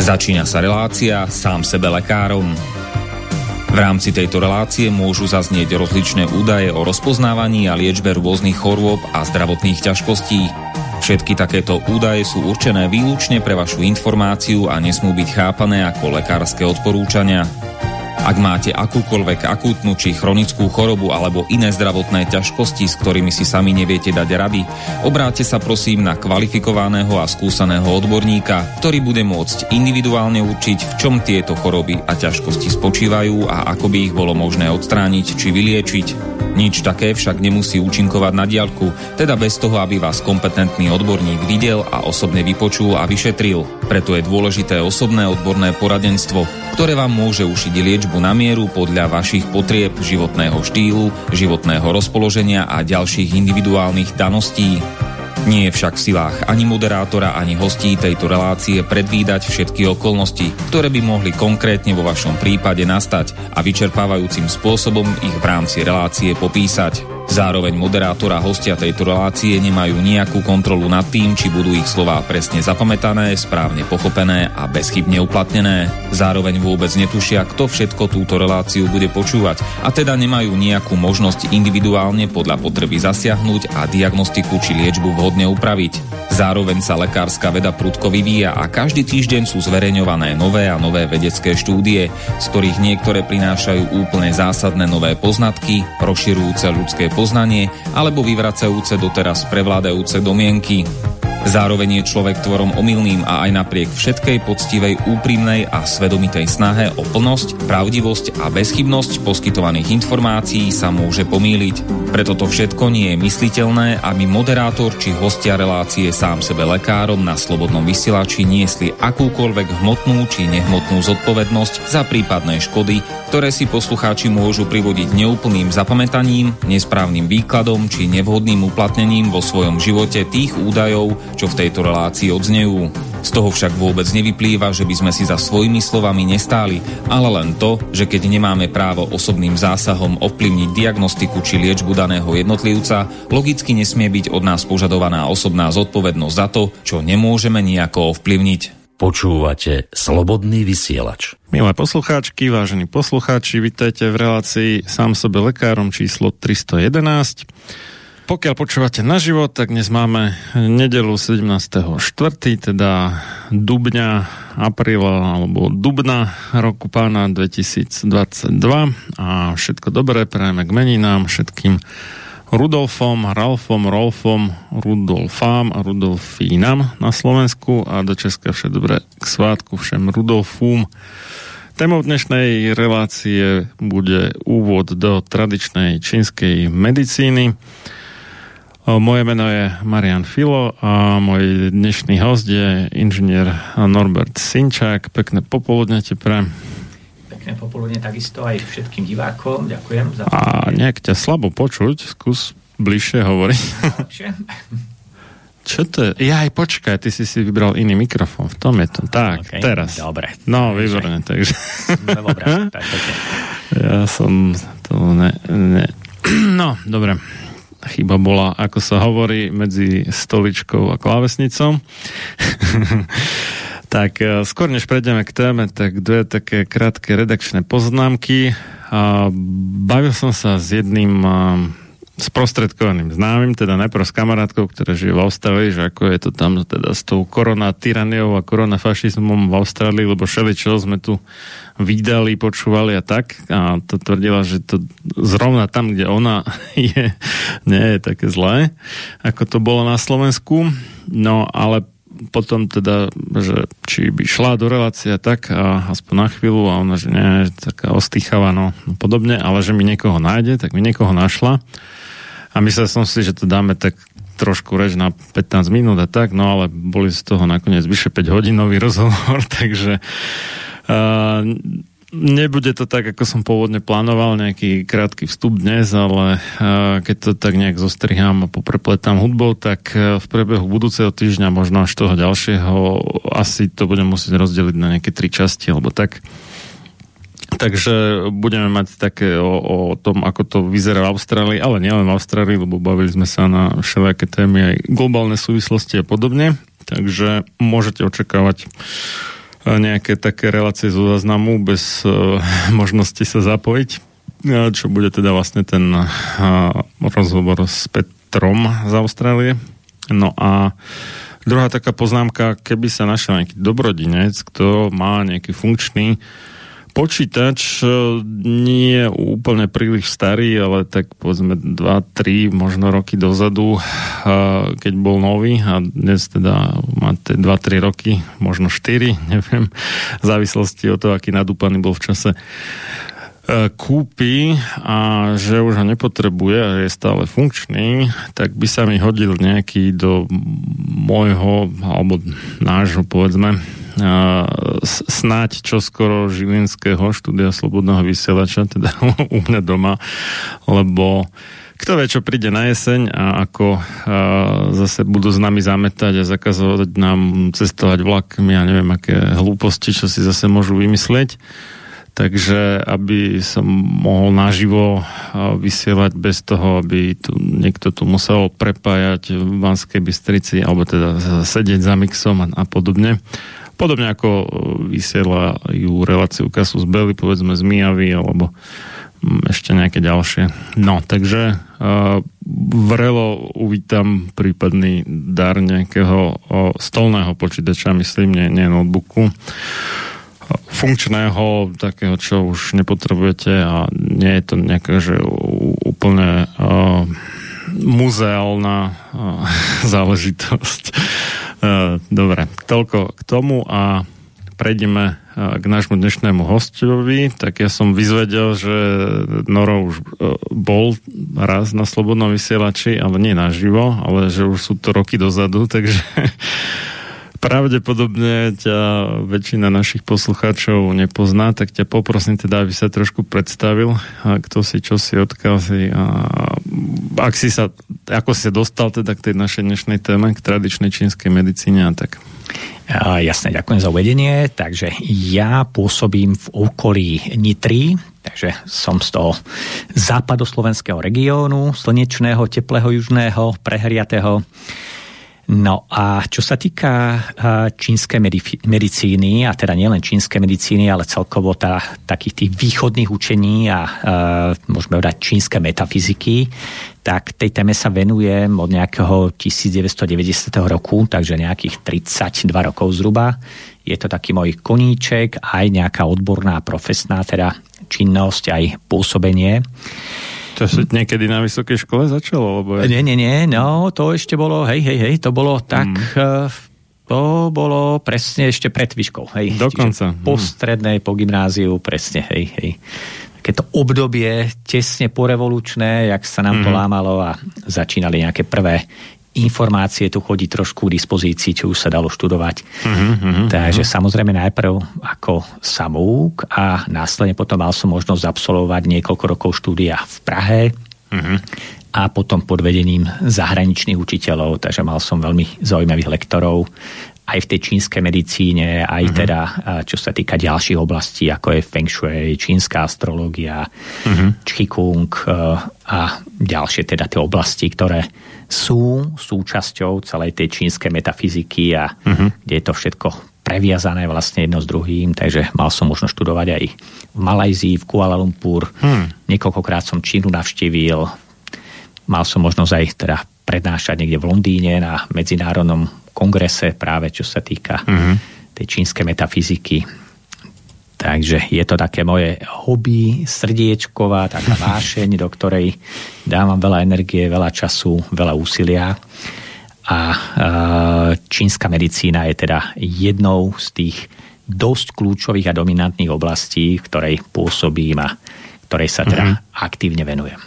Začína sa relácia Sám sebe lekárom. V rámci tejto relácie môžu zaznieť rozličné údaje o rozpoznávaní a liečbe rôznych chorôb a zdravotných ťažkostí. Všetky takéto údaje sú určené výlučne pre vašu informáciu a nesmú byť chápané ako lekárske odporúčania. Ak máte akúkoľvek akútnu či chronickú chorobu alebo iné zdravotné ťažkosti, s ktorými si sami neviete dať rady, obráťte sa prosím na kvalifikovaného a skúseného odborníka, ktorý bude môcť individuálne určiť, v čom tieto choroby a ťažkosti spočívajú a ako by ich bolo možné odstrániť či vyliečiť. Nič také však nemusí účinkovať na diaľku, teda bez toho, aby vás kompetentný odborník videl a osobne vypočul a vyšetril. Preto je dôležité osobné odborné poradenstvo, ktoré vám môže ušiť liečbu na mieru podľa vašich potrieb, životného štýlu, životného rozpoloženia a ďalších individuálnych daností. Nie je však v silách ani moderátora, ani hostí tejto relácie predvídať všetky okolnosti, ktoré by mohli konkrétne vo vašom prípade nastať a vyčerpávajúcim spôsobom ich v rámci relácie popísať. Zároveň moderátor a hostia tejto relácie nemajú nejakú kontrolu nad tým, či budú ich slová presne zapamätané, správne pochopené a bezchybne uplatnené. Zároveň vôbec netušia, kto všetko túto reláciu bude počúvať a teda nemajú nejakú možnosť individuálne podľa potreby zasiahnuť a diagnostiku či liečbu vhodne upraviť. Zároveň sa lekárska veda prudko vyvíja a každý týždeň sú zverejňované nové a nové vedecké štúdie, z ktorých niektoré prinášajú úplne zásadné nové poznatky, rozširujúce ľudské poznanie alebo vyvracajúce doteraz prevládajúce domienky. Zároveň je človek tvorom omylným a aj napriek všetkej poctivej, úprimnej a svedomitej snahe o plnosť, pravdivosť a bezchybnosť poskytovaných informácií sa môže pomýliť. Preto to všetko nie je mysliteľné, aby moderátor či hostia relácie Sám sebe lekárom na slobodnom vysielači niesli akúkoľvek hmotnú či nehmotnú zodpovednosť za prípadné škody, ktoré si poslucháči môžu privodiť neúplným zapamätaním, nesprávnym výkladom či nevhodným uplatnením vo svojom živote tých údajov, čo v tejto relácii odznejú. Z toho však vôbec nevyplýva, že by sme si za svojimi slovami nestáli, ale len to, že keď nemáme právo osobným zásahom ovplyvniť diagnostiku či liečbu daného jednotlivca, logicky nesmie byť od nás požadovaná osobná zodpovednosť za to, čo nemôžeme nejako ovplyvniť. Počúvate Slobodný vysielač. Milé poslucháčky, vážení poslucháči, vitajte v relácii Sám sebe lekárom číslo 311. Pokiaľ počúvate naživo, tak dnes máme nedeľu 17.4., teda apríla alebo dubna roku pána 2022 a všetko dobré prajeme k meninám všetkým Rudolfom, Ralfom, Rolfom, Rudolfám a Rudolfínam na Slovensku a do Česka všetko dobré k svátku všem Rudolfúm. Témou dnešnej relácie bude úvod do tradičnej čínskej medicíny. Moje meno je Marian Filo a môj dnešný host je inžinier Norbert Sinčák. Pekné popoludne ti prajem. Pekné popoludne takisto aj všetkým divákom. Ďakujem za to. A nejak ťa slabo počuť, skús bližšie hovoriť. Lepšie? Čo to je? Počkaj, ty si vybral iný mikrofón. V tom je to. Tak, okay, teraz. Dobre. No, výborne, takže. Dobre, perfektne. Ja som to No, dobre. Chyba bola, ako sa hovorí, medzi stoličkou a klávesnicou. Tak skôr než prejdeme k téme, tak dve také krátke redakčné poznámky. Bavil som sa s jedným sprostredkovaným známym, teda najprv s kamarátkou, ktorá žije v Austrálii, že ako je to tam teda s tou koronatyraniou a koronafašizmom v Austrálii, lebo všeličo sme tu vydali, počúvali a tak. A to tvrdila, že to zrovna tam, kde ona je, nie je také zlé, ako to bolo na Slovensku. No, ale potom teda, že či by šla do relácie tak a aspoň na chvíľu a ona, že nie, taká ostýchavá, no podobne, ale že mi niekoho nájde, tak mi niekoho našla. A myslel som si, že to dáme tak trošku reč na 15 minút a tak, no ale boli z toho nakoniec vyše 5 hodinový rozhovor, takže nebude to tak, ako som pôvodne plánoval, nejaký krátky vstup dnes, ale keď to tak nejak zostrihám a poprepletám hudbou, tak v priebehu budúceho týždňa, možno až toho ďalšieho, asi to budem musieť rozdeliť na nejaké 3 časti, alebo tak. Takže budeme mať také o tom, ako to vyzerá v Austrálii, ale nielen v Austrálii, lebo bavili sme sa na všelijaké témy, aj globálne súvislosti a podobne. Takže môžete očakávať nejaké také relácie zo záznamu bez možnosti sa zapojiť, čo bude teda vlastne ten rozhovor s Petrom z Austrálie. No a druhá taká poznámka, keby sa našiel nejaký dobrodinec, kto má nejaký funkčný počítač, nie je úplne príliš starý, ale tak povedzme 2-3 možno roky dozadu, keď bol nový a dnes teda máte 2-3 roky, možno 4, neviem, v závislosti od toho, aký nadúpaný bol v čase, kúpi a že už ho nepotrebuje a je stále funkčný, tak by sa mi hodil nejaký do môjho alebo nášho, povedzme, snáď čoskoro žilinského štúdia Slobodného vysielača, teda u mňa doma, lebo kto vie, čo príde na jeseň a ako zase budú s nami zametať a zakazovať nám cestovať vlakmi a neviem, aké hlúposti, čo si zase môžu vymyslieť. Takže aby som mohol naživo vysielať bez toho, aby tu niekto tu musel prepájať v Banskej Bystrici alebo teda sedieť za mixom a podobne. Podobne ako vysielajú reláciu Kasus Belli, povedzme z Mijavy alebo ešte nejaké ďalšie. No, takže vrelo uvítam prípadný dar nejakého stolného počítača, myslím, nie notebooku, funkčného, takého, čo už nepotrebujete a nie je to nejaká, že úplne muzeálna záležitosť. Dobre, toľko k tomu a prejdeme k nášmu dnešnému hostovi. Tak ja som vyzvedel, že Noro už bol raz na Slobodnom vysielači, ale nie naživo, ale že už sú to roky dozadu, takže pravdepodobne ťa väčšina našich poslucháčov nepozná, tak ťa poprosím teda, aby sa trošku predstavil, kto si, čo si, odkiaľ si a ako si sa dostal teda k tej našej dnešnej téme, k tradičnej čínskej medicíne a tak. Jasné, ďakujem za uvedenie. Takže ja pôsobím v okolí Nitry, takže som z toho západoslovenského regiónu, slnečného, teplého, južného, prehriatého. No a čo sa týka čínskej medicíny, a teda nielen čínskej medicíny, ale celkovo takých tých východných učení a môžeme povedať čínske metafyziky, tak tej téme sa venujem od nejakého 1990 roku, takže nejakých 32 rokov zhruba. Je to taký môj koníček, aj nejaká odborná, profesná teda činnosť, aj pôsobenie. To si niekedy na vysokej škole začalo? Alebo Nie, no to ešte bolo, to bolo tak, to bolo presne ešte pred výškou, hej. Dokonca. Po strednej, po gymnáziu, presne, hej. Takéto obdobie tesne porevolučné, jak sa nám to lámalo a začínali nejaké prvé informácie tu chodí trošku k dispozícii, čo už sa dalo študovať. Takže samozrejme najprv ako samouk a následne potom mal som možnosť absolvovať niekoľko rokov štúdia v Prahe a potom pod vedením zahraničných učiteľov, takže mal som veľmi zaujímavých lektorov aj v tej čínskej medicíne, aj teda čo sa týka ďalších oblastí, ako je Feng Shui, čínska astrológia, Qigong a ďalšie teda tie oblasti, ktoré sú súčasťou celej tej čínskej metafyziky a kde je to všetko previazané vlastne jedno s druhým, takže mal som možnosť študovať aj v Malajzii, v Kuala Lumpur. Niekoľkokrát som Čínu navštívil. Mal som možnosť aj teda prednášať niekde v Londýne na medzinárodnom kongrese práve čo sa týka tej čínskej metafyziky. Takže je to také moje hobby, srdiečková, taká vášeň, do ktorej dávam veľa energie, veľa času, veľa úsilia. A čínska medicína je teda jednou z tých dosť kľúčových a dominantných oblastí, v ktorej pôsobím a ktorej sa teda aktívne venujem.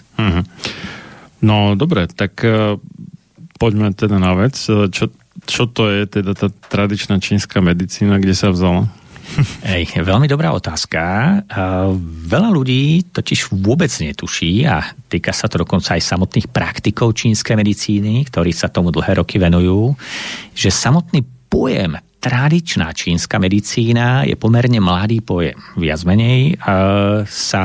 No dobre, tak poďme teda na vec. Čo to je teda tá tradičná čínska medicína, kde sa vzala? Veľmi dobrá otázka. Veľa ľudí totiž vôbec netuší a týka sa to dokonca aj samotných praktikov čínskej medicíny, ktorí sa tomu dlhé roky venujú, že samotný pojem tradičná čínska medicína je pomerne mladý pojem. Viac menej sa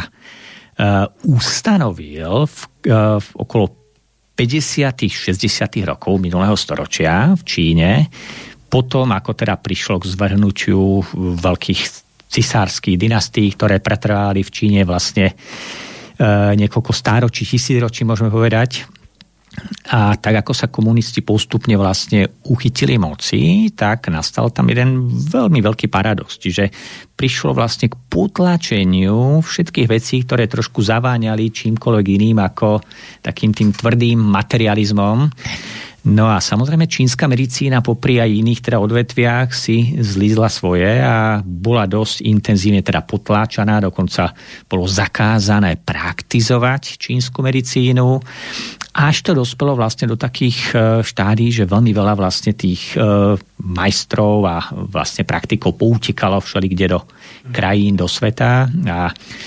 ustanovil v okolo 50. 60. rokov minulého storočia v Číne potom, ako teda prišlo k zvrhnutiu veľkých cisárskych dynastií, ktoré pretrvali v Číne vlastne niekoľko stáročí, tisícročí, môžeme povedať. A tak, ako sa komunisti postupne vlastne uchytili moci, tak nastal tam jeden veľmi veľký paradox. Čiže prišlo vlastne k potlačeniu všetkých vecí, ktoré trošku zaváňali čímkoľvek iným ako takým tým tvrdým materializmom. No a samozrejme čínska medicína popri aj iných teda odvetviach si zlízla svoje a bola dosť intenzívne teda potláčaná, dokonca bolo zakázané praktizovať čínsku medicínu. Až to dospelo vlastne do takých štádí, že veľmi veľa vlastne tých majstrov a vlastne praktikov poutekalo všelikde do krajín, do sveta a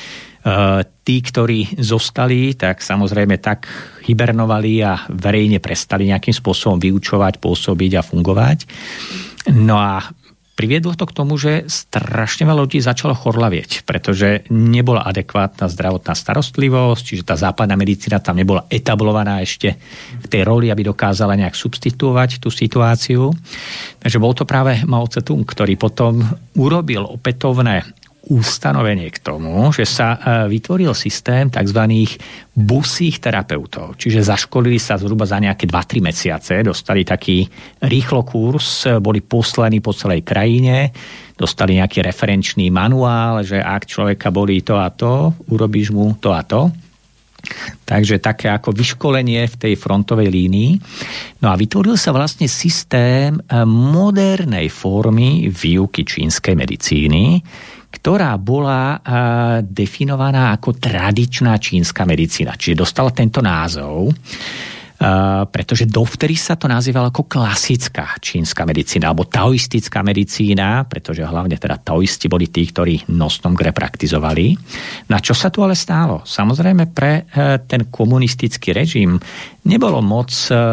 tí, ktorí zostali, tak samozrejme tak hibernovali a verejne prestali nejakým spôsobom vyučovať, pôsobiť a fungovať. No a priviedlo to k tomu, že strašne veľa ľudí začalo chorlavieť, pretože nebola adekvátna zdravotná starostlivosť, čiže tá západná medicína tam nebola etablovaná ešte v tej roli, aby dokázala nejak substituovať tú situáciu. Takže bol to práve Mao Tse-tung, ktorý potom urobil opätovné ustanovenie k tomu, že sa vytvoril systém tzv. Busích terapeutov. Čiže zaškolili sa zhruba za nejaké 2-3 mesiace, dostali taký rýchlo kurz, boli poslaní po celej krajine, dostali nejaký referenčný manuál, že ak človeka bolí to a to, urobíš mu to a to. Takže také ako vyškolenie v tej frontovej línii. No a vytvoril sa vlastne systém modernej formy výuky čínskej medicíny, ktorá bola definovaná ako tradičná čínska medicína. Čiže dostala tento názov, pretože dovtedy sa to nazývalo ako klasická čínska medicína alebo taoistická medicína, pretože hlavne teda taoisti boli tí, ktorí nosnom gre praktizovali. Na čo sa tu ale stálo? Samozrejme pre ten komunistický režim nebolo moc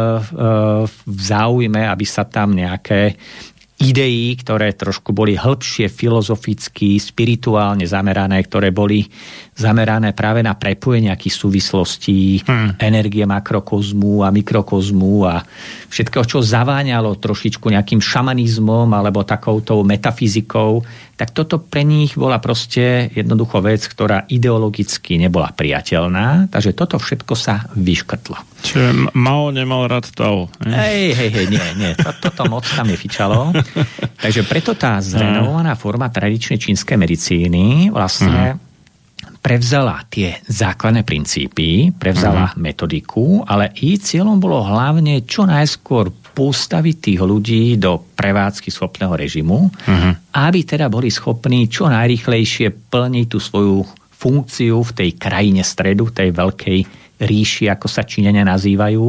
v záujme, aby sa tam nejaké ideí, ktoré trošku boli hĺbšie filozoficky, spirituálne zamerané, ktoré boli zamerané práve na prepojenie nejakých súvislostí, energie makrokozmu a mikrokozmu a všetkého, čo zaváňalo trošičku nejakým šamanizmom alebo takouto metafyzikou, tak toto pre nich bola proste jednoducho vec, ktorá ideologicky nebola priateľná, takže toto všetko sa vyškrtlo. Čiže Mao nemal rád Tao. Hej, nie. Toto moc tam nefičalo. Takže preto tá zrenovovaná forma tradičnej čínskej medicíny vlastne prevzala tie základné princípy, prevzala metodiku, ale jej cieľom bolo hlavne čo najskôr postaviť tých ľudí do prevádzky schopného režimu, aby teda boli schopní čo najrýchlejšie plniť tú svoju funkciu v tej krajine stredu, tej veľkej ríši, ako sa Číňania nazývajú.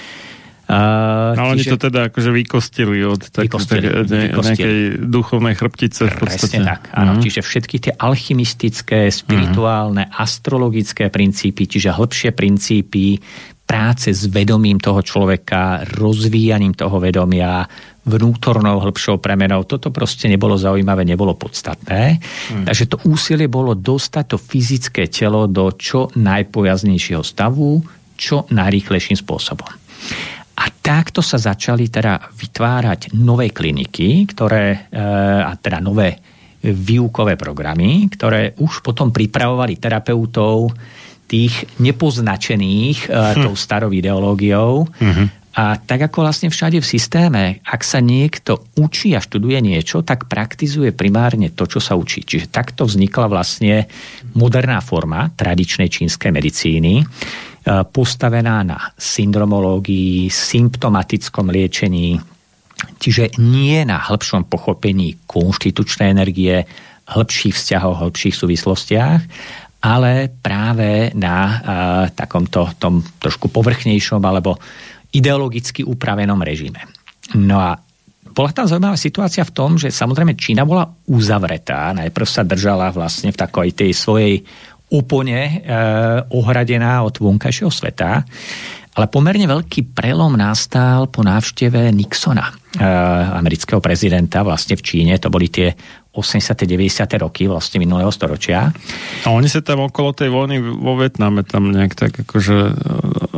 Ale oni to teda akože vykostili od nejakej duchovnej chrbtice v podstate. Presne tak, áno. Čiže všetky tie alchymistické, spirituálne, astrologické princípy, čiže hĺbšie princípy práce s vedomím toho človeka, rozvíjaním toho vedomia, vnútornou hĺbšou premenou. Toto proste nebolo zaujímavé, nebolo podstatné. Takže to úsilie bolo dostať to fyzické telo do čo najpojaznejšieho stavu, čo najrýchlejším spôsobom. A takto sa začali teda vytvárať nové kliniky, a teda nové výukové programy, ktoré už potom pripravovali terapeutov tých nepoznačených tou starou ideológiou. A tak ako vlastne všade v systéme, ak sa niekto učí a študuje niečo, tak praktizuje primárne to, čo sa učí. Čiže takto vznikla vlastne moderná forma tradičnej čínskej medicíny, postavená na syndromológii, symptomatickom liečení, čiže nie na hĺbšom pochopení konštitučnej energie, hĺbších vzťahov, hĺbších súvislostiach, ale práve na takomto tom trošku povrchnejšom alebo ideologicky upravenom režime. No a bola tam zaujímavá situácia v tom, že samozrejme Čína bola uzavretá, najprv sa držala vlastne v takoj tej svojej úplne ohradená od vonkajšieho sveta, ale pomerne veľký prelom nastal po návšteve Nixona, amerického prezidenta vlastne v Číne. To boli tie 80. 90. roky vlastne minulého storočia. A oni sa tam okolo tej vojny vo Vietname tam nejak tak akože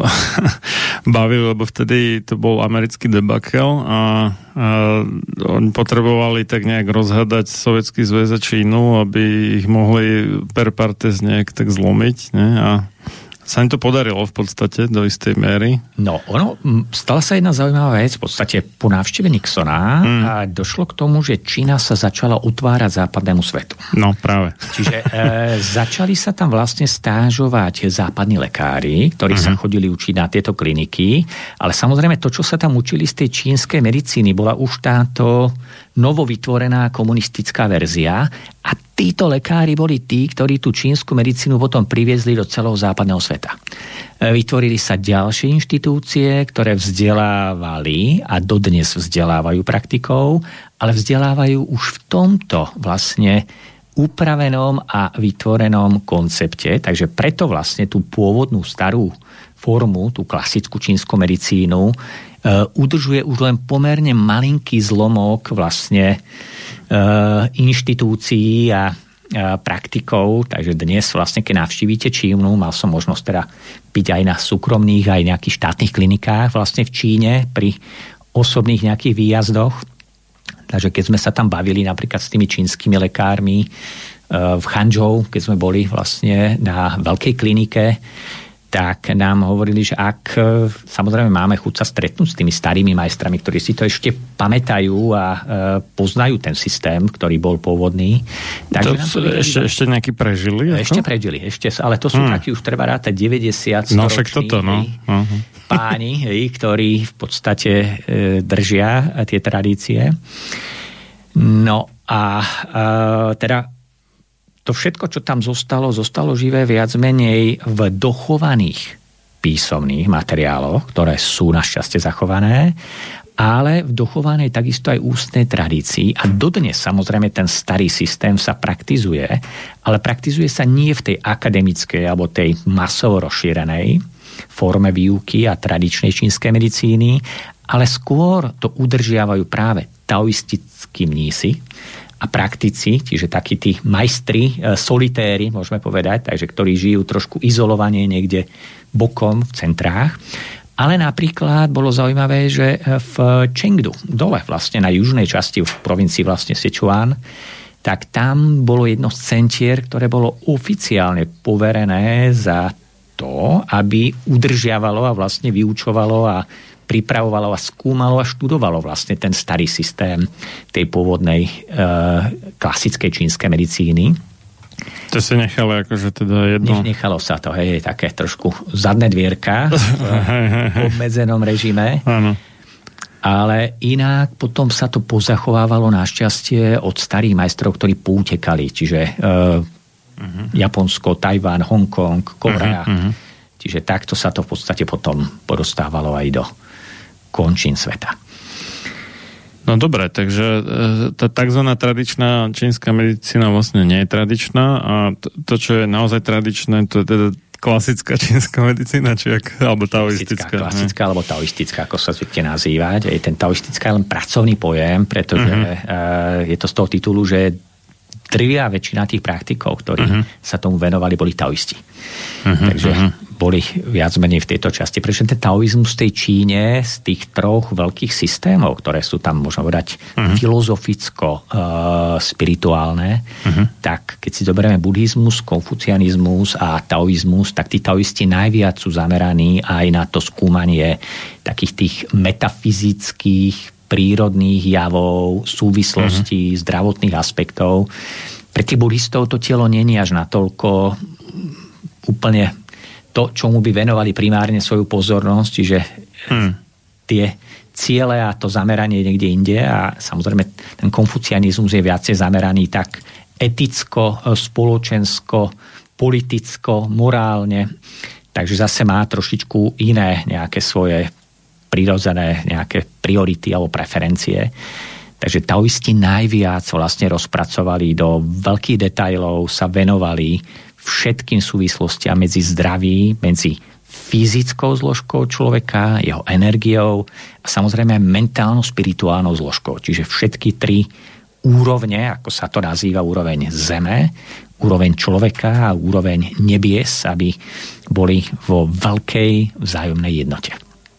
bavili, lebo vtedy to bol americký debakel a oni potrebovali tak nejak rozhadať Sovietský zväz a Čínu, aby ich mohli per partes nejak tak zlomiť, ne? A sa im to podarilo v podstate do istej miery. No, stala sa jedna zaujímavá vec. V podstate po návšteve Nixona a došlo k tomu, že Čína sa začala otvárať západnému svetu. No, práve. Čiže začali sa tam vlastne stážovať západní lekári, ktorí sa chodili učiť na tieto kliniky, ale samozrejme to, čo sa tam učili z tej čínskej medicíny, bola už táto novovytvorená komunistická verzia a títo lekári boli tí, ktorí tú čínsku medicínu potom priviezli do celého západného sveta. Vytvorili sa ďalšie inštitúcie, ktoré vzdelávali a dodnes vzdelávajú praktikov, ale vzdelávajú už v tomto vlastne upravenom a vytvorenom koncepte, takže preto vlastne tú pôvodnú starú formu, tú klasickú čínsku medicínu, udržuje už len pomerne malinký zlomok vlastne inštitúcií a praktikov, takže dnes vlastne, keď navštívite Čínu, mal som možnosť teda byť aj na súkromných, aj nejakých štátnych klinikách vlastne v Číne pri osobných nejakých výjazdoch. Takže keď sme sa tam bavili napríklad s tými čínskymi lekármi v Changzhou, keď sme boli vlastne na veľkej klinike, tak nám hovorili, že ak samozrejme máme chuť sa stretnúť s tými starými majstrami, ktorí si to ešte pamätajú a poznajú ten systém, ktorý bol pôvodný. Takže ešte nejaký prežili? Ešte prežili, ale to sú takí už treba rátať 90 storoční páni, ktorí v podstate držia tie tradície. No a teda to všetko, čo tam zostalo živé viac menej v dochovaných písomných materiáloch, ktoré sú našťastie zachované, ale v dochovanej takisto aj ústnej tradícii a dodnes samozrejme ten starý systém sa praktizuje, ale praktizuje sa nie v tej akademickej alebo tej masovo rozšírenej forme výuky a tradičnej čínskej medicíny, ale skôr to udržiavajú práve taoistickí mnísi a praktici, čiže takí tí majstri, solitéri, môžeme povedať, takže ktorí žijú trošku izolovane niekde bokom v centrách. Ale napríklad bolo zaujímavé, že v Chengdu, dole vlastne na južnej časti, v provincii vlastne Sichuan, tak tam bolo jedno z centier, ktoré bolo oficiálne poverené za to, aby udržiavalo a vlastne vyučovalo a pripravovalo a skúmalo a študovalo vlastne ten starý systém tej pôvodnej klasickej čínskej medicíny. To si nechalo akože teda jedno... Nechalo sa to, také trošku zadné dvierka v obmedzenom režime. Áno. Ale inak potom sa to pozachovávalo našťastie od starých majstrov, ktorí poutekali, čiže Japonsko, Tajván, Hongkong, Korea. Čiže takto sa to v podstate potom podostávalo aj do končín sveta. No dobre, takže tá takzvaná tradičná čínska medicína vlastne nie je tradičná a to, čo je naozaj tradičné, to je teda klasická čínska medicína, či alebo taoistická. Klasická alebo taoistická, ako sa zvykne nazývať. Ten taoistická je len pracovný pojem, pretože je to z toho titulu, že drvivá väčšina tých praktikov, ktorí sa tomu venovali, boli taoisti. Takže boli viac menej v tejto časti. Prečo ten taoizmus v tej Číne z tých troch veľkých systémov, ktoré sú tam, možno povedať, filozoficko-spirituálne, tak keď si zoberieme buddhizmus, konfucianizmus a taoizmus, tak tí taoisti najviac sú zameraní aj na to skúmanie takých tých metafyzických prírodných javov, súvislostí, zdravotných aspektov. Pre tých buddhistov to telo nie je až natoľko úplne to, čomu by venovali primárne svoju pozornosť, čiže tie ciele a to zameranie niekde inde a samozrejme ten konfucianizmus je viacej zameraný tak eticko, spoločensko, politicko, morálne, takže zase má trošičku iné nejaké svoje prirodzené nejaké priority alebo preferencie. Takže taoisti najviac vlastne rozpracovali do veľkých detailov, sa venovali všetkým súvislostiam medzi zdravím, medzi fyzickou zložkou človeka, jeho energiou a samozrejme mentálno-spirituálnou zložkou. Čiže všetky tri úrovne, ako sa to nazýva, úroveň Zeme, úroveň človeka a úroveň nebies, aby boli vo veľkej vzájomnej jednote.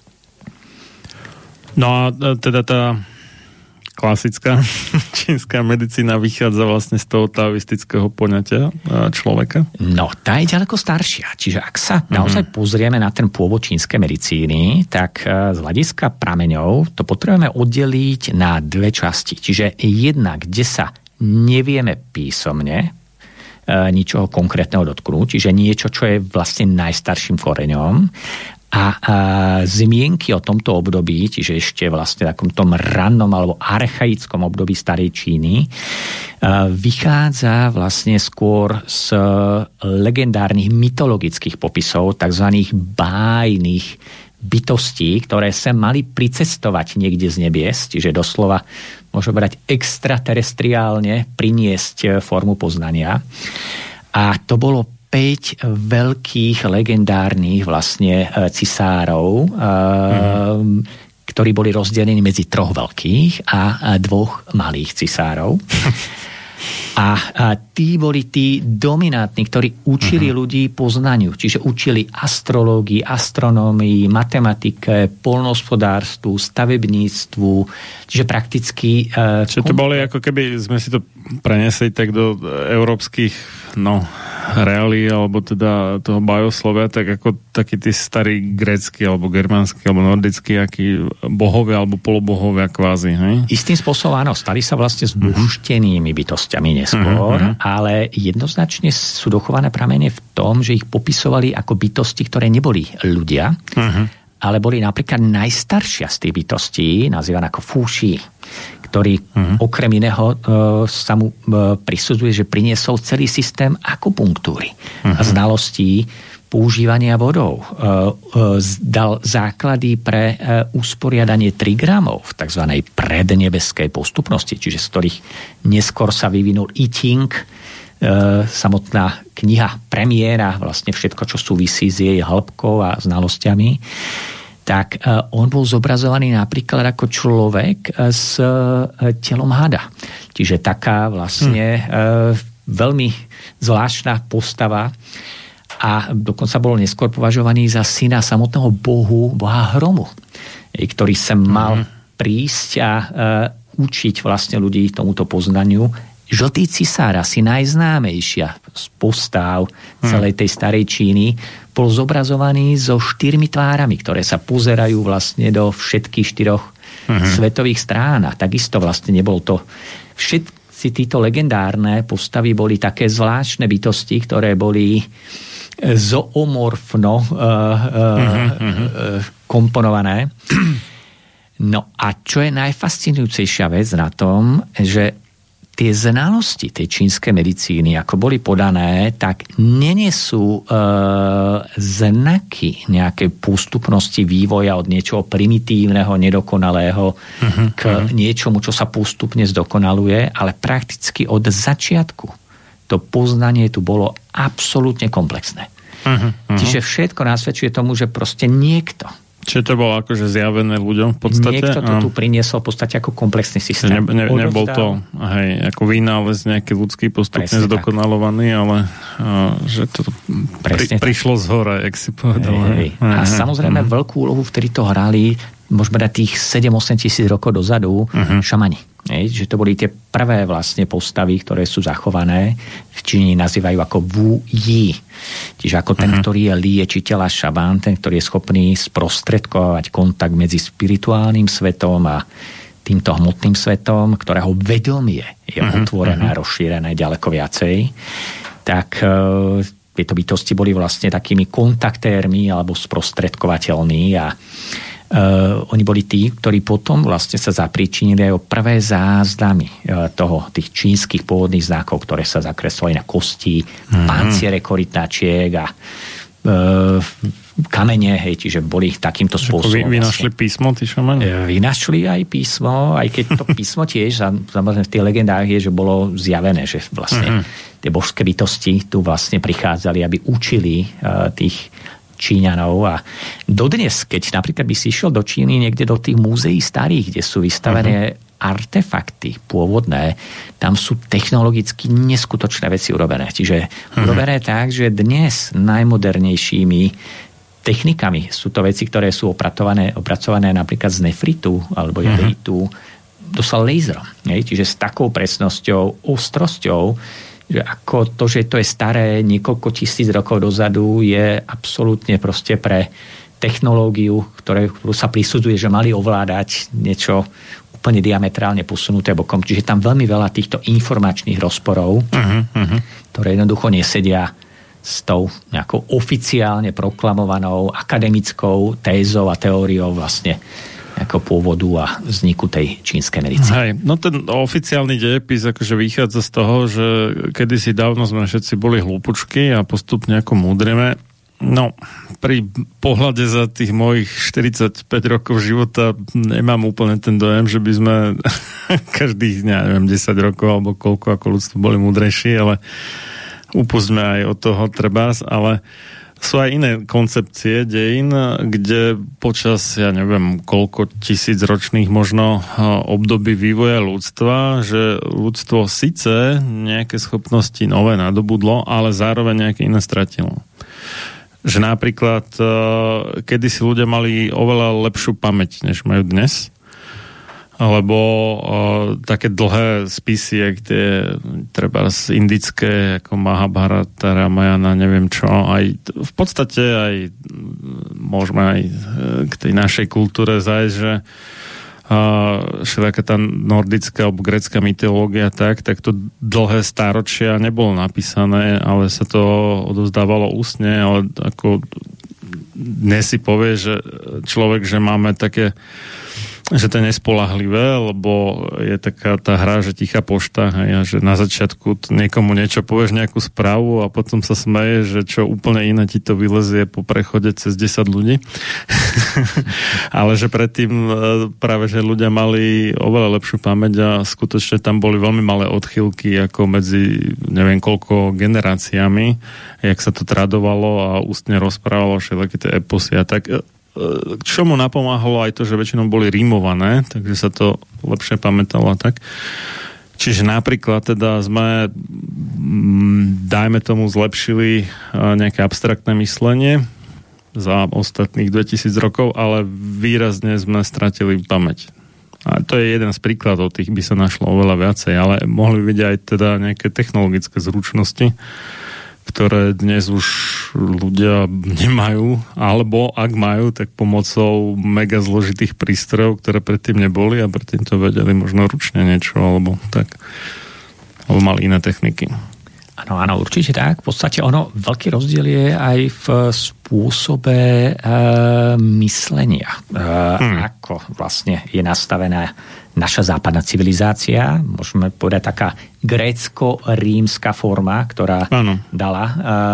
No a teda tá klasická čínska medicína vychádza vlastne z toho taoistického poňatia človeka? No, tá je ďaleko staršia. Čiže ak sa naozaj pozrieme na ten pôvod čínskej medicíny, tak z hľadiska prameňov to potrebujeme oddeliť na dve časti. Čiže jedna, kde sa nevieme písomne ničoho konkrétneho dotknúť, čiže niečo, čo je vlastne najstarším koreňom. A zmienky o tomto období, čiže ešte vlastne takom tom rannom alebo archaickom období starej Číny, vychádza vlastne skôr z legendárnych mytologických popisov, tzv. Bájnych bytostí, ktoré sa mali pricestovať niekde z nebies, čiže doslova môžeme brať extraterestriálne, priniesť formu poznania. A to bolo 5 veľkých legendárnych vlastne cisárov, ktorí boli rozdelení medzi 3 veľkých a 2 malých cisárov. A tí boli tí dominantní, ktorí učili ľudí poznaniu. Čiže učili astrológii, astronómii, matematike, poľnohospodárstvu, stavebníctvu. Čiže prakticky... Čiže to boli ako keby sme si to prenesli tak do európskych reálí, alebo teda toho bajoslovia, tak ako takí tí starí grécky, alebo germánsky, alebo nordickí, akí bohovia, alebo polobohovia kvázi, hej? Istým spôsobom áno, stali sa vlastne zbuštenými bytostiami neskôr, ale jednoznačne sú dochované pramene v tom, že ich popisovali ako bytosti, ktoré neboli ľudia, ale boli napríklad najstaršia z tých bytostí, nazývaná ako Fúši, ktorý okrem iného sa mu prisudzuje, že priniesol celý systém akupunktúry a znalostí používania vodou. Dal základy pre usporiadanie trigramov v tzv. Prednebeskej postupnosti, čiže z ktorých neskôr sa vyvinul I Ching, samotná kniha premiéra, vlastne všetko, čo súvisí s jej hĺbkou a znalosťami. Tak on bol zobrazovaný napríklad ako človek s telom hada. Čiže taká vlastne veľmi zvláštna postava a dokonca bol neskôr považovaný za syna samotného boha hromu, ktorý sa mal prísť a učiť vlastne ľudí tomuto poznaniu. Žltý cisár, asi najznámejšia z postav celej tej starej Číny, bol zobrazovaný so 4 tvárami, ktoré sa pozerajú vlastne do všetkých 4 svetových strán. A takisto vlastne nebol to... Všetci títo legendárne postavy boli také zvláštne bytosti, ktoré boli zoomorfno komponované. No a čo je najfascinujúcejšia vec na tom, že tie znalosti tej čínskej medicíny, ako boli podané, tak nenesú znaky nejakej postupnosti vývoja od niečoho primitívneho, nedokonalého k niečomu, čo sa postupne zdokonaluje, ale prakticky od začiatku to poznanie tu bolo absolútne komplexné. Čiže všetko nasvedčuje tomu, že proste niekto. Čiže to bolo akože zjavené ľuďom v podstate? Niekto to tu priniesol v podstate ako komplexný systém. Nebol to ako vynález nejaký ľudský postupne zdokonalovaný, ale že to prišlo z hora, jak si povedal. A samozrejme veľkú úlohu vtedy to hrali, môžeme dať tých 7-8 tisíc rokov dozadu, šamani. Že to boli tie prvé vlastne postavy, ktoré sú zachované. V Číne nazývajú ako Wu Yi. Čiže ako ten, ktorý je liečiteľ a šaman, ten, ktorý je schopný sprostredkovať kontakt medzi spirituálnym svetom a týmto hmotným svetom, ktorého vedomie je otvorené a rozšírené ďaleko viacej. Tak tieto bytosti boli vlastne takými kontaktérmi alebo sprostredkovateľní a oni boli tí, ktorí potom vlastne sa zapričinili aj o prvé záznamy tých čínskych pôvodných znakov, ktoré sa zakreslili na kosti, panciere korytnačiek a kamene, čiže boli takýmto spôsobom. Vynašli písmo, tí šamani? Vynašli aj písmo, aj keď to písmo tiež, samozrejme v tých legendách je, že bolo zjavené, že vlastne tie božské bytosti tu vlastne prichádzali, aby učili tých Číňanov a dodnes, keď napríklad by si išiel do Číny niekde do tých múzeí starých, kde sú vystavené artefakty pôvodné, tam sú technologicky neskutočné veci urobené. Čiže urobené tak, že dnes najmodernejšími technikami sú to veci, ktoré sú opracované napríklad z nefritu alebo jadeitu, doslova laserom. Čiže s takou presnosťou, ostrosťou, že ako to, že to je staré niekoľko tisíc rokov dozadu, je absolútne proste pre technológiu, ktorú sa prisudzuje, že mali ovládať niečo úplne diametrálne posunuté bokom. Čiže tam veľmi veľa týchto informačných rozporov, ktoré jednoducho nesedia s tou nejakou oficiálne proklamovanou akademickou tézou a teóriou vlastne ako pôvodu a vzniku tej čínskej medicíny. Hej, no ten oficiálny dejepis akože vychádza z toho, že kedysi dávno sme všetci boli hlúpučky a postupne ako múdreme. No, pri pohľade za tých mojich 45 rokov života nemám úplne ten dojem, že by sme každých, neviem, 10 rokov alebo koľko ako ľudstvo boli múdrejší, ale upustme aj od toho trebárs, ale sú aj iné koncepcie dejín, kde počas, ja neviem, koľko tisícročných možno období vývoja ľudstva, že ľudstvo síce nejaké schopnosti nové nadobudlo, ale zároveň nejaké iné stratilo. Že napríklad kedysi ľudia mali oveľa lepšiu pamäť, než majú dnes, alebo také dlhé spisy, tie treba z indické, ako Mahabharata, Ramayana, neviem čo, aj v podstate aj môžeme aj k tej našej kultúre zájsť, že všelijaká tá nordická alebo grécka mytológia, tak to dlhé stáročia nebolo napísané, ale sa to odovzdávalo ústne, ale ako dnes si povie, že človek, že máme také, že to je nespolahlivé, lebo je taká tá hra, že tichá pošta, hej, a že na začiatku niekomu niečo povieš, nejakú správu a potom sa smeje, že čo úplne iné ti to vylezie po prechode cez 10 ľudí. Ale že predtým práve, že ľudia mali oveľa lepšiu pamäť a skutočne tam boli veľmi malé odchýlky ako medzi neviem koľko generáciami, jak sa to tradovalo a ústne rozprávalo všetky tie eposy a tak. K čomu napomáhalo aj to, že väčšinou boli rímované, takže sa to lepšie pamätalo tak. Čiže napríklad teda sme dajme tomu zlepšili nejaké abstraktné myslenie za ostatných 2000 rokov, ale výrazne sme stratili pamäť. A to je jeden z príkladov, tých by sa našlo oveľa viacej, ale mohli byť aj teda nejaké technologické zručnosti, ktoré dnes už ľudia nemajú, alebo ak majú, tak pomocou mega zložitých prístrojov, ktoré predtým neboli a predtým to vedeli možno ručne niečo, alebo tak. Alebo mali iné techniky. Áno, určite tak. V podstate veľký rozdiel je aj v spôsobe myslenia. Ako vlastne je nastavená naša západná civilizácia, môžeme povedať taká grécko-rímska forma, ktorá dala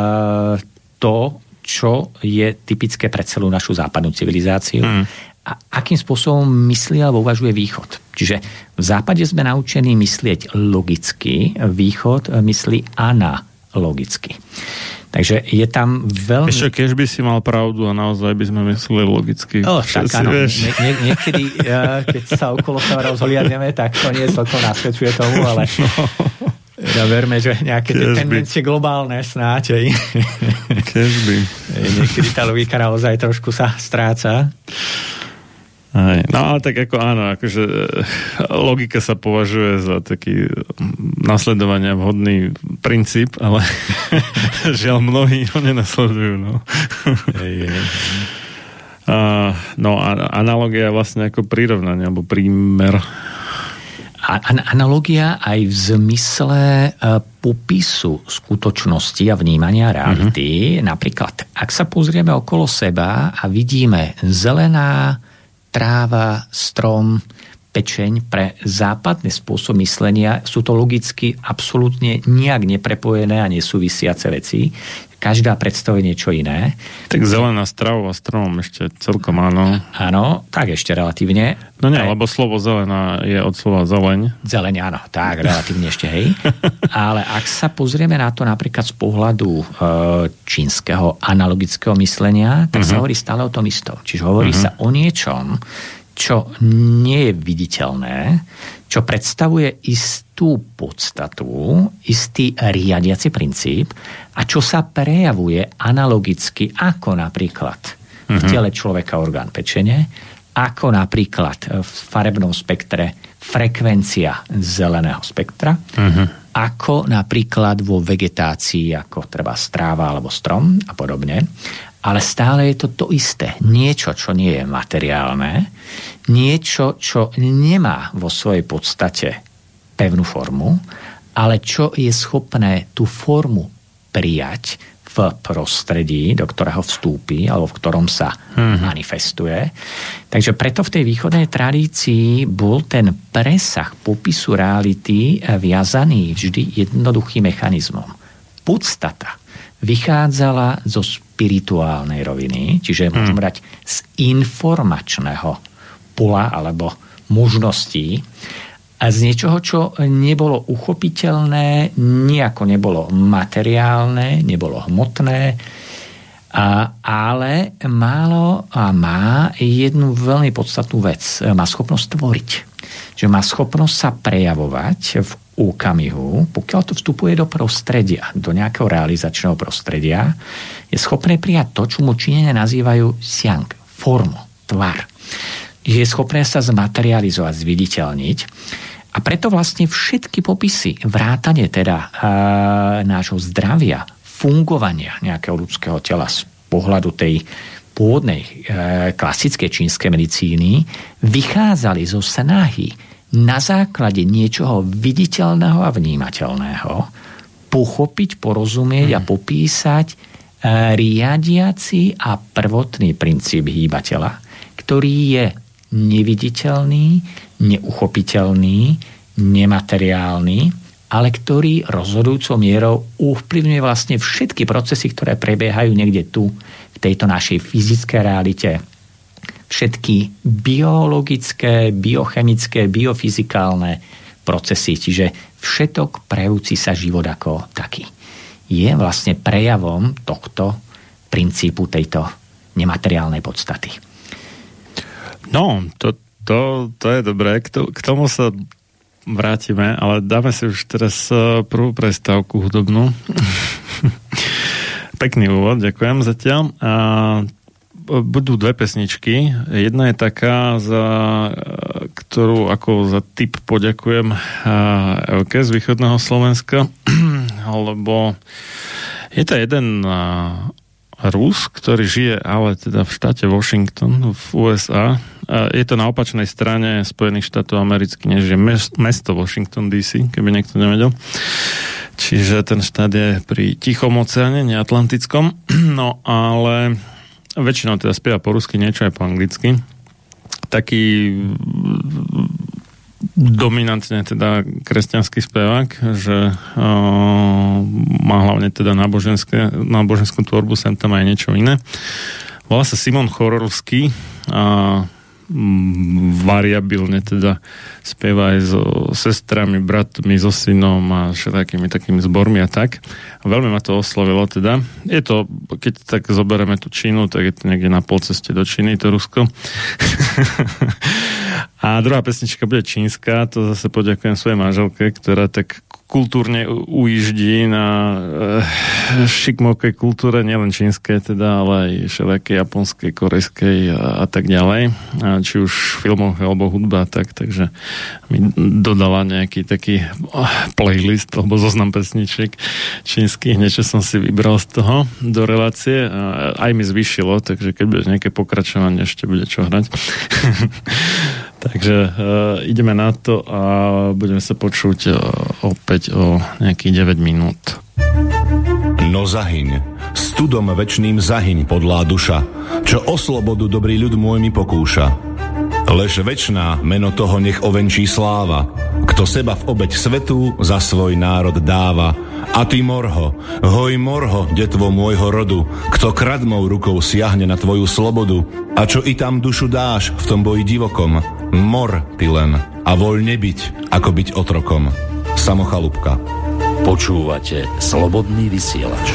to, čo je typické pre celú našu západnú civilizáciu. A akým spôsobom myslí alebo uvažuje východ. Čiže v západe sme naučení myslieť logicky, východ myslí analogicky. Takže je tam veľmi... Ešte, keď by si mal pravdu a naozaj by sme mysleli logicky. Tak áno. Niekedy, keď sa okolo seba rozhliadneme, tak to nie celkom nasvedčuje tomu, ale verme, že nejaké tie tendencie globálne snáď. Kežby. Niekedy tá logika naozaj trošku sa stráca. No ale tak ako áno, akože logika sa považuje za taký nasledovania vhodný princíp, ale žiaľ mnohí ho nenasledujú. No a analogia je vlastne ako prirovnanie alebo prímer. Analogia aj v zmysle popisu skutočnosti a vnímania reality. Napríklad, ak sa pozrieme okolo seba a vidíme zelená tráva, strom, pečeň, pre západný spôsob myslenia sú to logicky absolútne nijak neprepojené a nesúvisiace veci. Každá predstavuje niečo iné. Tak zelená strava a strom ešte celkom áno. Áno, tak ešte relatívne. No nie, lebo slovo zelená je od slova zeleň. Zeleň, áno, tak relatívne ešte, hej. Ale ak sa pozrieme na to napríklad z pohľadu čínskeho analogického myslenia, tak sa hovorí stále o tom istom. Čiže hovorí sa o niečom, čo nie je viditeľné, čo predstavuje istú podstatu, istý riadiaci princíp a čo sa prejavuje analogicky ako napríklad v tele človeka orgán pečene, ako napríklad v farebnom spektre frekvencia zeleného spektra, ako napríklad vo vegetácii, ako treba stráva alebo strom a podobne. Ale stále je to isté. Niečo, čo nie je materiálne, niečo, čo nemá vo svojej podstate pevnú formu, ale čo je schopné tú formu prijať v prostredí, do ktorého vstúpi, alebo v ktorom sa manifestuje. Takže preto v tej východnej tradícii bol ten presah popisu reality viazaný vždy jednoduchým mechanizmom. Podstata vychádzala zo spirituálnej roviny, čiže môžeme brať z informačného pola alebo možností a z niečoho, čo nebolo uchopiteľné, nejako nebolo materiálne, nebolo hmotné, ale málo a má jednu veľmi podstatnú vec. Má schopnosť tvoriť. Že má schopnosť sa prejavovať v úkamihu, pokiaľ to vstupuje do prostredia, do nejakého realizačného prostredia, je schopné prijať to, čo mu Číňania nazývajú xiang, formu, tvar. Je schopné sa zmaterializovať, zviditeľniť. A preto vlastne všetky popisy, vrátane teda nášho zdravia, fungovania nejakého ľudského tela z pohľadu tej pôvodnej klasickej čínskej medicíny, vychádzali zo snahy na základe niečoho viditeľného a vnímateľného pochopiť, porozumieť a popísať riadiaci a prvotný princíp hýbateľa, ktorý je neviditeľný, neuchopiteľný, nemateriálny, ale ktorý rozhodujúcou mierou ovplyvňuje vlastne všetky procesy, ktoré prebiehajú niekde tu, v tejto našej fyzickej realite. Všetky biologické, biochemické, biofyzikálne procesy, čiže všetok prejavujúci sa život ako taký. Je vlastne prejavom tohto princípu tejto nemateriálnej podstaty. No, to je dobré. K tomu sa vrátime, ale dáme si už teraz prvú prestávku hudobnú. Pekný úvod, ďakujem zatiaľ. A budú dve pesničky. Jedna je taká, za ktorú ako za tip poďakujem Evke z východného Slovenska, lebo je to jeden Rus, ktorý žije ale teda v štáte Washington v USA. Je to na opačnej strane Spojených štátov amerických, než je mesto Washington DC, keby niekto nevedel. Čiže ten štát je pri Tichom oceáne, neatlantickom. No ale väčšinou teda spieva po rusky, niečo aj po anglicky. Taký dominantne teda kresťanský spevák, že má hlavne teda náboženskú tvorbu, sem tam aj niečo iné. Volá sa Simon Chorolský a variabilne teda spieva aj so sestrami, bratmi, so synom a všetkými takými zbormi a tak. A veľmi ma to oslovilo teda. Je to, keď tak zoberieme tú Čínu, tak je to niekde na polceste do Číny, to Rusko. A druhá pesnička bude čínska, to zase poďakujem svojej manželke, ktorá tak kultúrne ujíždí na šikmovkej kultúre, nielen čínskej teda, ale aj všelijakej japonskej, korejskej a tak ďalej. A či už v filmoch alebo hudba, takže mi dodala nejaký taký playlist alebo zoznam pesničiek čínskych, niečo som si vybral z toho do relácie a aj mi zvýšilo, takže keď bude nejaké pokračovanie, ešte bude čo hrať. Takže ideme na to a budeme sa počuť opäť o nejakých 9 minút. No zahyň, studom večným zahyň, podlá duša, čo o slobodu dobrý ľud môj mi pokúša. Lež večná meno toho nech ovenčí sláva, kto seba v obeť svetu za svoj národ dáva. A ty morho, hoj morho, detvo môjho rodu, kto kradmou rukou siahne na tvoju slobodu, a čo i tam dušu dáš v tom boji divokom, mor ty len a voľne byť, ako byť otrokom. Samo Chalúbka. Počúvate Slobodný vysielač.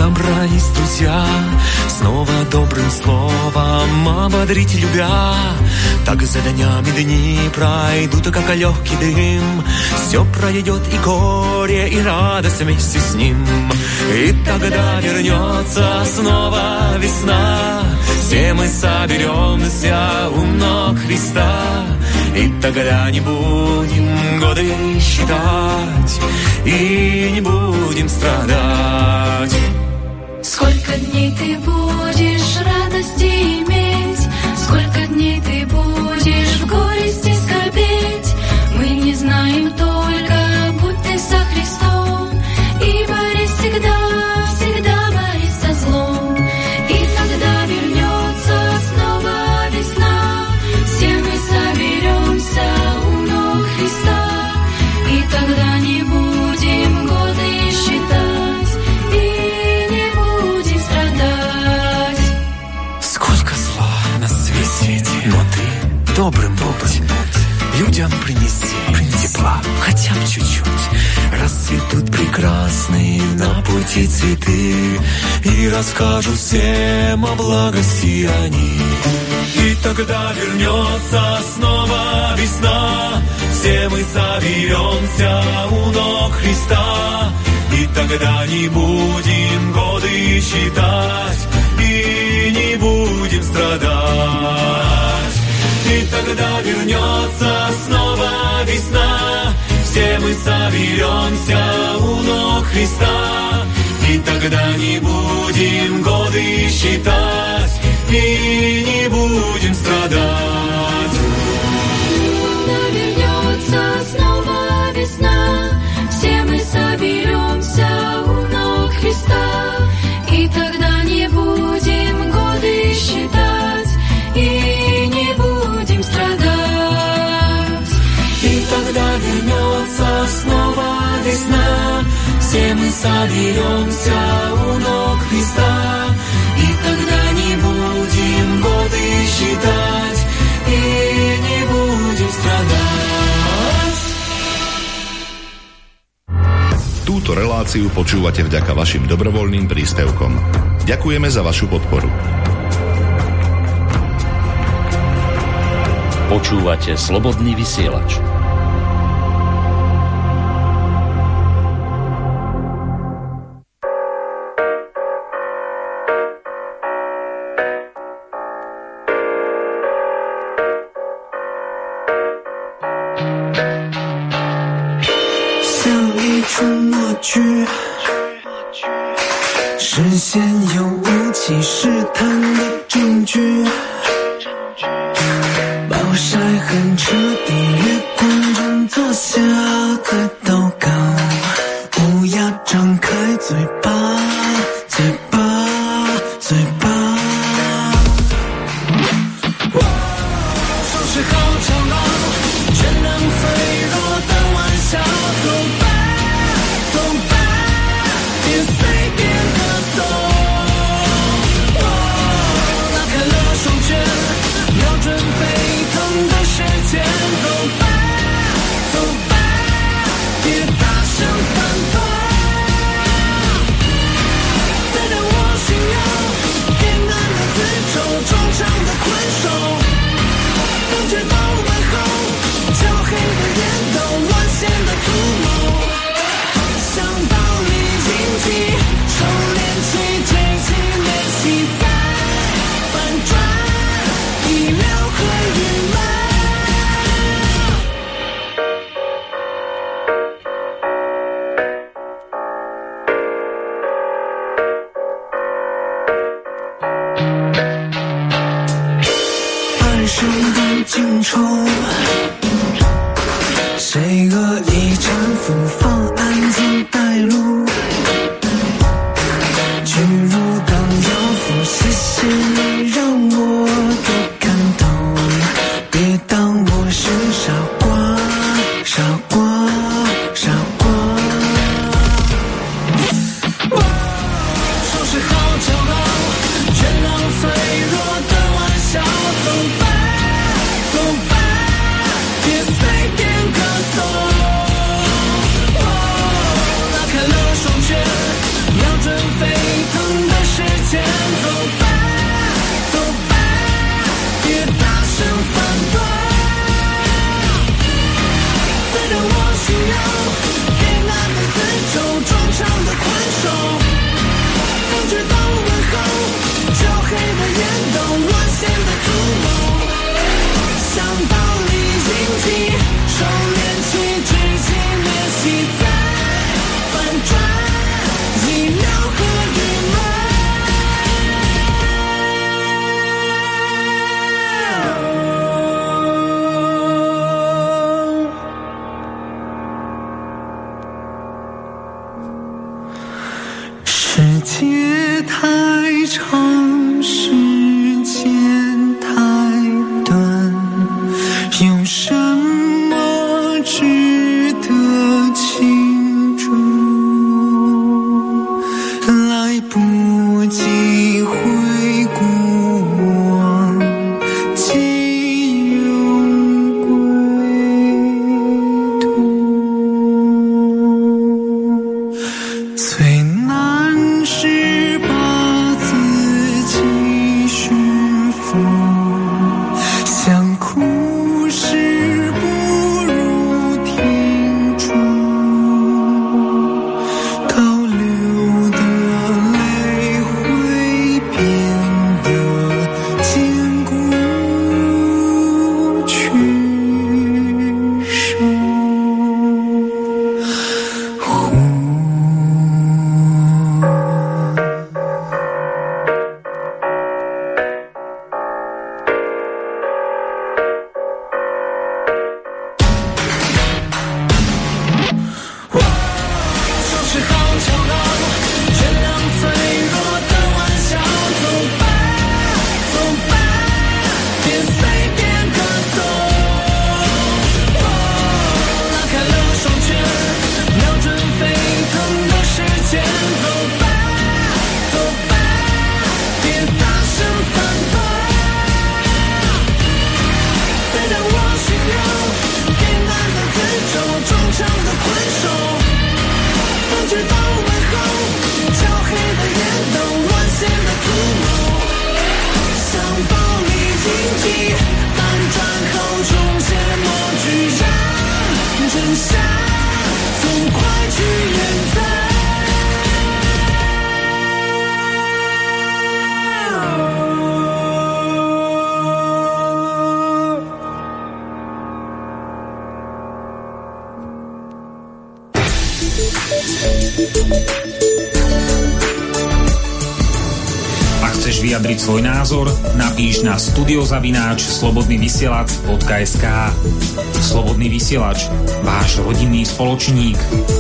Собрались друзья, снова добрым словом ободрить любя. Так за днями дни пройдут, как легкий дым. Все пройдет и горе, и радость вместе с ним. И тогда вернется снова весна. Все мы соберемся у ног Христа. И тогда не будем годы считать, и не будем страдать. Сколько дней ты будешь радости иметь, сколько дней ты будешь в горести скорбеть. Мы не знаем только, будь ты со Христом, и борись всегда, всегда борись со злом. И тогда вернется снова весна, все мы соберемся у ног Христа. И тогда не будем годы считать, и не будем страдать. Сколько зла на свете, но ты добрым будь, людям принеси тепла, хотя бы чуть-чуть. Расцветут прекрасные на пути цветы, и расскажут всем о благости они. И тогда вернется снова весна, все мы соберемся у ног Христа. И тогда не будем годы считать, и не будем страдать. И тогда вернется снова весна, все мы соберемся у ног Христа. И тогда не будем годы считать, и не будем страдать. Когда вернется снова весна, все мы соберемся у ног Христа. И тогда не будем годы считать, и не будем страдать. И тогда вернется снова весна, все мы соберемся у ног Христа. И тогда не будем годы считать, и не будем страдать. Túto reláciu počúvate vďaka vašim dobrovoľným príspevkom. Ďakujeme za vašu podporu. Počúvate Slobodný vysielač. 界太长，时间太短，有什么值得庆祝？来不及回顾我既有归途，最难是把自己驯服，想哭时不如停住，倒流的泪会变得坚固去守。就是好吵闹，原谅脆弱的玩笑，走吧，走吧，别随便咳嗽。拉开了双拳，瞄准沸腾的时间，走吧，走吧，别大声反驳。再让我形容平淡的自重，忠诚的困守。不知道为何，焦黑的眼灯，乱线的图谋，像暴力印记，反转后重现默剧，让真相总快去远走。 Ak chceš vyjadriť svoj názor, napíš na studiozavináč slobodnyvysielac.sk. Slobodný vysielač, váš rodinný spoločník.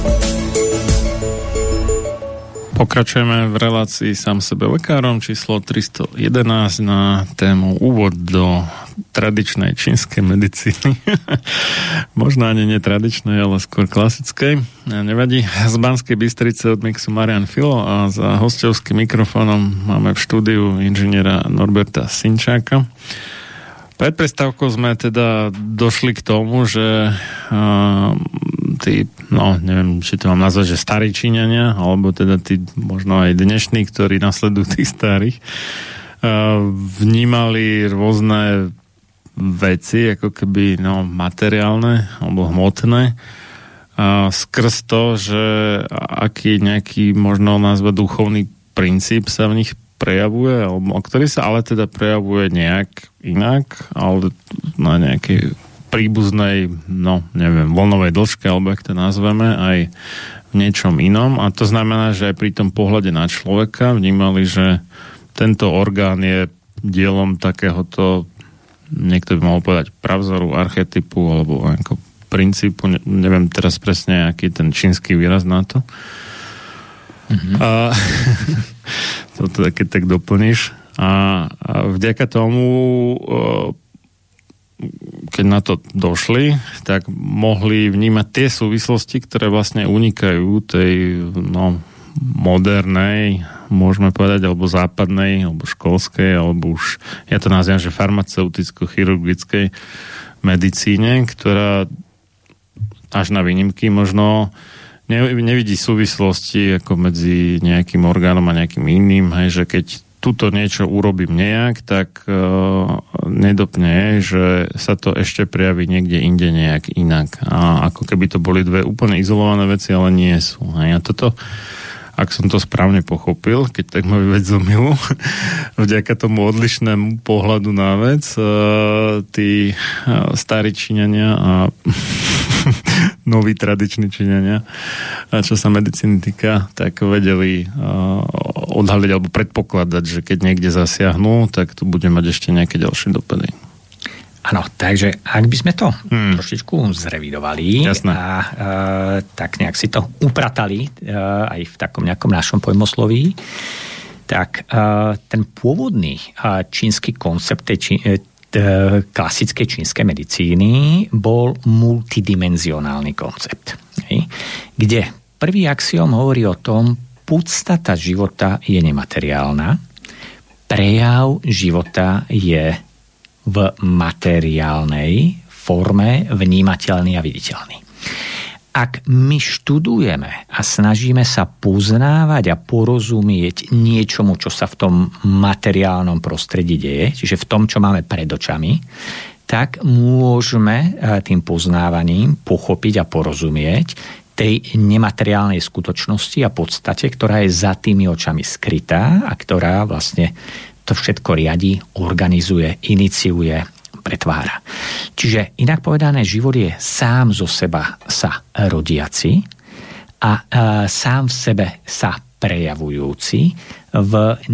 Pokračujeme v relácii Sám sebe lekárom číslo 311 na tému úvod do tradičnej čínskej medicíny. Možno ani netradičnej, ale skôr klasickej. Nevadí. Z Banskej Bystrice od mixu Marian Filo a za hostovským mikrofónom máme v štúdiu inžiniera Norberta Sinčáka. Pred prestávkou sme teda došli k tomu, že tí, neviem, či to mám nazvať, že starí Číňania, alebo teda tí možno aj dnešní, ktorí nasledujú tých starých, vnímali rôzne veci, ako keby materiálne alebo hmotné, skrz to, že aký nejaký možno nazvať duchovný princíp sa v nich prejavuje, alebo ktorý sa ale teda prejavuje nejak inak, ale na nejakej príbuznej, neviem, voľnovej dĺžke, alebo jak to nazveme, aj v niečom inom. A to znamená, že aj pri tom pohľade na človeka vnímali, že tento orgán je dielom takéhoto, niekto by mohol povedať pravzoru, archetypu, alebo ako princípu, neviem teraz presne, aký ten čínsky výraz na to. Toto keď tak doplníš. A vďaka tomu, keď na to došli, tak mohli vnímať tie súvislosti, ktoré vlastne unikajú tej modernej, môžeme povedať, alebo západnej, alebo školskej, alebo už, ja to nazývam, že farmaceuticko-chirurgickej medicíne, ktorá až na výnimky možno nevidí súvislosti ako medzi nejakým orgánom a nejakým iným, hej, že keď tuto niečo urobím nejak, tak nedopne, že sa to ešte prejaví niekde inde nejak inak. A ako keby to boli dve úplne izolované veci, ale nie sú. Hej. A toto, ak som to správne pochopil, keď tak ma vyvedz zo milu, vďaka tomu odlišnému pohľadu na vec, tí starí Číňania a noví tradiční Číňania, čo sa medicíny týka, tak vedeli odhaliť alebo predpokladať, že keď niekde zasiahnu, tak to bude mať ešte nejaké ďalšie dopady. Áno, takže ak by sme to trošičku zrevidovali tak nejak si to upratali aj v takom nejakom našom pojmosloví, tak ten pôvodný čínsky koncept klasickej čínskej medicíny bol multidimenzionálny koncept, kde prvý axiom hovorí o tom, podstata života je nemateriálna, prejav života je v materiálnej forme vnímateľný a viditeľný. Ak my študujeme a snažíme sa poznávať a porozumieť niečomu, čo sa v tom materiálnom prostredí deje, čiže v tom, čo máme pred očami, tak môžeme tým poznávaním pochopiť a porozumieť tej nemateriálnej skutočnosti a podstate, ktorá je za tými očami skrytá a ktorá vlastne to všetko riadi, organizuje, iniciuje, pretvára. Čiže inak povedané, život je sám zo seba sa rodiaci a sám v sebe sa prejavujúci v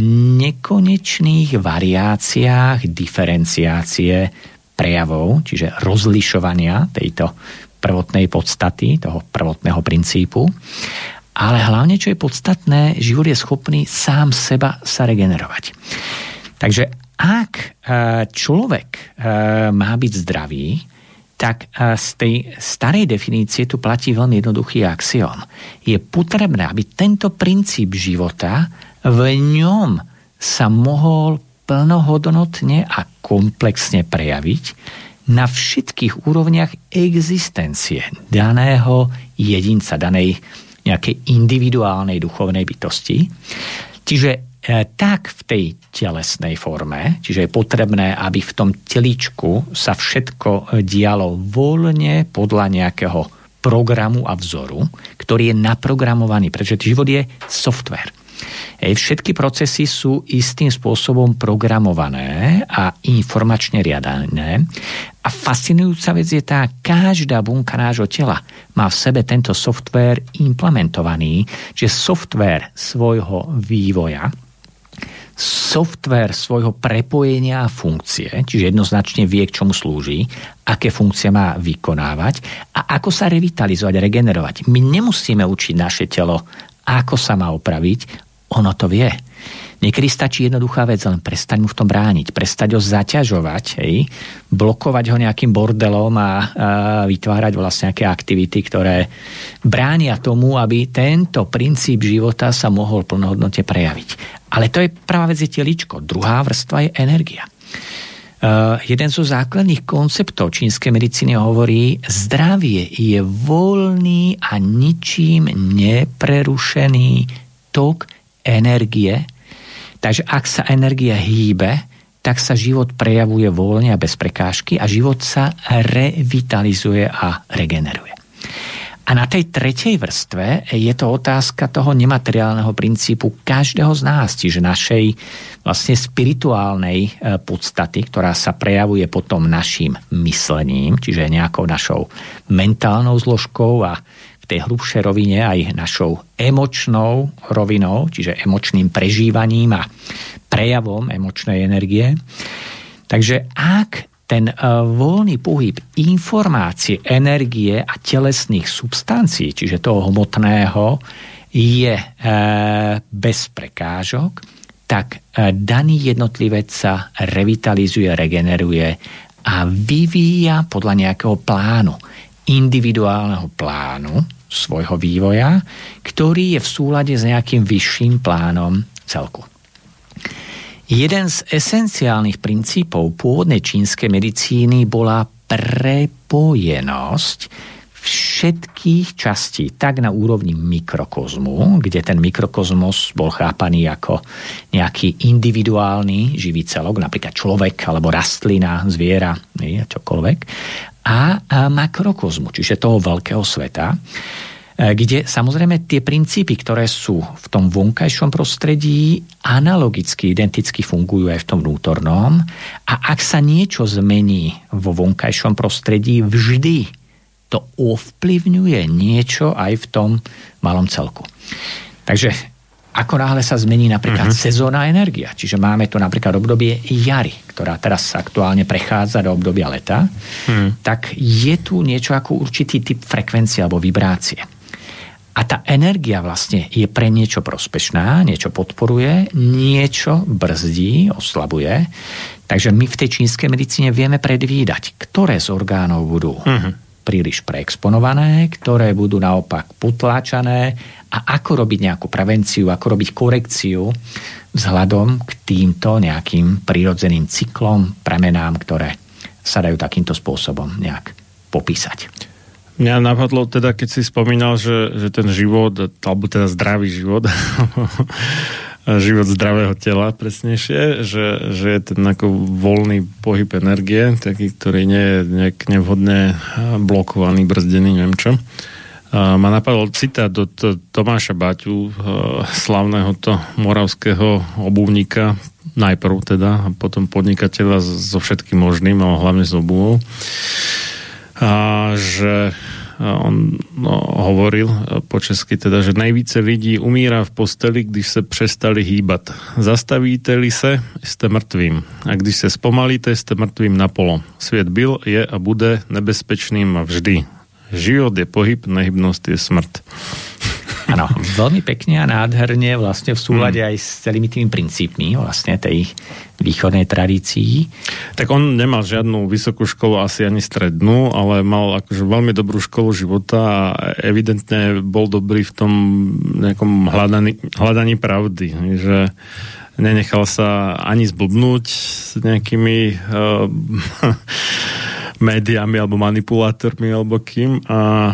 nekonečných variáciách diferenciácie prejavov, čiže rozlišovania tejto prvotnej podstaty, toho prvotného princípu. Ale hlavne, čo je podstatné, život je schopný sám seba sa regenerovať. Takže ak človek má byť zdravý, tak z tej starej definície tu platí veľmi jednoduchý axiom. Je potrebné, aby tento princíp života v ňom sa mohol plnohodnotne a komplexne prejaviť na všetkých úrovniach existencie daného jedinca, danej nejakej individuálnej duchovnej bytosti. Čiže tak v tej telesnej forme, čiže je potrebné, aby v tom telíčku sa všetko dialo voľne podľa nejakého programu a vzoru, ktorý je naprogramovaný, pretože život je software. Všetky procesy sú istým spôsobom programované a informačne riadané. A fascinujúca vec je tá, každá bunka nášho tela má v sebe tento software implementovaný, že software svojho vývoja, software svojho prepojenia a funkcie, čiže jednoznačne vie, k čomu slúži, aké funkcie má vykonávať a ako sa revitalizovať, regenerovať. My nemusíme učiť naše telo, ako sa má opraviť, ono to vie. Niekedy stačí jednoduchá vec, len prestaň mu v tom brániť, prestať ho zaťažovať, blokovať ho nejakým bordelom a vytvárať vlastne nejaké aktivity, ktoré bránia tomu, aby tento princíp života sa mohol plnohodnotne prejaviť. Ale to je prvá vec, je teličko. Druhá vrstva je energia. Jeden zo základných konceptov čínskej medicíny hovorí, zdravie je voľný a ničím neprerušený tok energie. Takže ak sa energia hýbe, tak sa život prejavuje voľne a bez prekážky a život sa revitalizuje a regeneruje. A na tej tretej vrstve je to otázka toho nemateriálneho princípu každého z nás, čiže našej vlastne spirituálnej podstaty, ktorá sa prejavuje potom našim myslením, čiže nejakou našou mentálnou zložkou a v tej hlubšej rovine aj našou emočnou rovinou, čiže emočným prežívaním a prejavom emočnej energie. Takže ak ten voľný pohyb informácie, energie a telesných substancií, čiže toho hmotného, je bez prekážok, tak daný jednotlivec sa revitalizuje, regeneruje a vyvíja podľa nejakého plánu, individuálneho plánu svojho vývoja, ktorý je v súlade s nejakým vyšším plánom celku. Jeden z esenciálnych princípov pôvodnej čínskej medicíny bola prepojenosť všetkých častí, tak na úrovni mikrokozmu, kde ten mikrokozmos bol chápaný ako nejaký individuálny živý celok, napríklad človek alebo rastlina, zviera, čokoľvek, a makrokozmu, čiže toho veľkého sveta, kde samozrejme tie princípy, ktoré sú v tom vonkajšom prostredí, analogicky, identicky fungujú aj v tom vnútornom. A ak sa niečo zmení vo vonkajšom prostredí, vždy to ovplyvňuje niečo aj v tom malom celku. Takže Ako náhle sa zmení napríklad sezónna energia, čiže máme tu napríklad obdobie jary, ktorá teraz sa aktuálne prechádza do obdobia leta, tak je tu niečo ako určitý typ frekvencie alebo vibrácie. A tá energia vlastne je pre niečo prospešná, niečo podporuje, niečo brzdí, oslabuje. Takže my v tej čínskej medicíne vieme predvídať, ktoré z orgánov budú príliš preexponované, ktoré budú naopak potláčané a ako robiť nejakú prevenciu, ako robiť korekciu vzhľadom k týmto nejakým prírodzeným cyklom, premenám, ktoré sa dajú takýmto spôsobom nejak popísať. Mňa napadlo teda, keď si spomínal, že ten život, alebo teda zdravý život, život zdravého tela presnejšie, že je ten ako voľný pohyb energie, taký, ktorý nie je nejak nevhodne blokovaný, brzdený, neviem čo. Ma napadol citát od Tomáša Baťu, slavného to moravského obuvníka, najprv teda, a potom podnikateľa so všetkým možným, ale hlavne s obuvou. A že on hovoril po česky teda, že nejvíce lidí umírá v posteli, když se přestali hýbat. Zastavíte-li se, jste mrtvým. A když se zpomalíte, jste mrtvým napolo. Svět byl, je a bude nebezpečným vždy. Život je pohyb, nehybnosť je smrť. Áno, veľmi pekne a nádherne vlastne v súlade aj s celými tými princípmi vlastne tej východnej tradícii. Tak on nemal žiadnu vysokú školu, asi ani strednú, ale mal akože veľmi dobrú školu života a evidentne bol dobrý v tom nejakom hľadaní pravdy, že nenechal sa ani zblbnúť s nejakými médiami alebo manipulátormi alebo kým a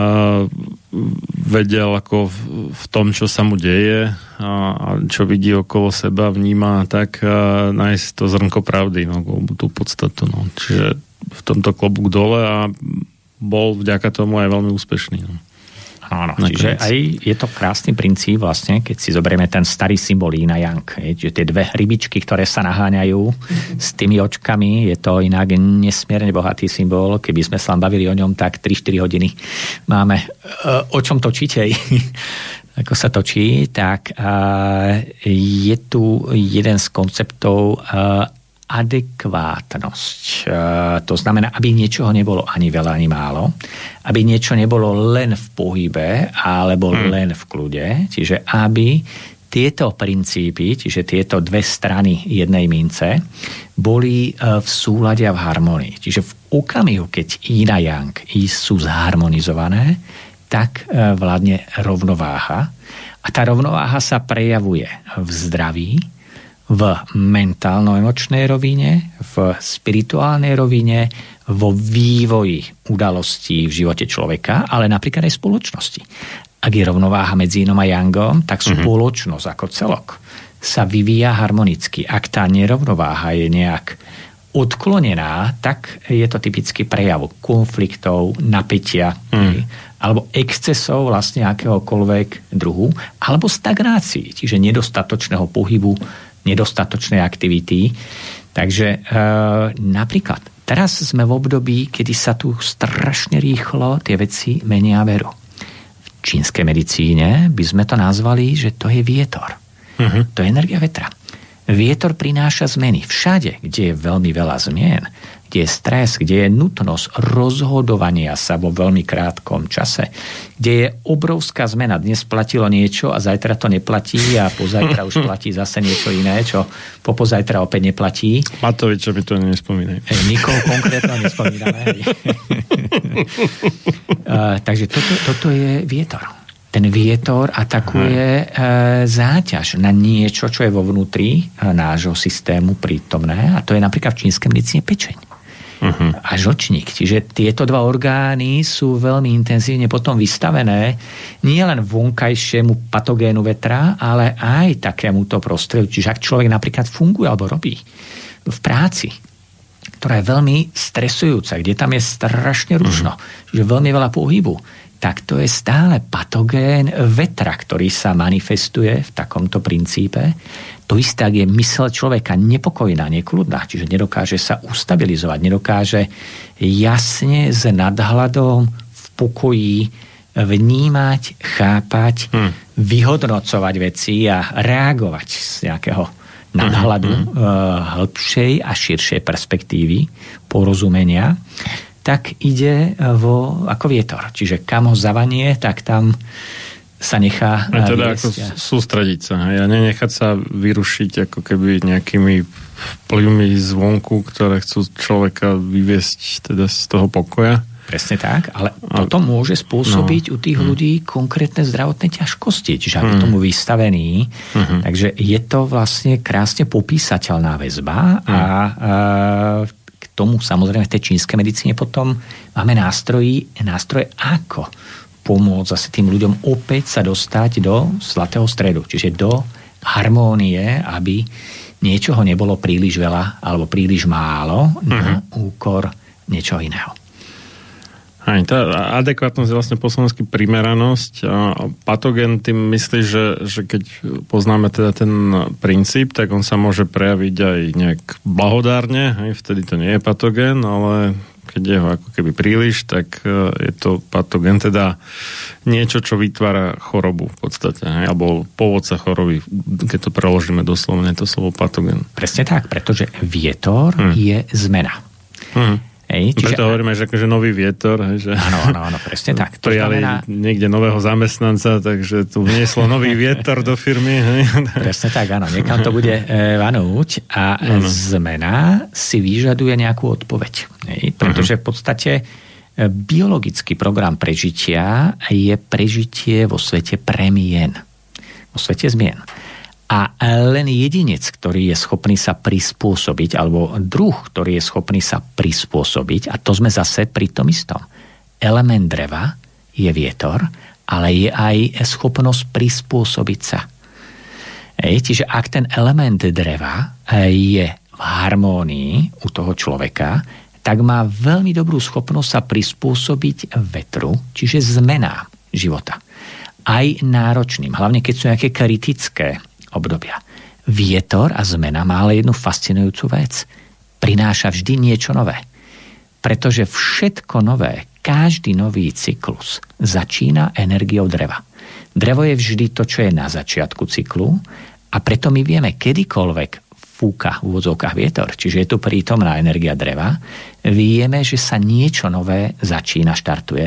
vedel ako v tom, čo sa mu deje a čo vidí okolo seba, vníma tak nájsť to zrnko pravdy, no, tú podstatu. No. Čiže v tomto klobúk dole a bol vďaka tomu aj veľmi úspešný. No. Áno, čiže aj je to krásny princíp vlastne, keď si zoberieme ten starý symbol Yin a Yang, že tie dve rybičky, ktoré sa naháňajú s tými očkami, je to inak nesmierne bohatý symbol, keby sme sa bavili o ňom, tak 3-4 hodiny máme o čom točiť, ako sa točí, tak je tu jeden z konceptov adekvátnosť. To znamená, aby niečoho nebolo ani veľa, ani málo. Aby niečo nebolo len v pohybe, alebo len v kľude. Čiže aby tieto princípy, čiže tieto dve strany jednej mince, boli v súlade a v harmonii. Čiže v okamihu, keď Yin a Yang sú zharmonizované, tak vládne rovnováha. A tá rovnováha sa prejavuje v zdraví, v mentálno-emočnej rovine, v spirituálnej rovine, vo vývoji udalostí v živote človeka, ale napríklad aj spoločnosti. Ak je rovnováha medzi Inom a Yangom, tak spoločnosť ako celok sa vyvíja harmonicky. Ak tá nerovnováha je nejak odklonená, tak je to typický prejav konfliktov, napätia, alebo excesov vlastne akéhokoľvek druhu, alebo stagnácií, čiže nedostatočného pohybu, nedostatočnej aktivity. Takže napríklad teraz sme v období, kedy sa tu strašne rýchlo tie veci menia veru. V čínskej medicíne by sme to nazvali, že to je vietor. To je energia vetra. Vietor prináša zmeny. Všade, kde je veľmi veľa zmien, kde je stres, kde je nutnosť rozhodovania sa vo veľmi krátkom čase, kde je obrovská zmena. Dnes platilo niečo a zajtra to neplatí a pozajtra už platí zase niečo iné, čo popozajtra opäť neplatí. Matoviča mi to nespomínaj. Nikoho konkrétno nespomíname. Takže toto je vietor. Ten vietor atakuje záťaž na niečo, čo je vo vnútri nášho systému prítomné, a to je napríklad v čínskej medicíne pečeň. A žlčník. Čiže tieto dva orgány sú veľmi intenzívne potom vystavené nie len vonkajšiemu patogénu vetra, ale aj takémuto prostrediu. Čiže ak človek napríklad funguje alebo robí v práci, ktorá je veľmi stresujúca, kde tam je strašne rušno, čiže veľmi veľa pohybu, tak to je stále patogén vetra, ktorý sa manifestuje v takomto princípe. To isté, ak je mysel človeka nepokojná, nekľudná, čiže nedokáže sa ustabilizovať, nedokáže jasne s nadhľadom v pokoji vnímať, chápať, vyhodnocovať veci a reagovať z nejakého nadhľadu hĺbšej a širšej perspektívy porozumenia, tak ide ako vietor. Čiže kam ho zavanie, tak tam sa nechá a teda viesť. Ako sústrediť sa a nenechať sa vyrušiť ako keby nejakými vplyvmi zvonku, ktoré chcú človeka vyviesť teda z toho pokoja. Presne tak, ale toto môže spôsobiť u tých ľudí konkrétne zdravotné ťažkosti, čiže aby tomu vystavený. Takže je to vlastne krásne popísateľná väzba a k tomu samozrejme v tej čínskej medicíne potom máme nástroje, ako pomôcť zase tým ľuďom opäť sa dostať do zlatého stredu, čiže do harmónie, aby niečoho nebolo príliš veľa alebo príliš málo na úkor niečoho iného. Aj, tá adekvátnosť je vlastne po slovensky primeranosť. A patogén tým myslí, že keď poznáme teda ten princíp, tak on sa môže prejaviť aj nejak blahodárne, hej, vtedy to nie je patogén, ale keď je ho ako keby príliš, tak je to patogén, teda niečo, čo vytvára chorobu v podstate, hej, alebo pôvodca choroby, keď to preložíme doslovne, to slovo patogén. Presne tak, pretože vietor je zmena. Preto hovoríme, že akože nový vietor. Že áno, presne tak. Prijali niekde nového zamestnanca, takže tu vnieslo nový vietor do firmy. Presne tak, áno. Niekam to bude vanúť a zmena si vyžaduje nejakú odpoveď. Pretože v podstate biologický program prežitia je prežitie vo svete premien. Vo svete zmien. A len jedinec, ktorý je schopný sa prispôsobiť, alebo druh, ktorý je schopný sa prispôsobiť, a to sme zase pri tom istom. Element dreva je vietor, ale je aj schopnosť prispôsobiť sa. Čiže ak ten element dreva je v harmónii u toho človeka, tak má veľmi dobrú schopnosť sa prispôsobiť vetru, čiže zmenám života. Aj náročným, hlavne keď sú nejaké kritické obdobia. Vietor a zmena má ale jednu fascinujúcu vec. Prináša vždy niečo nové. Pretože všetko nové, každý nový cyklus začína energiou dreva. Drevo je vždy to, čo je na začiatku cyklu a preto my vieme, kedykoľvek fúka v úvodzovkách vietor, čiže je tu prítomná energia dreva, vieme, že sa niečo nové začína, štartuje.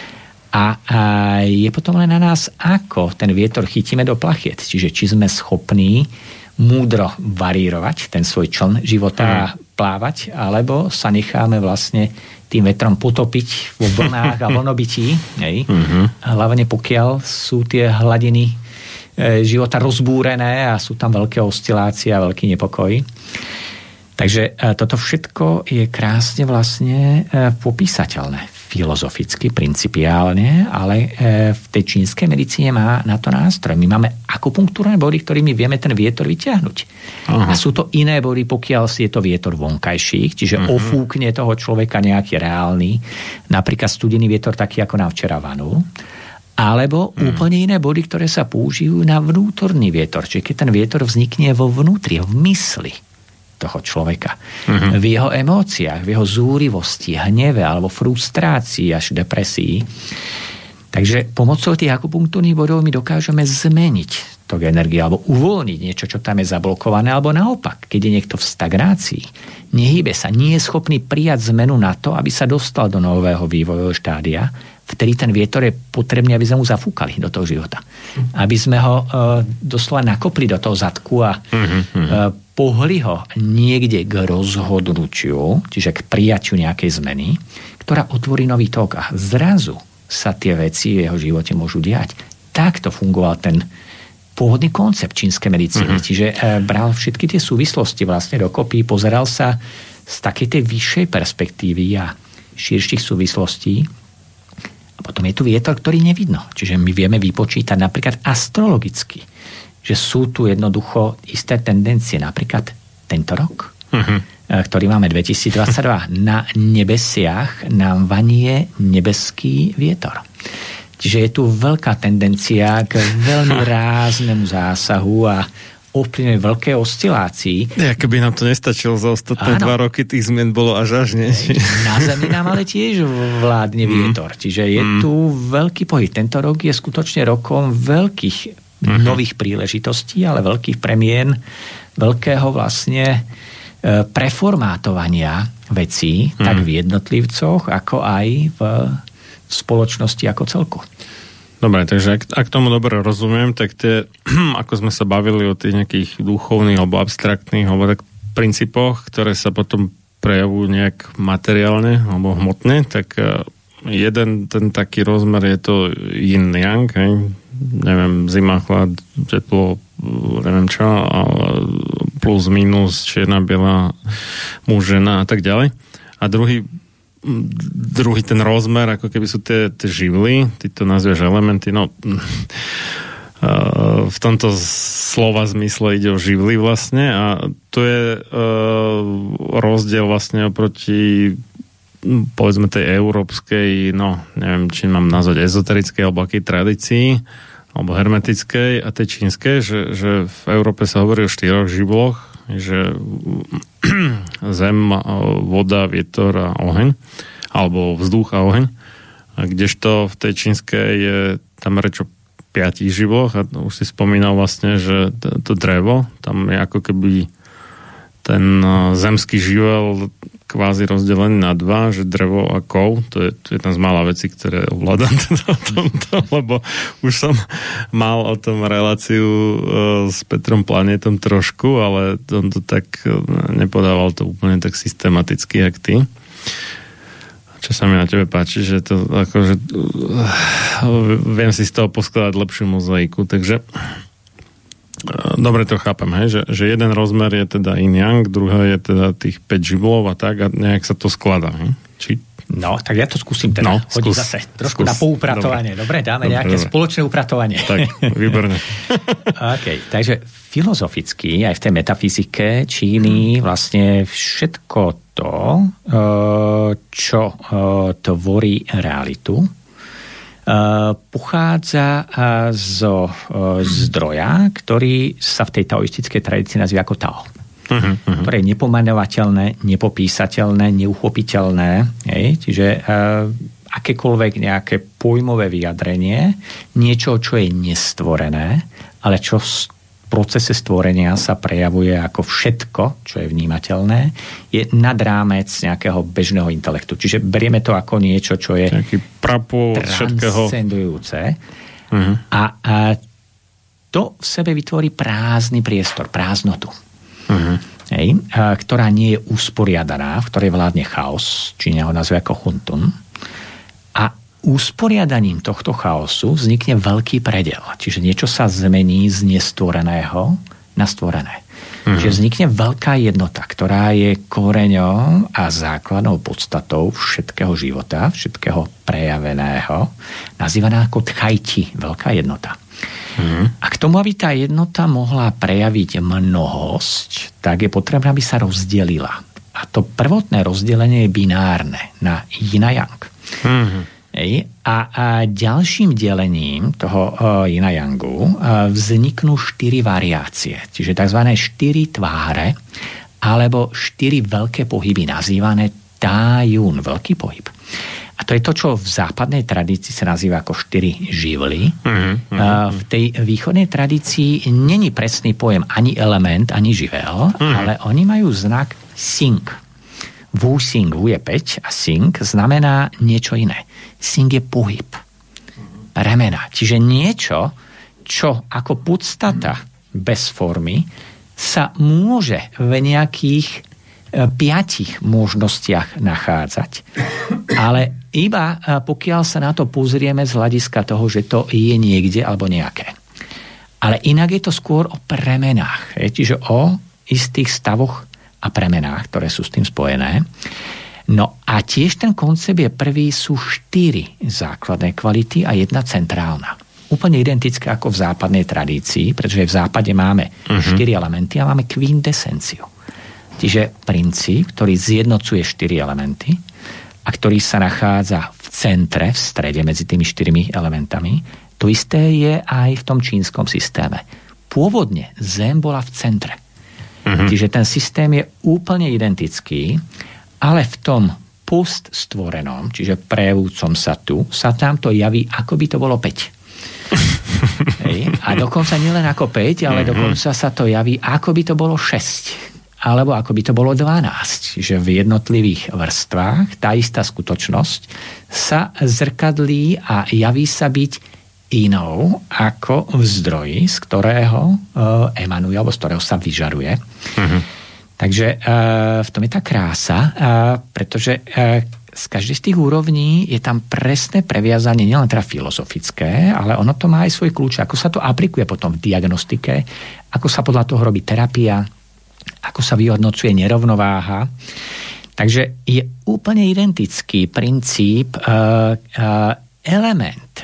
A je potom len na nás, ako ten vietor chytíme do plachiet. Čiže či sme schopní múdro varírovať ten svoj čln života a plávať, alebo sa necháme vlastne tým vetrom potopiť vo vlnách a vlnobytí. Hlavne pokiaľ sú tie hladiny života rozbúrené a sú tam veľké oscilácie a veľký nepokoj. Takže toto všetko je krásne vlastne popísateľné filozoficky, principiálne, ale v tej čínskej medicíne má na to nástroj. My máme akupunktúrne body, ktorými vieme ten vietor vyťahnuť. A sú to iné body, pokiaľ si je to vietor vonkajších, čiže ofúkne toho človeka nejaký reálny, napríklad studený vietor, taký ako nám včera vanul, alebo úplne iné body, ktoré sa použijú na vnútorný vietor, čiže keď ten vietor vznikne vo vnútri, v mysli toho človeka. V jeho emóciách, v jeho zúrivosti, hneve alebo frustrácii až depresii. Takže pomocou tých akupunktúrnych bodov my dokážeme zmeniť tú energiu alebo uvoľniť niečo, čo tam je zablokované, alebo naopak, keď je niekto v stagnácii, nehýbe sa, nie je schopný prijať zmenu na to, aby sa dostal do nového vývojového štádia, vtedy ten vietor je potrebný, aby sme mu zafúkali do toho života. Aby sme ho doslova nakopli do toho zadku a pohli ho niekde k rozhodnutiu, čiže k prijaťu nejakej zmeny, ktorá otvorí nový tok a zrazu sa tie veci v jeho živote môžu diať. Takto fungoval ten pôvodný koncept čínskej medicíny. Čiže bral všetky tie súvislosti vlastne dokopy, pozeral sa z takej tej vyššej perspektívy a širších súvislostí. A potom je tu vietor, ktorý nevidno. Čiže my vieme vypočítať napríklad astrologicky, že sú tu jednoducho isté tendencie. Napríklad tento rok, ktorý máme 2022, na nebesiach nám vanie nebeský vietor. Čiže je tu veľká tendencia k veľmi ráznemu zásahu a ovplyvňuje veľké oscilácií. Keby nám to nestačilo za ostatné 2 roky, tých zmien bolo až nie? Na Zemi nám ale tiež vládne vietor. Čiže je tu veľký pohyb. Tento rok je skutočne rokom veľkých nových príležitostí, ale veľkých premien, veľkého vlastne preformátovania vecí, tak v jednotlivcoch, ako aj v spoločnosti ako celku. Dobre, takže ak tomu dobre rozumiem, tak tie, ako sme sa bavili o tých nejakých duchovných alebo abstraktných alebo tak princípoch, ktoré sa potom prejavujú nejak materiálne alebo hmotne, tak jeden ten taký rozmer je to yin-yang, neviem, zima, chlad, teplo, neviem čo, ale plus, minus, čierna, biela, muž, žena a tak ďalej. A druhý ten rozmer, ako keby sú tie živly, ty to nazvieš elementy, v tomto slova zmysle ide o živly vlastne a to je rozdiel vlastne oproti povedzme tej európskej, neviem, či mám nazvať ezoterickej alebo akej tradícii, alebo hermetickej a tej čínskej, že v Európe sa hovorí o 4 živloch, že zem, voda, vietor a oheň, alebo vzduch a oheň. A kdežto v tej čínskej je tam reč o 5 živloch a už si spomínal vlastne, že to drevo, tam je ako keby ten zemský živel kvázi rozdelený na 2, že drevo a kov, to je jedna z mála vecí, ktoré ovládam teda o tomto, lebo už som mal o tom reláciu s Petrom Planetom trošku, ale on to tak nepodával to úplne tak systematicky, jak ty. Čo sa mi na tebe páči, že to akože viem si z toho poskladať lepšiu mozaiku, takže dobre to chápem, hej, že jeden rozmer je teda yin-yang, druhé je teda tých 5 živlov a tak a nejak sa to skladá, hej? No, tak ja to skúsim teda hodiť zase trošku na poupratovanie. Dobre, dáme nejaké spoločné upratovanie. Tak, výborné. OK, takže filozoficky, aj v tej metafyzike Číny vlastne všetko to, čo tvorí realitu, pochádza zo zdroja, ktorý sa v tej taoistickej tradícii nazýva ako Tao. Ktoré je nepomenovateľné, nepopísateľné, neuchopiteľné. Čiže akékoľvek nejaké pojmové vyjadrenie, niečo, čo je nestvorené, ale čo v procese stvorenia sa prejavuje ako všetko, čo je vnímateľné, je nad rámec nejakého bežného intelektu. Čiže berieme to ako niečo, čo je transcendujúce. A to v sebe vytvorí prázdny priestor, prázdnotu. Ktorá nie je usporiadaná, v ktorej vládne chaos, či ho nazve ako Huntun. A usporiadaním tohto chaosu vznikne veľký predel. Čiže niečo sa zmení z nestvoreného na stvorené. Čiže vznikne veľká jednota, ktorá je koreňom a základnou podstatou všetkého života, všetkého prejaveného, nazývaná ako tchajti, veľká jednota. A k tomu, aby tá jednota mohla prejaviť mnohosť, tak je potrebné, aby sa rozdelila. A to prvotné rozdelenie je binárne na yin a yang. A ďalším delením toho yin a yangu vzniknú 4 variácie, čiže tzv. 4 tváre alebo 4 veľké pohyby nazývané Ta-yun, veľký pohyb. A to je to, čo v západnej tradícii sa nazýva ako 4 živly. V tej východnej tradícii není presný pojem ani element, ani živel, ale oni majú znak sing. Wu sing, Wu je 5 a sing znamená niečo iné. Sing je pohyb. Remena. Čiže niečo, čo ako podstata bez formy sa môže v nejakých 5 možnostiach nachádzať. Ale iba pokiaľ sa na to pozrieme z hľadiska toho, že to je niekde alebo nejaké. Ale inak je to skôr o premenách. Čiže o istých stavoch a premenách, ktoré sú s tým spojené. No a tiež ten koncept je prvý, sú 4 základné kvality a 1 centrálna. Úplne identické ako v západnej tradícii, pretože v západe máme 4 elementy a máme quintessenciu. Čiže princíp, ktorý zjednocuje 4 elementy a ktorý sa nachádza v centre, v strede medzi tými 4 elementami, to isté je aj v tom čínskom systéme. pôvodne Zem bola v centre. Čiže ten systém je úplne identický, ale v tom poststvorenom, čiže prejavujúcom sa tu, sa tam to javí, ako by to bolo 5. Hej. A dokonca nielen ako 5, ale dokonca sa to javí, ako by to bolo 6. Alebo ako by to bolo 12. Čiže v jednotlivých vrstvách tá istá skutočnosť sa zrkadlí a javí sa byť inou ako v zdroji, z ktorého emanuje, alebo z ktorého sa vyžaruje. Takže v tom je tá krása, pretože z každej z tých úrovní je tam presné previazanie, nielen teda filozofické, ale ono to má aj svoj kľúč, ako sa to aplikuje potom v diagnostike, ako sa podľa toho robí terapia, ako sa vyhodnocuje nerovnováha. Takže je úplne identický princíp, element.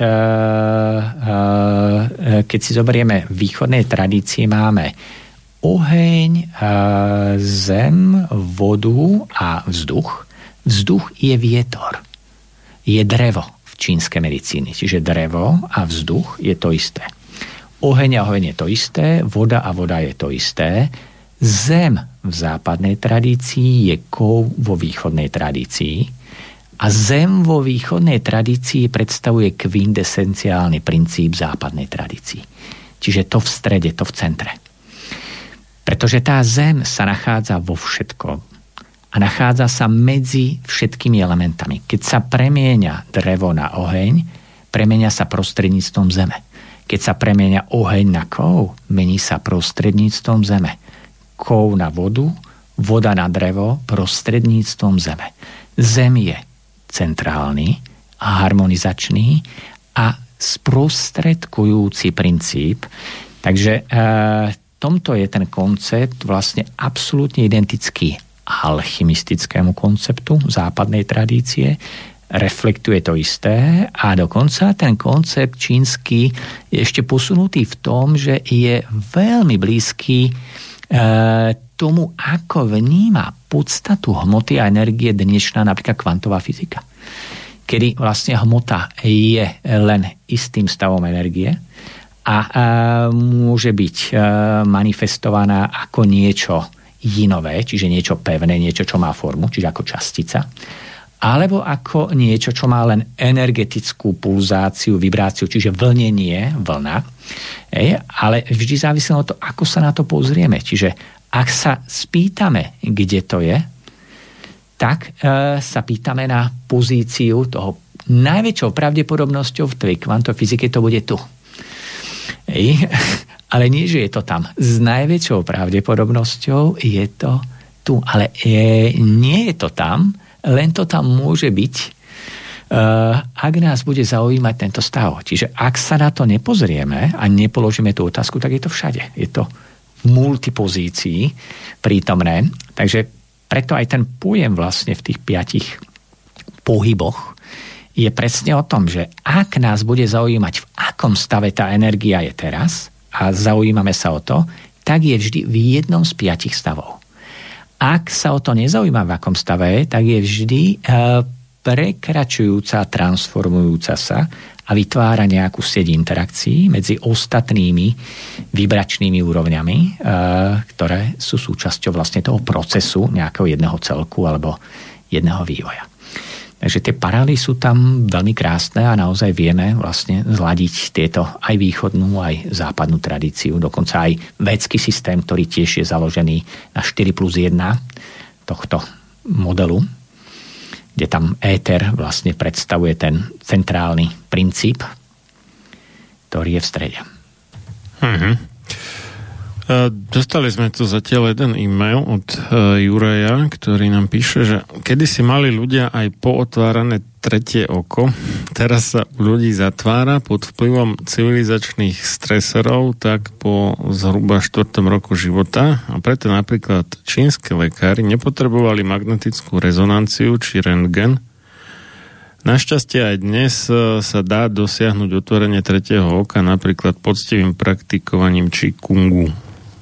Keď si zoberieme v východnej tradícii, máme oheň, zem, vodu a vzduch. Vzduch je vietor. Je drevo v čínskej medicíne. Čiže drevo a vzduch je to isté. Oheň a oheň je to isté, voda a voda je to isté. Zem v západnej tradícii je kov vo východnej tradícii. A zem vo východnej tradícii predstavuje kvintesenciálny princíp západnej tradícii. Čiže to v strede, to v centre. Pretože tá zem sa nachádza vo všetkom a nachádza sa medzi všetkými elementami. Keď sa premieňa drevo na oheň, premieňa sa prostredníctvom zeme. Keď sa premieňa oheň na kov, mení sa prostredníctvom zeme. Kov na vodu, voda na drevo, prostredníctvom zeme. Zem je centrálny a harmonizačný a sprostredkujúci princíp. Takže tomto je ten koncept vlastne absolútne identický alchymistickému konceptu západnej tradície, reflektuje to isté a dokonca ten koncept čínsky je ešte posunutý v tom, že je veľmi blízky tomu, ako vníma podstatu hmoty a energie dnešná napríklad kvantová fyzika. Kedy vlastne hmota je len istým stavom energie a môže byť manifestovaná ako niečo jinové, čiže niečo pevné, niečo, čo má formu, čiže ako častica, alebo ako niečo, čo má len energetickú pulzáciu, vibráciu, čiže vlnenie, vlna. Ale vždy závisí od toho, ako sa na to pozrieme. Čiže ak sa spýtame, kde to je, tak sa pýtame na pozíciu toho najväčšou pravdepodobnosťou v tej kvantovej fyzike to bude tu. Ale nie, že je to tam. S najväčšou pravdepodobnosťou je to tu. Ale nie je to tam, len to tam môže byť, ak nás bude zaujímať tento stav. Čiže ak sa na to nepozrieme a nepoložíme tú otázku, tak je to všade. Je to v multipozícii prítomné. Takže preto aj ten pojem vlastne v tých 5 pohyboch je presne o tom, že ak nás bude zaujímať, v akom stave tá energia je teraz a zaujímame sa o to, tak je vždy v jednom z 5 stavov. Ak sa o to nezaujíma, v akom stave je, tak je vždy prekračujúca, transformujúca sa a vytvára nejakú sieť interakcií medzi ostatnými vibračnými úrovňami, ktoré sú súčasťou vlastne toho procesu nejakého jedného celku alebo jedného vývoja. Takže tie paralely sú tam veľmi krásne a naozaj vieme vlastne zladiť tieto aj východnú, aj západnú tradíciu. Dokonca aj védský systém, ktorý tiež je založený na 4+1 tohto modelu, kde tam éter vlastne predstavuje ten centrálny princíp, ktorý je v strede. Dostali sme tu zatiaľ jeden e-mail od Juraja, ktorý nám píše, že kedysi mali ľudia aj pootvárané tretie oko, teraz sa u ľudí zatvára pod vplyvom civilizačných stresorov tak po zhruba 4. roku života a preto napríklad čínske lekári nepotrebovali magnetickú rezonanciu či rentgen. Našťastie aj dnes sa dá dosiahnuť otvorenie tretieho oka napríklad poctivým praktikovaním Qigongu.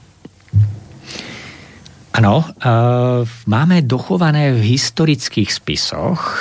Áno, máme dochované v historických spisoch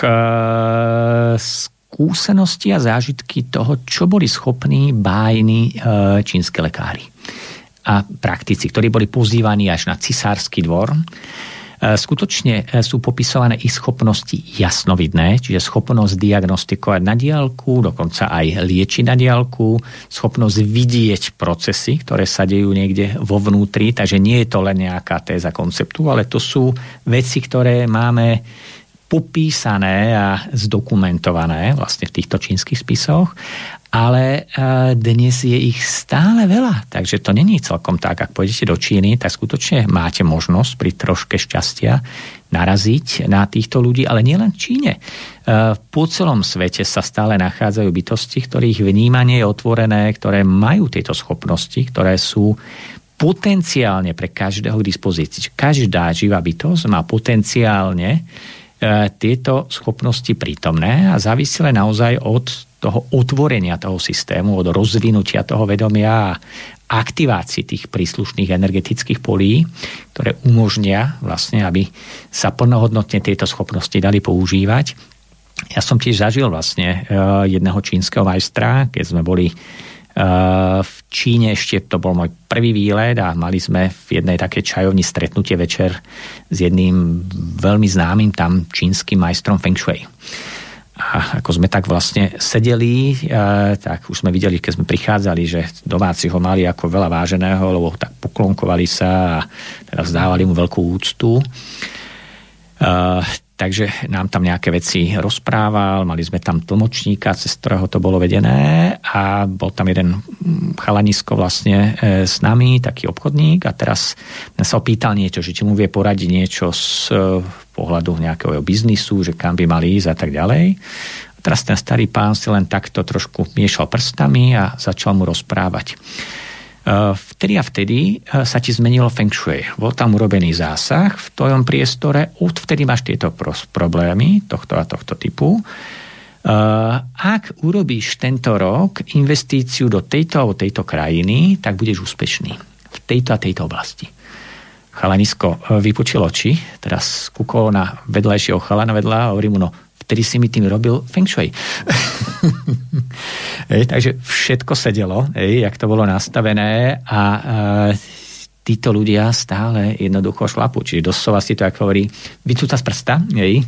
skúsenosti a zážitky toho, čo boli schopní bájni čínske lekári. a praktici, ktorí boli pozývaní až na cisársky dvor. Skutočne sú popisované ich schopnosti jasnovidné, čiže schopnosť diagnostikovať na diaľku, dokonca aj liečiť na diaľku, schopnosť vidieť procesy, ktoré sa dejú niekde vo vnútri, takže nie je to len nejaká téza konceptu, ale to sú veci, ktoré máme popísané a zdokumentované vlastne v týchto čínskych spisoch, ale dnes je ich stále veľa, takže to není celkom tak. Ak pôjdete do Číny, tak skutočne máte možnosť pri troške šťastia naraziť na týchto ľudí, ale nielen v Číne. Po celom svete sa stále nachádzajú bytosti, ktorých vnímanie je otvorené, ktoré majú tieto schopnosti, ktoré sú potenciálne pre každého k dispozícii. Každá živá bytosť má potenciálne tieto schopnosti prítomné a závisí len naozaj od toho otvorenia toho systému, od rozvinutia toho vedomia a aktivácii tých príslušných energetických polí, ktoré umožnia vlastne, aby sa plnohodnotne tieto schopnosti dali používať. Ja som tiež zažil vlastne jedného čínskeho majstra, keď sme boli v Číne, ešte to bol môj prvý výlet a mali sme v jednej takej čajovni stretnutie večer s jedným veľmi známym tam čínskym majstrom Feng Shui. A ako sme tak vlastne sedeli, tak už sme videli, keď sme prichádzali, že domáci ho mali ako veľa váženého, lebo tak poklonkovali sa a teda vzdávali mu veľkú úctu. Takže nám tam nejaké veci rozprával, mali sme tam tlmočníka, cez ktorého to bolo vedené a bol tam jeden chalanisko vlastne s nami, taký obchodník a teraz sa opýtal niečo, že či mu vie poradiť niečo z pohľadu nejakého biznisu, že kam by mali ísť a tak ďalej. A teraz ten starý pán si len takto trošku miešal prstami a začal mu rozprávať. Vtedy a vtedy sa ti zmenilo Feng Shui. Bol tam urobený zásah v tvojom priestore, odvtedy máš tieto problémy tohto a tohto typu. Ak urobíš tento rok investíciu do tejto alebo tejto krajiny, tak budeš úspešný v tejto a tejto oblasti. Chalanisko vypučil oči, teraz kúkol na vedľajšieho chalana vedľa a hovorí mu, no vtedy si mi tým robil Feng Shui. Takže všetko sedelo, jak to bolo nastavené a títo ľudia stále jednoducho šlapú. Čiže doslova si to, ako hovorí, vycúca z prsta.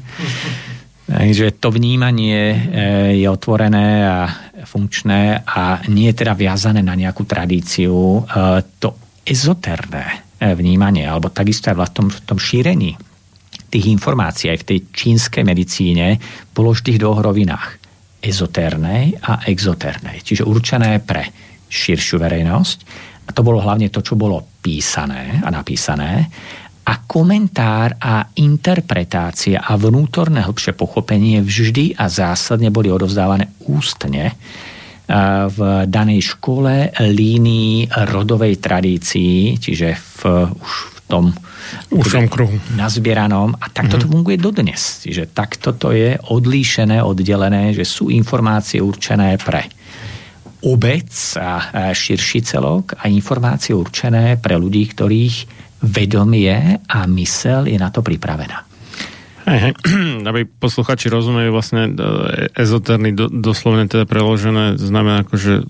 Takže to vnímanie je otvorené a funkčné a nie je teda viazané na nejakú tradíciu. To ezoterné vnímanie, alebo takisto aj v tom šírení tých informácií aj v tej čínskej medicíne bolo vždy v dvoch rovinách. Ezotérnej a exotérnej. Čiže určené pre širšiu verejnosť. A to bolo hlavne to, čo bolo písané a napísané. A komentár a interpretácia a vnútorné hlbšie pochopenie vždy a zásadne boli odovzdávané ústne v danej škole, línii, rodovej tradícii, čiže už v tom ušom kruhu nazbieranom a takto to funguje dodnes. Čiže takto to je odlíšené, oddelené, že sú informácie určené pre obec a širší celok a informácie určené pre ľudí, ktorých vedomie a mysel je na to pripravená. Hej. Aby posluchači rozumejú, vlastne ezotérny doslovne teda preložené znamená akože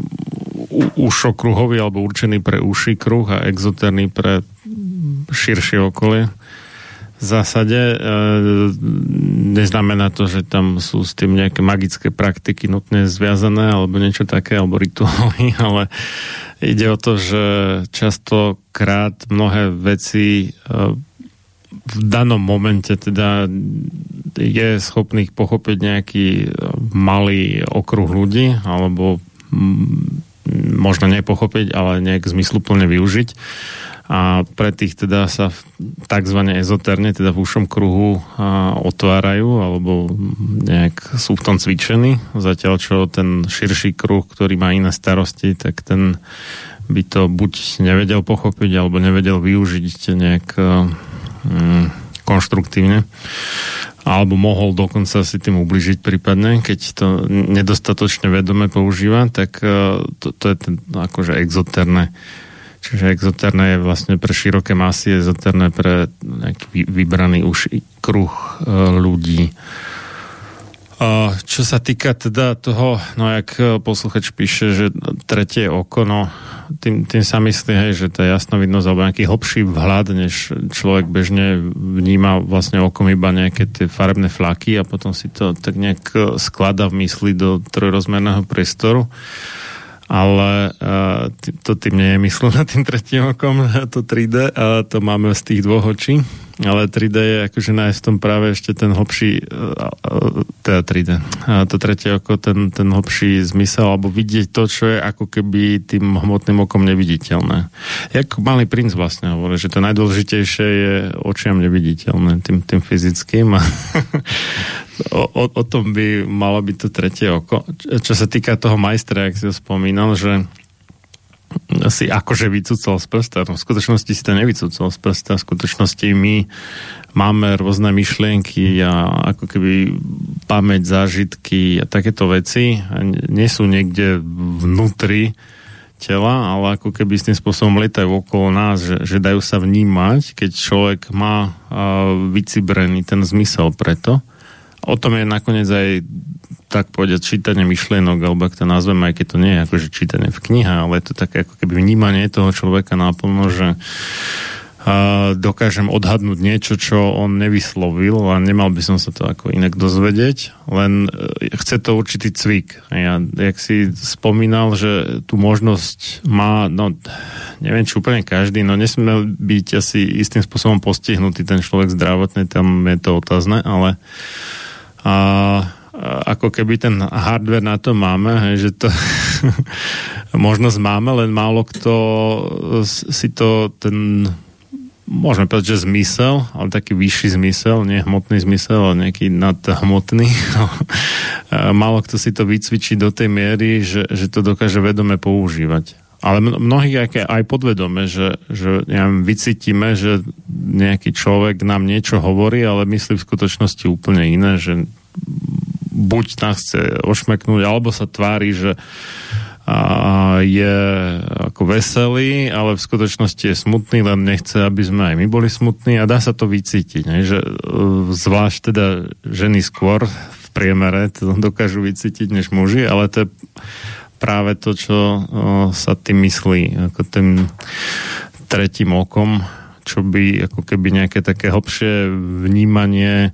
ušokruhový alebo určený pre uší kruh a exotérny pre širšie okolie. V zásade neznamená to, že tam sú s tým nejaké magické praktiky nutne zviazané alebo niečo také, alebo rituály, ale ide o to, že častokrát mnohé veci v danom momente teda je schopných pochopiť nejaký malý okruh ľudí alebo možno nepochopiť, ale nejak zmysluplne využiť. A pre tých teda sa takzvané ezotérne, teda v ušom kruhu otvárajú alebo nejak sú v tom cvičení. Zatiaľ, čo ten širší kruh, ktorý má iné starosti, tak ten by to buď nevedel pochopiť alebo nevedel využiť nejak konštruktívne. Alebo mohol dokonca si tým ubližiť prípadne, keď to nedostatočne vedome používa, tak to je ten akože exotérne. Čiže exotérne je vlastne pre široké masy, exotérne pre nejaký vybraný už kruh ľudí. Čo sa týka teda toho, no jak posluchač píše, že tretie oko, no tým sa myslí, hej, že to je jasnovidnosť alebo nejaký hlbší vhľad, než človek bežne vníma vlastne okom iba nejaké tie farebné flaky a potom si to tak nejak skladá v mysli do trojrozmerného priestoru. Ale to tým nie je mysl na tým tretím okom, to 3D, a to máme z tých dvoch očí. Ale 3D je akože nájsť v tom práve ešte ten hlbší, teda 3D. A to tretie oko, ten hlbší zmysel, alebo vidieť to, čo je ako keby tým hmotným okom neviditeľné. Jak Malý princ vlastne hovorí, že to najdôležitejšie je očiam neviditeľné, tým fyzickým. O tom by malo byť to tretie oko. Čo sa týka toho majstra, jak si ho spomínal, že si akože vycúcal z prsta. V skutočnosti si to nevycúcal z prsta. V skutočnosti my máme rôzne myšlienky a ako keby pamäť, zážitky a takéto veci. A nie sú niekde vnútri tela, ale ako keby s tým spôsobom lietajú okolo nás, že dajú sa vnímať, keď človek má vycibrený ten zmysel preto. O tom je nakoniec aj tak povedať čítanie myšlienok, alebo ak to nazveme, aj keď to nie je akože čítanie v knihe, ale je to také ako keby vnímanie toho človeka naplno, že dokážem odhadnúť niečo, čo on nevyslovil a nemal by som sa to ako inak dozvedieť, len chce to určitý cvik. Ja, jak si spomínal, že tú možnosť má, no neviem, či úplne každý, no nesmie byť asi istým spôsobom postihnutý ten človek zdravotne, tam je to otázne, ale ako keby ten hardware na to máme, hej, že to možnosť máme, len málo kto si to môžeme povedať, že zmysel, ale taký vyšší zmysel, nie hmotný zmysel, ale nejaký nadhmotný. Málo kto si to vycvičí do tej miery, že to dokáže vedome používať. Ale mnohí aj podvedome, že vycítime, že nejaký človek nám niečo hovorí, ale myslí v skutočnosti úplne iné, že buď nás chce ošmeknúť, alebo sa tvári, že je ako veselý, ale v skutočnosti je smutný, len nechce, aby sme aj my boli smutní a dá sa to vycítiť. Ne? Že zvlášť teda ženy skôr v priemere to dokážu vycítiť než muži, ale to je práve to, čo sa tým myslí, ako tým tretím okom, čo by ako keby nejaké také hlbšie vnímanie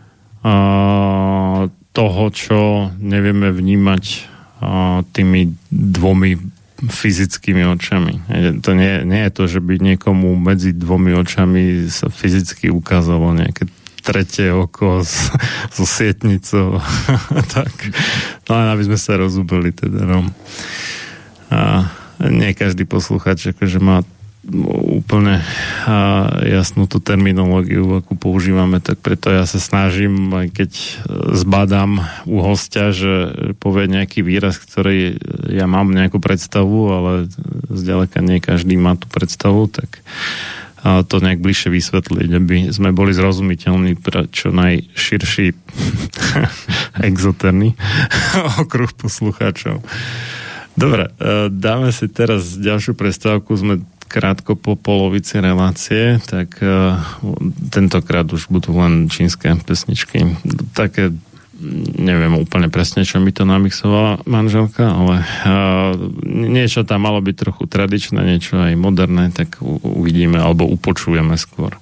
toho, čo nevieme vnímať tými dvomi fyzickými očami. To nie je to, že by niekomu medzi dvomi očami sa fyzicky ukázalo nejaké tretie oko so sietnicou. Tak. No len aby sme sa rozúbili teda. No. A nie každý posluchač akože má úplne jasnú tú terminológiu, akú používame, tak preto ja sa snažím, aj keď zbadám u hostia, že povie nejaký výraz, ktorý ja mám nejakú predstavu, ale zďaleka nie každý má tú predstavu, tak to nejak bližšie vysvetliť, aby sme boli zrozumiteľní pre čo najširší exoterný okruh poslucháčov. Dobre, dáme si teraz ďalšiu prestávku, sme krátko po polovici relácie, tak tentokrát už budú len čínske pesničky. Také, neviem úplne presne, čo mi to namixovala manželka, ale niečo tam malo byť trochu tradičné, niečo aj moderné, tak uvidíme, alebo upočujeme skôr.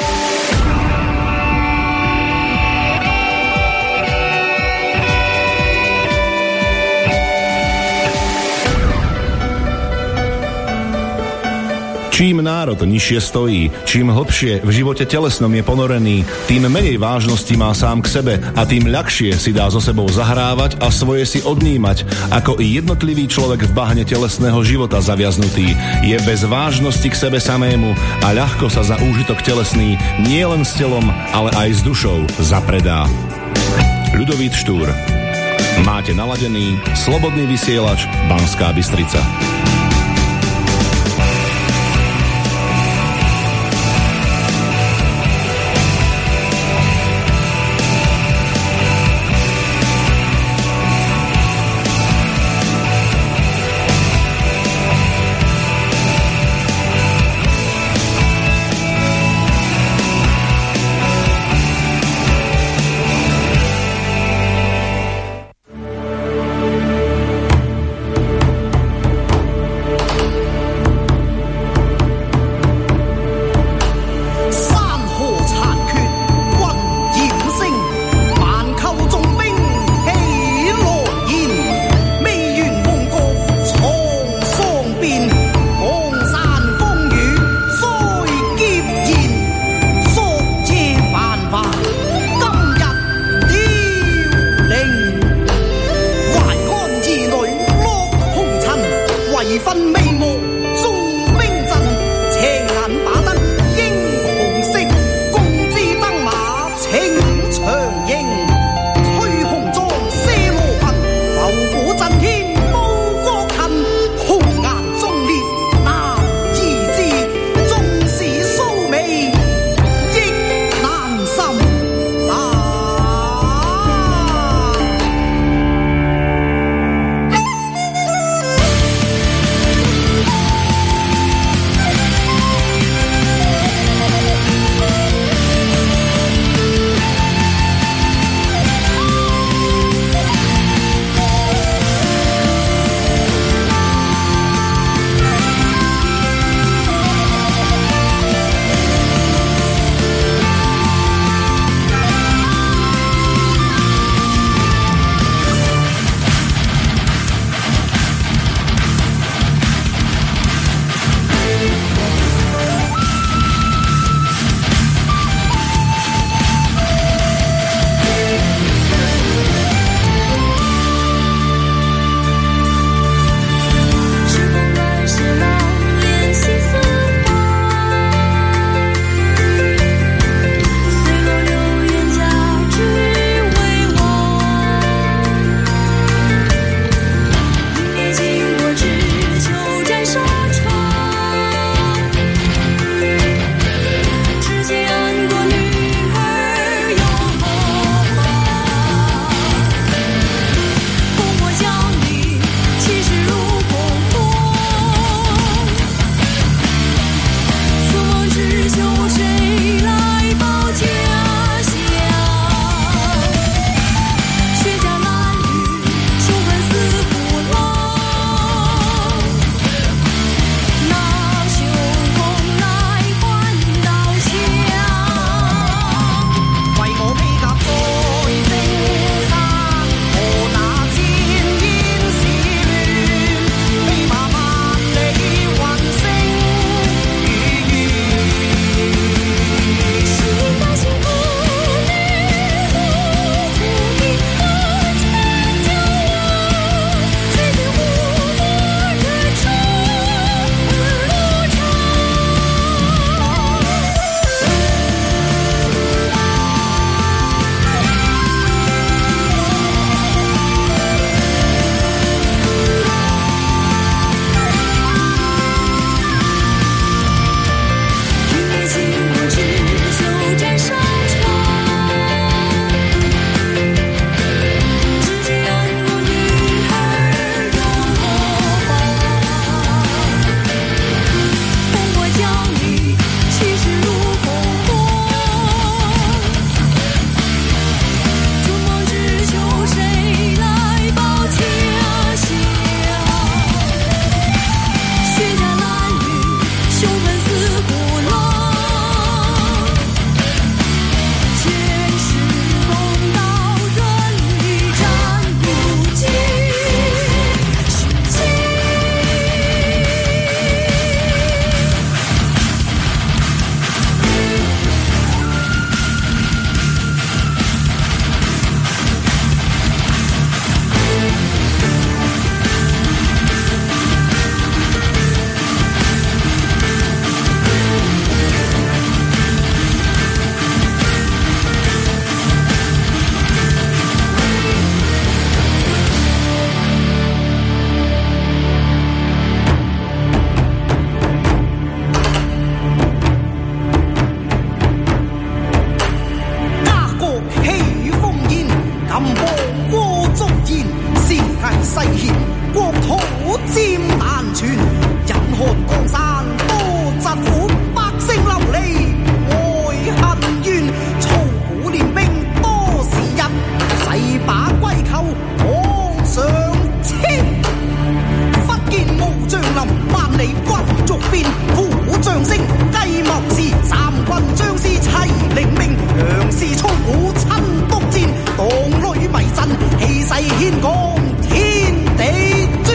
Čím národ nižšie stojí, čím hlbšie v živote telesnom je ponorený, tým menej vážnosti má sám k sebe a tým ľahšie si dá so sebou zahrávať a svoje si odnímať, ako i jednotlivý človek v bahne telesného života zaviaznutý. Je bez vážnosti k sebe samému a ľahko sa za úžitok telesný nie len s telom, ale aj s dušou zapredá. Ľudovít Štúr. Máte naladený Slobodný vysielač Banská Bystrica. 江山多疾苦，百姓流離愛恨怨，操鼓練兵多時日，誓把歸寇往上遷。忽見無將臨，萬里軍逐變，虎將聲，雞謀時，三軍將士齊領命，楊氏操鼓親督戰，當女迷陣，氣勢軒昂天地尊。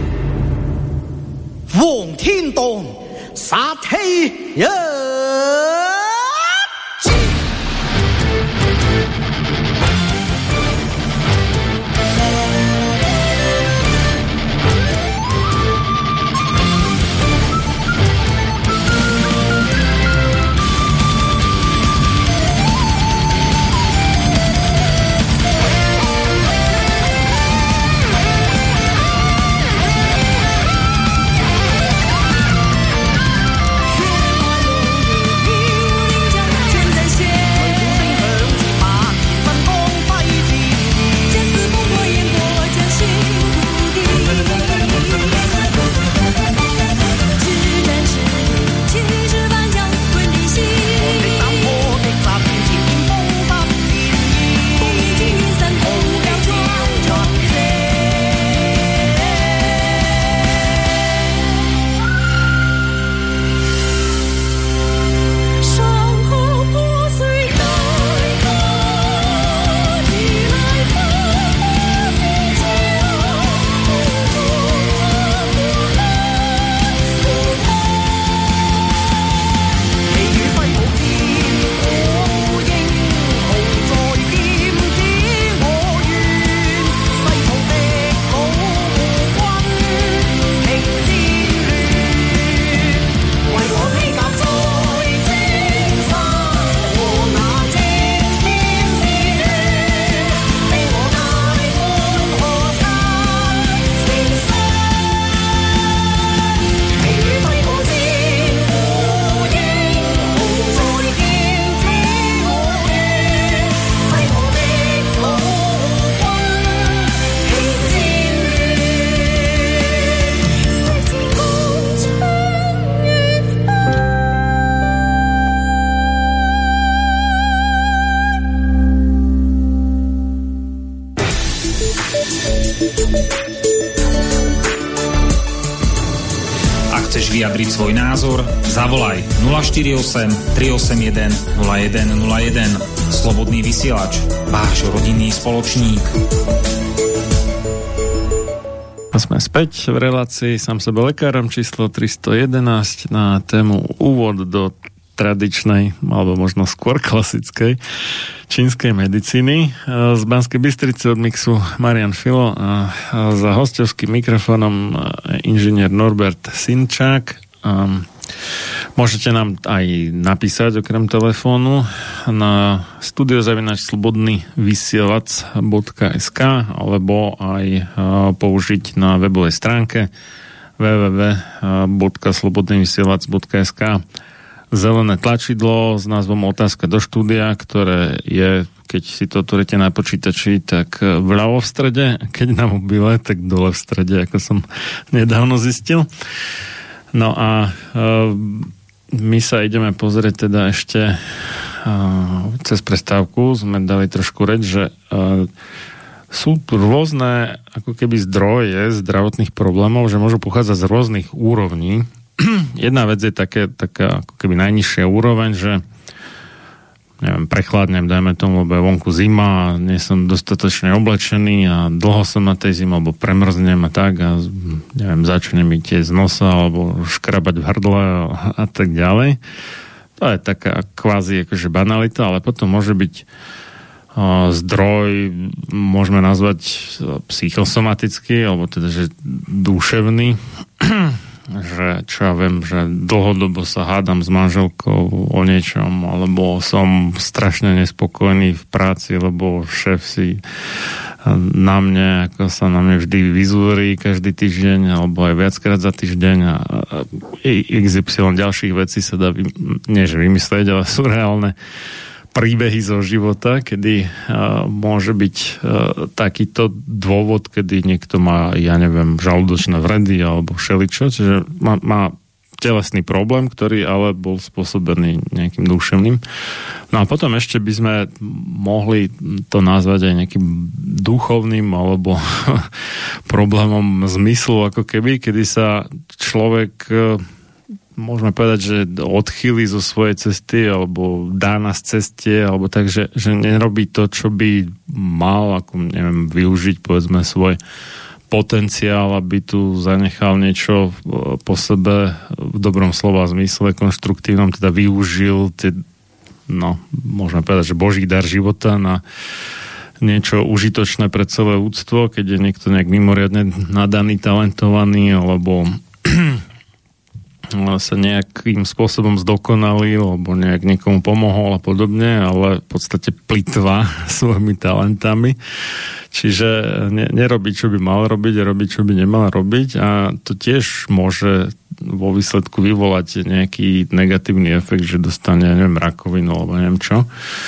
黃天當殺氣一 vyjadriť svoj názor, zavolaj 048 381 0101. Slobodný vysielač, váš rodinný spoločník. A sme späť v relácii Sám sebe lekárom číslo 311 na tému úvod do tradičnej, alebo možno skôr klasickej čínskej medicíny. Z Banskej Bystrice od mixu Marian Filo a za hostovským mikrofónom inžinier Norbert Sinčák. Môžete nám aj napísať okrem telefónu na studio@slobodnyvysielac.sk alebo aj použiť na webovej stránke www.slobodnyvysielac.sk zelené tlačidlo s názvom Otázka do štúdia, ktoré je, keď si to otvoríte na počítači, tak vľavo v strede, keď na mobile, tak dole v strede, ako som nedávno zistil. No a my sa ideme pozrieť teda ešte cez prestávku, sme dali trošku reč, že sú rôzne ako keby zdroje zdravotných problémov, že môžu pochádzať z rôznych úrovní. Jedna vec je taká ako keby najnižšia úroveň, že neviem, prechladnem, dajme tomu, lebo je vonku zima a nie som dostatočne oblečený a dlho som na tej zime, alebo premrznem a tak a neviem, začne mi tiec z nosa alebo škrabať v hrdle a tak ďalej. To je taká kvázi akože banalita, ale potom môže byť zdroj, môžeme nazvať psychosomatický, alebo teda, že duševný, že čo ja viem, že dlhodobo sa hádam s manželkou o niečom, alebo som strašne nespokojný v práci, lebo šéf si na mne, ako sa na mne vždy vyzúri každý týždeň, alebo aj viackrát za týždeň a XY ďalších vecí sa dá, nie že vymyslieť, ale sú reálne príbehy zo života, kedy môže byť takýto dôvod, kedy niekto má, ja neviem, žalúdočné vredy alebo všeličo, čiže má telesný problém, ktorý ale bol spôsobený nejakým duševným. No a potom ešte by sme mohli to nazvať aj nejakým duchovným alebo problémom zmyslu, ako keby, kedy sa človek, môžeme povedať, že odchýli zo svojej cesty alebo dá nás ceste, alebo tak, že nerobí to, čo by mal, ako neviem, využiť, povedzme, svoj potenciál, aby tu zanechal niečo po sebe v dobrom slova zmysle, konštruktívnom, teda využil môžeme povedať, že Boží dar života na niečo užitočné pre celé úctvo, keď je niekto nejak mimoriadne nadaný, talentovaný, alebo sa nejakým spôsobom zdokonalil, alebo nejak niekomu pomohol a podobne, ale v podstate plitva svojimi talentami. Čiže nerobí, čo by mal robiť, a robí, čo by nemal robiť, a to tiež môže vo výsledku vyvolať nejaký negatívny efekt, že dostane, neviem, rakovinu alebo neviem čo.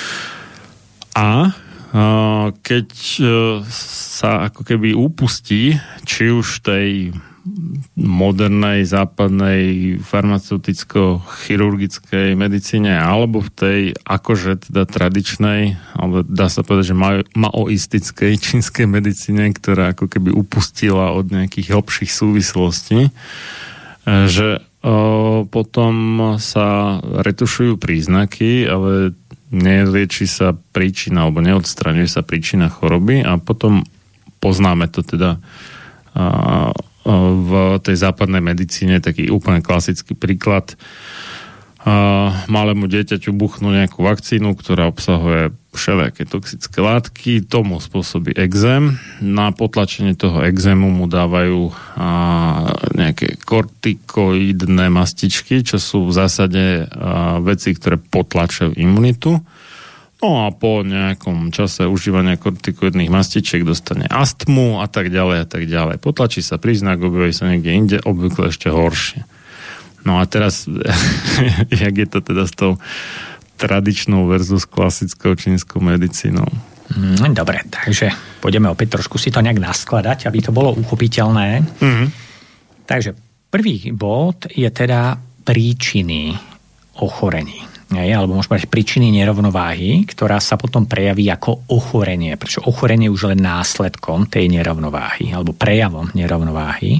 A keď sa ako keby upustí, či už tej modernej, západnej farmaceuticko-chirurgickej medicíne alebo v tej akože teda tradičnej, alebo dá sa povedať, že maoistickej čínskej medicíne, ktorá ako keby upustila od nejakých hlbších súvislostí, že potom sa retušujú príznaky, ale nelieči sa príčina alebo neodstraňuje sa príčina choroby, a potom poznáme to teda v tej západnej medicíne, taký úplne klasický príklad. Malému dieťaťu buchnú nejakú vakcínu, ktorá obsahuje všelijaké toxické látky, tomu spôsobí exém. Na potlačenie toho exému mu dávajú nejaké kortikoidné mastičky, čo sú v zásade veci, ktoré potlačajú imunitu. No a po nejakom čase užívania kortikoidných mastičiek dostane astmu a tak ďalej a tak ďalej. Potlačí sa príznak, objaví sa niekde inde, obvykle ešte horšie. No a teraz, jak je to teda s tou tradičnou versus klasickou čínskou medicínou? Dobre, takže pôjdeme opäť trošku si to nejak naskladať, aby to bolo uchopiteľné. Mm-hmm. Takže prvý bod je teda príčiny ochorení. Alebo môžeme povedať príčiny nerovnováhy, ktorá sa potom prejaví ako ochorenie. Prečo ochorenie je už len následkom tej nerovnováhy alebo prejavom nerovnováhy.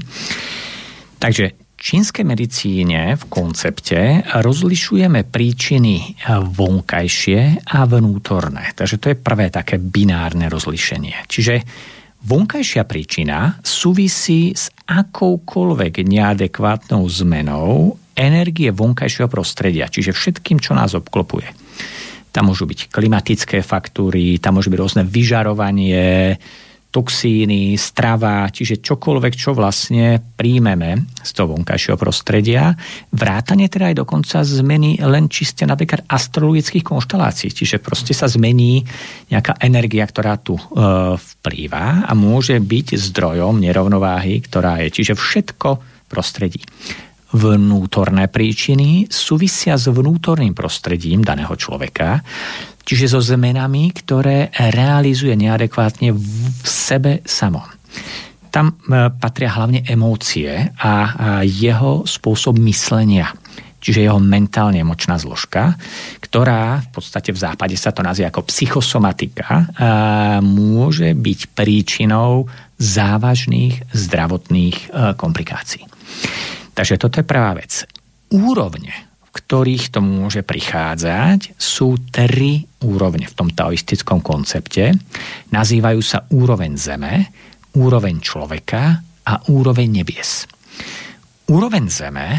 Takže v čínskej medicíne v koncepte rozlišujeme príčiny vonkajšie a vnútorné. Takže to je prvé také binárne rozlišenie. Čiže vonkajšia príčina súvisí s akoukoľvek neadekvátnou zmenou energie vonkajšieho prostredia, čiže všetkým, čo nás obklopuje. Tam môžu byť klimatické faktory, tam môže byť rôzne vyžarovanie, toxíny, strava, čiže čokoľvek, čo vlastne príjmeme z toho vonkajšieho prostredia. Vrátane teda aj dokonca zmeny len čiste napríklad astrologických konštelácií, čiže proste sa zmení nejaká energia, ktorá tu vplýva a môže byť zdrojom nerovnováhy, ktorá je. Čiže všetko prostredí. Vnútorné príčiny súvisia s vnútorným prostredím daného človeka, čiže so zmenami, ktoré realizuje neadekvátne v sebe samom. Tam patria hlavne emócie a jeho spôsob myslenia, čiže jeho mentálne emočná zložka, ktorá v podstate v západe sa to nazýva ako psychosomatika, môže byť príčinou závažných zdravotných komplikácií. Takže toto je prvá vec. Úrovne, v ktorých to môže prichádzať, sú 3 úrovne v tom taoistickom koncepte. Nazývajú sa úroveň zeme, úroveň človeka a úroveň nebies. Úroveň zeme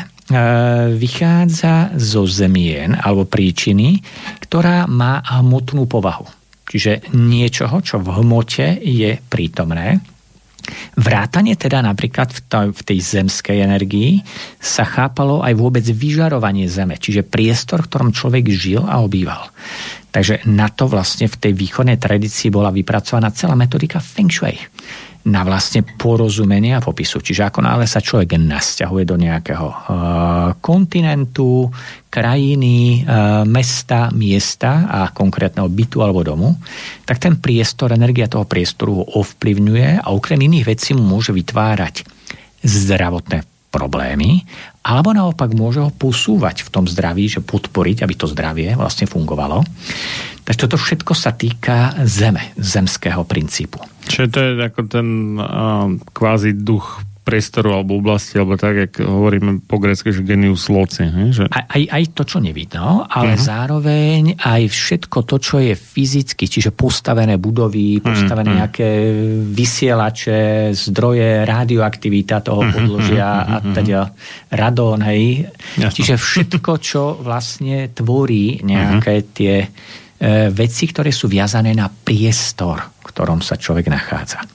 vychádza zo zemien alebo príčiny, ktorá má hmotnú povahu. Čiže niečoho, čo v hmote je prítomné. Vrátanie teda napríklad v tej zemskej energii sa chápalo aj vôbec vyžarovanie zeme, čiže priestor, v ktorom človek žil a obýval. Takže na to vlastne v tej východnej tradícii bola vypracovaná celá metodika Feng Shui na vlastne porozumenie a popisu. Čiže ako náhle sa človek nasťahuje do nejakého kontinentu, krajiny, mesta, miesta a konkrétneho bytu alebo domu, tak ten priestor, energia toho priestoru ho ovplyvňuje a okrem iných vecí mu môže vytvárať zdravotné problémy, alebo naopak môže ho posúvať v tom zdraví, že podporiť, aby to zdravie vlastne fungovalo. Takže toto všetko sa týka zeme, zemského princípu. Čiže to je ako ten kvázi duch priestoru alebo oblasti, alebo tak, jak hovoríme po grécky, že genius loci. Že... Aj to, čo nevidno, ale zároveň aj všetko to, čo je fyzicky, čiže postavené budovy, postavené nejaké vysielače, zdroje, radioaktivita toho podložia a teda radón, hej. Jasno. Čiže všetko, čo vlastne tvorí nejaké tie veci, ktoré sú viazané na priestor, v ktorom sa človek nachádza.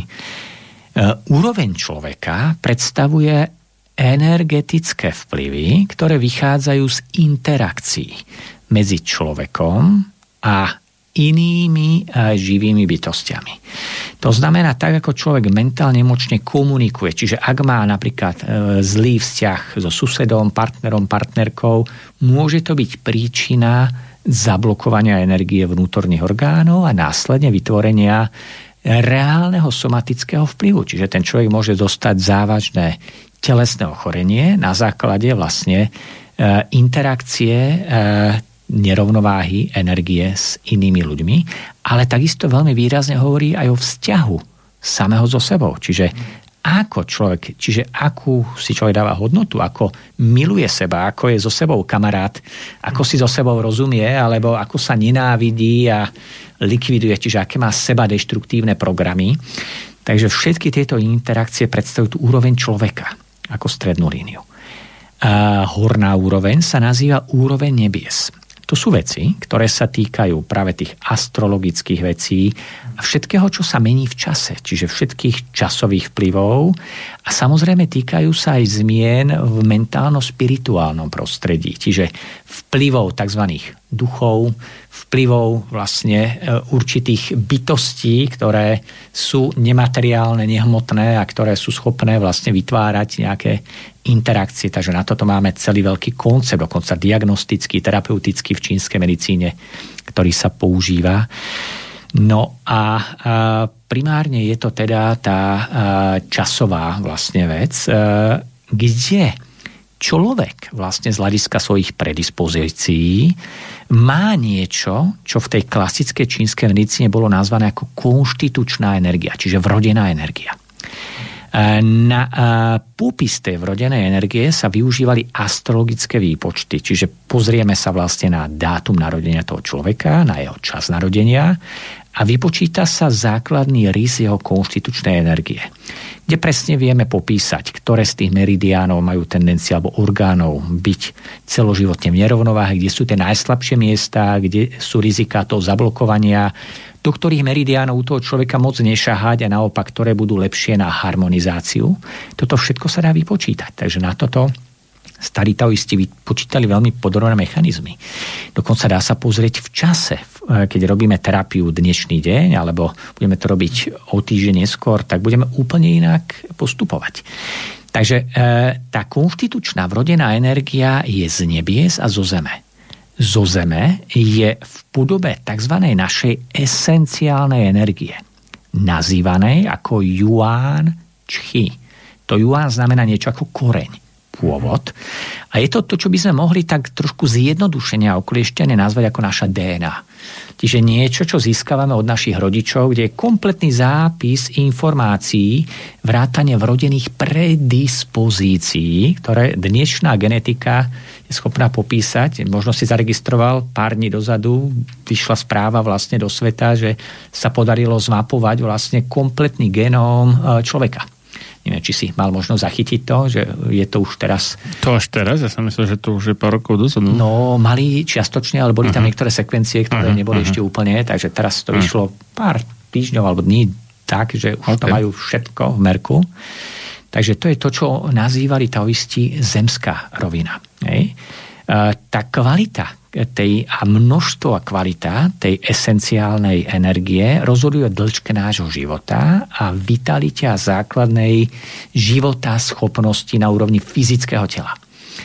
Úroveň človeka predstavuje energetické vplyvy, ktoré vychádzajú z interakcií medzi človekom a inými živými bytostiami. To znamená, tak ako človek mentálne emočne komunikuje, čiže ak má napríklad zlý vzťah so susedom, partnerom, partnerkou, môže to byť príčina zablokovania energie vnútorných orgánov a následne vytvorenia reálneho somatického vplyvu. Čiže ten človek môže dostať závažné telesné ochorenie na základe vlastne interakcie nerovnováhy energie s inými ľuďmi, ale takisto veľmi výrazne hovorí aj o vzťahu samého so sebou. Čiže ako človek, čiže akú si človek dáva hodnotu, ako miluje seba, ako je so sebou kamarát, ako si so sebou rozumie, alebo ako sa nenávidí a likviduje, čiže aké má seba deštruktívne programy. Takže všetky tieto interakcie predstavujú tú úroveň človeka ako strednú líniu. A horná úroveň sa nazýva úroveň nebies. To sú veci, ktoré sa týkajú práve tých astrologických vecí a všetkého, čo sa mení v čase, čiže všetkých časových vplyvov a samozrejme týkajú sa aj zmien v mentálno-spirituálnom prostredí, čiže vplyvov tzv. Duchov, vplyvov vlastne určitých bytostí, ktoré sú nemateriálne, nehmotné a ktoré sú schopné vlastne vytvárať nejaké interakcie. Takže na toto máme celý veľký koncept, dokonca diagnostický, terapeutický v čínskej medicíne, ktorý sa používa. No a primárne je to teda tá časová vlastne vec, kde človek vlastne z hľadiska svojich predispozícií má niečo, čo v tej klasickej čínskej medicíne bolo nazvané ako konštitučná energia, čiže vrodená energia. Na popis tej vrodenej energie sa využívali astrologické výpočty, čiže pozrieme sa vlastne na dátum narodenia toho človeka, na jeho čas narodenia a vypočíta sa základný rys jeho konštitučnej energie, kde presne vieme popísať, ktoré z tých meridiánov majú tendenciu alebo orgánov byť celoživotne v nerovnováhe, kde sú tie najslabšie miesta, kde sú riziká toho zablokovania, do ktorých meridiánov toho človeka moc nešahať a naopak, ktoré budú lepšie na harmonizáciu. Toto všetko sa dá vypočítať. Takže na toto starí taoisti vypočítali veľmi podrobné mechanizmy. Dokonca dá sa pozrieť v čase, keď robíme terapiu dnešný deň, alebo budeme to robiť o týždeň neskôr, tak budeme úplne inak postupovať. Takže tá konštitučná vrodená energia je z nebies a zo zeme. Zo zeme je v podobe tzv. Našej esenciálnej energie, nazývanej ako Yuan Chi. To Yuan znamená niečo ako koreň, pôvod. A je to, čo by sme mohli tak trošku zjednodušene a oklieštene nazvať ako naša DNA. Čiže niečo, čo získavame od našich rodičov, kde je kompletný zápis informácií, vrátane vrodených predispozícií, ktoré dnešná genetika je schopná popísať. Možno si zaregistroval pár dní dozadu, vyšla správa vlastne do sveta, že sa podarilo zmapovať vlastne kompletný genóm človeka. Neviem, či si mal možnosť zachytiť to, že je to už teraz... To až teraz? Ja som myslel, že to už je pár rokov dozadu. No, mali čiastočne, ale boli tam niektoré sekvencie, ktoré neboli ešte úplne, takže teraz to vyšlo pár týždňov alebo dní tak, že už to majú všetko v merku. Takže to je to, čo nazývali taoisti zemská rovina. Hej. Tá kvalita a množstvo a kvalita tej esenciálnej energie rozhoduje o dĺžke nášho života a vitalite a základnej života schopnosti na úrovni fyzického tela.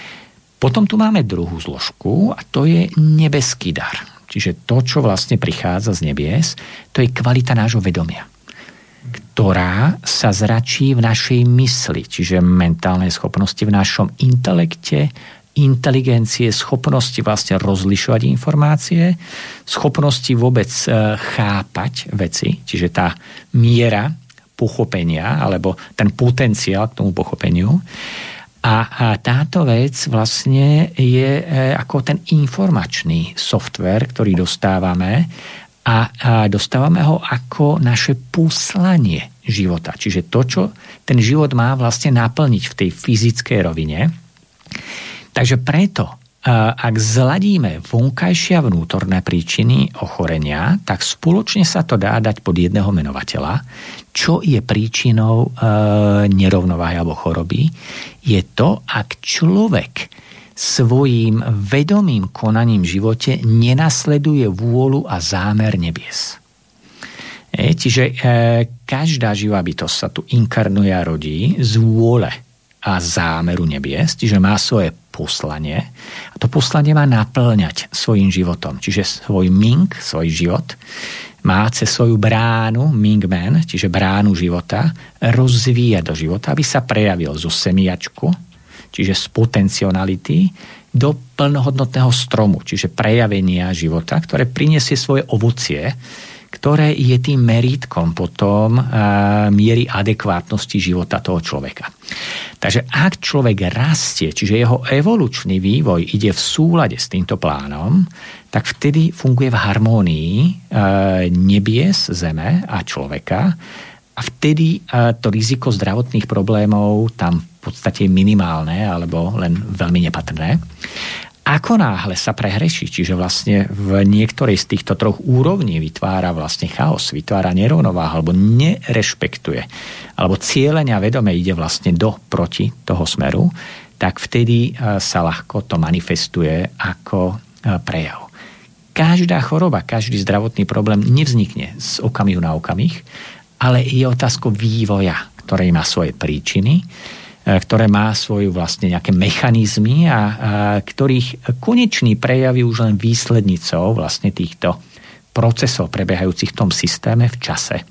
Potom tu máme druhú zložku a to je nebeský dar. Čiže to, čo vlastne prichádza z nebies, to je kvalita nášho vedomia, ktorá sa zračí v našej mysli, čiže mentálnej schopnosti, v našom intelekte, inteligencie, schopnosti vlastne rozlišovať informácie, schopnosti vôbec chápať veci, čiže tá miera pochopenia, alebo ten potenciál k tomu pochopeniu. A táto vec vlastne je ako ten informačný software, ktorý dostávame a dostávame ho ako naše poslanie života. Čiže to, čo ten život má vlastne naplniť v tej fyzickej rovine. Takže preto, ak zladíme vonkajšie a vnútorné príčiny ochorenia, tak spoločne sa to dá dať pod jedného menovateľa. Čo je príčinou nerovnováhy alebo choroby? Je to, ak človek svojím vedomým konaním v živote nenasleduje vôľu a zámer nebies. Čiže každá živá bytosť sa tu inkarnuje a rodí z vôle a zámeru nebies, čiže má svoje poslanie a to poslanie má naplňať svojím životom. Čiže svoj Ming, svoj život, má cez svoju bránu, Mingmen, čiže bránu života, rozvíjať do života, aby sa prejavil zo semiačku, čiže z potenciality, do plnohodnotného stromu, čiže prejavenia života, ktoré prinesie svoje ovocie, ktoré je tým merítkom potom miery adekvátnosti života toho človeka. Takže ak človek rastie, čiže jeho evolučný vývoj ide v súlade s týmto plánom, tak vtedy funguje v harmónii nebies, zeme a človeka a vtedy to riziko zdravotných problémov tam v podstate je minimálne alebo len veľmi nepatrné. Ako náhle sa prehreší, čiže vlastne v niektorej z týchto troch úrovní vytvára vlastne chaos, vytvára nerovnováhu alebo nerešpektuje, alebo cieľenia vedome ide vlastne proti toho smeru, tak vtedy sa ľahko to manifestuje ako prejav. Každá choroba, každý zdravotný problém nevznikne z okamihu na okamih, ale je otázka vývoja, ktorý má svoje príčiny, ktoré má svoju vlastne nejaké mechanizmy a ktorých konečný prejav je už len výslednicou vlastne týchto procesov prebiehajúcich v tom systéme v čase.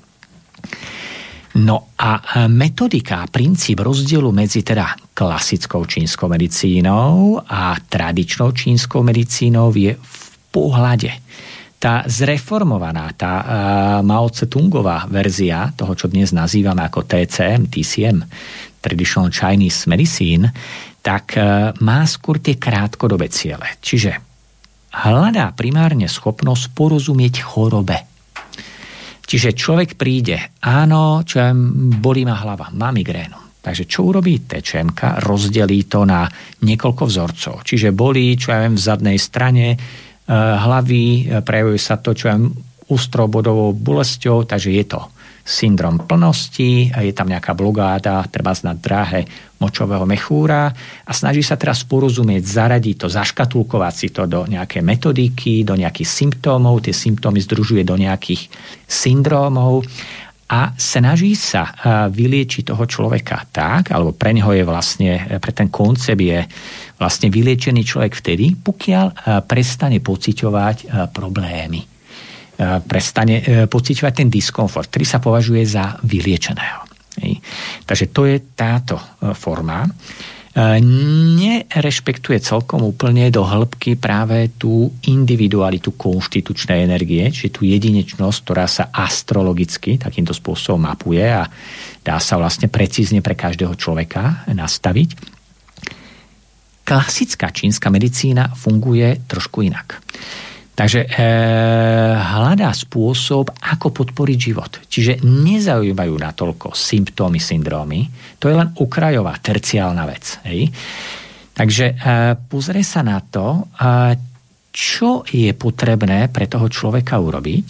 No a metodika, princíp rozdielu medzi teda klasickou čínskou medicínou a tradičnou čínskou medicínou je v pohľade. Tá zreformovaná, tá Mao Tse-tungová verzia toho, čo dnes nazývame ako TCM, Traditional Chinese Medicine, tak má skôr tie krátkodobé ciele. Čiže hľadá primárne schopnosť porozumieť chorobe. Čiže človek príde, áno, bolí ma hlava, má migrénu. Takže čo urobí TČMka? Rozdelí to na niekoľko vzorcov. Čiže bolí, v zadnej strane hlavy, prejavuje sa to, ústrobodovou bolesťou, takže je to syndrom plnosti, je tam nejaká blokáda, treba na dráhe močového mechúra a snaží sa teraz porozumieť, zaradiť to, zaškatulkovať si to do nejakej metodiky, do nejakých symptómov, tie symptómy združuje do nejakých syndrómov a snaží sa vyliečiť toho človeka tak, alebo pre neho je vlastne, pre ten koncept je vlastne vyliečený človek vtedy, pokiaľ prestane pociťovať problémy. Prestane pociťovať ten diskomfort, ktorý sa považuje za vyliečeného. Takže to je táto forma. Nerešpektuje celkom úplne do hĺbky práve tú individualitu konštitučnej energie, čiže tú jedinečnosť, ktorá sa astrologicky takýmto spôsobom mapuje a dá sa vlastne precízne pre každého človeka nastaviť. Klasická čínska medicína funguje trošku inak. Takže hľadá spôsob, ako podporiť život. Čiže nezaujímajú natoľko symptómy, syndrómy. To je len okrajová, terciálna vec. Hej? Takže pozrie sa na to, čo je potrebné pre toho človeka urobiť,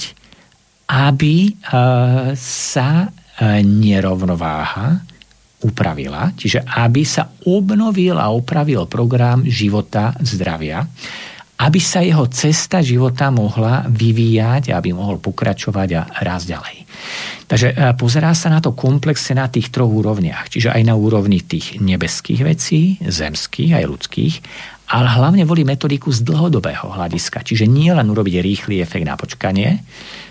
aby sa nerovnováha upravila. Čiže aby sa obnovil a upravil program života, zdravia, aby sa jeho cesta života mohla vyvíjať, aby mohol pokračovať a rásť ďalej. Takže pozerá sa na to komplexne na tých troch úrovniach, čiže aj na úrovni tých nebeských vecí, zemských aj ľudských, ale hlavne volí metodiku z dlhodobého hľadiska, čiže nie len urobiť rýchly efekt na počkanie,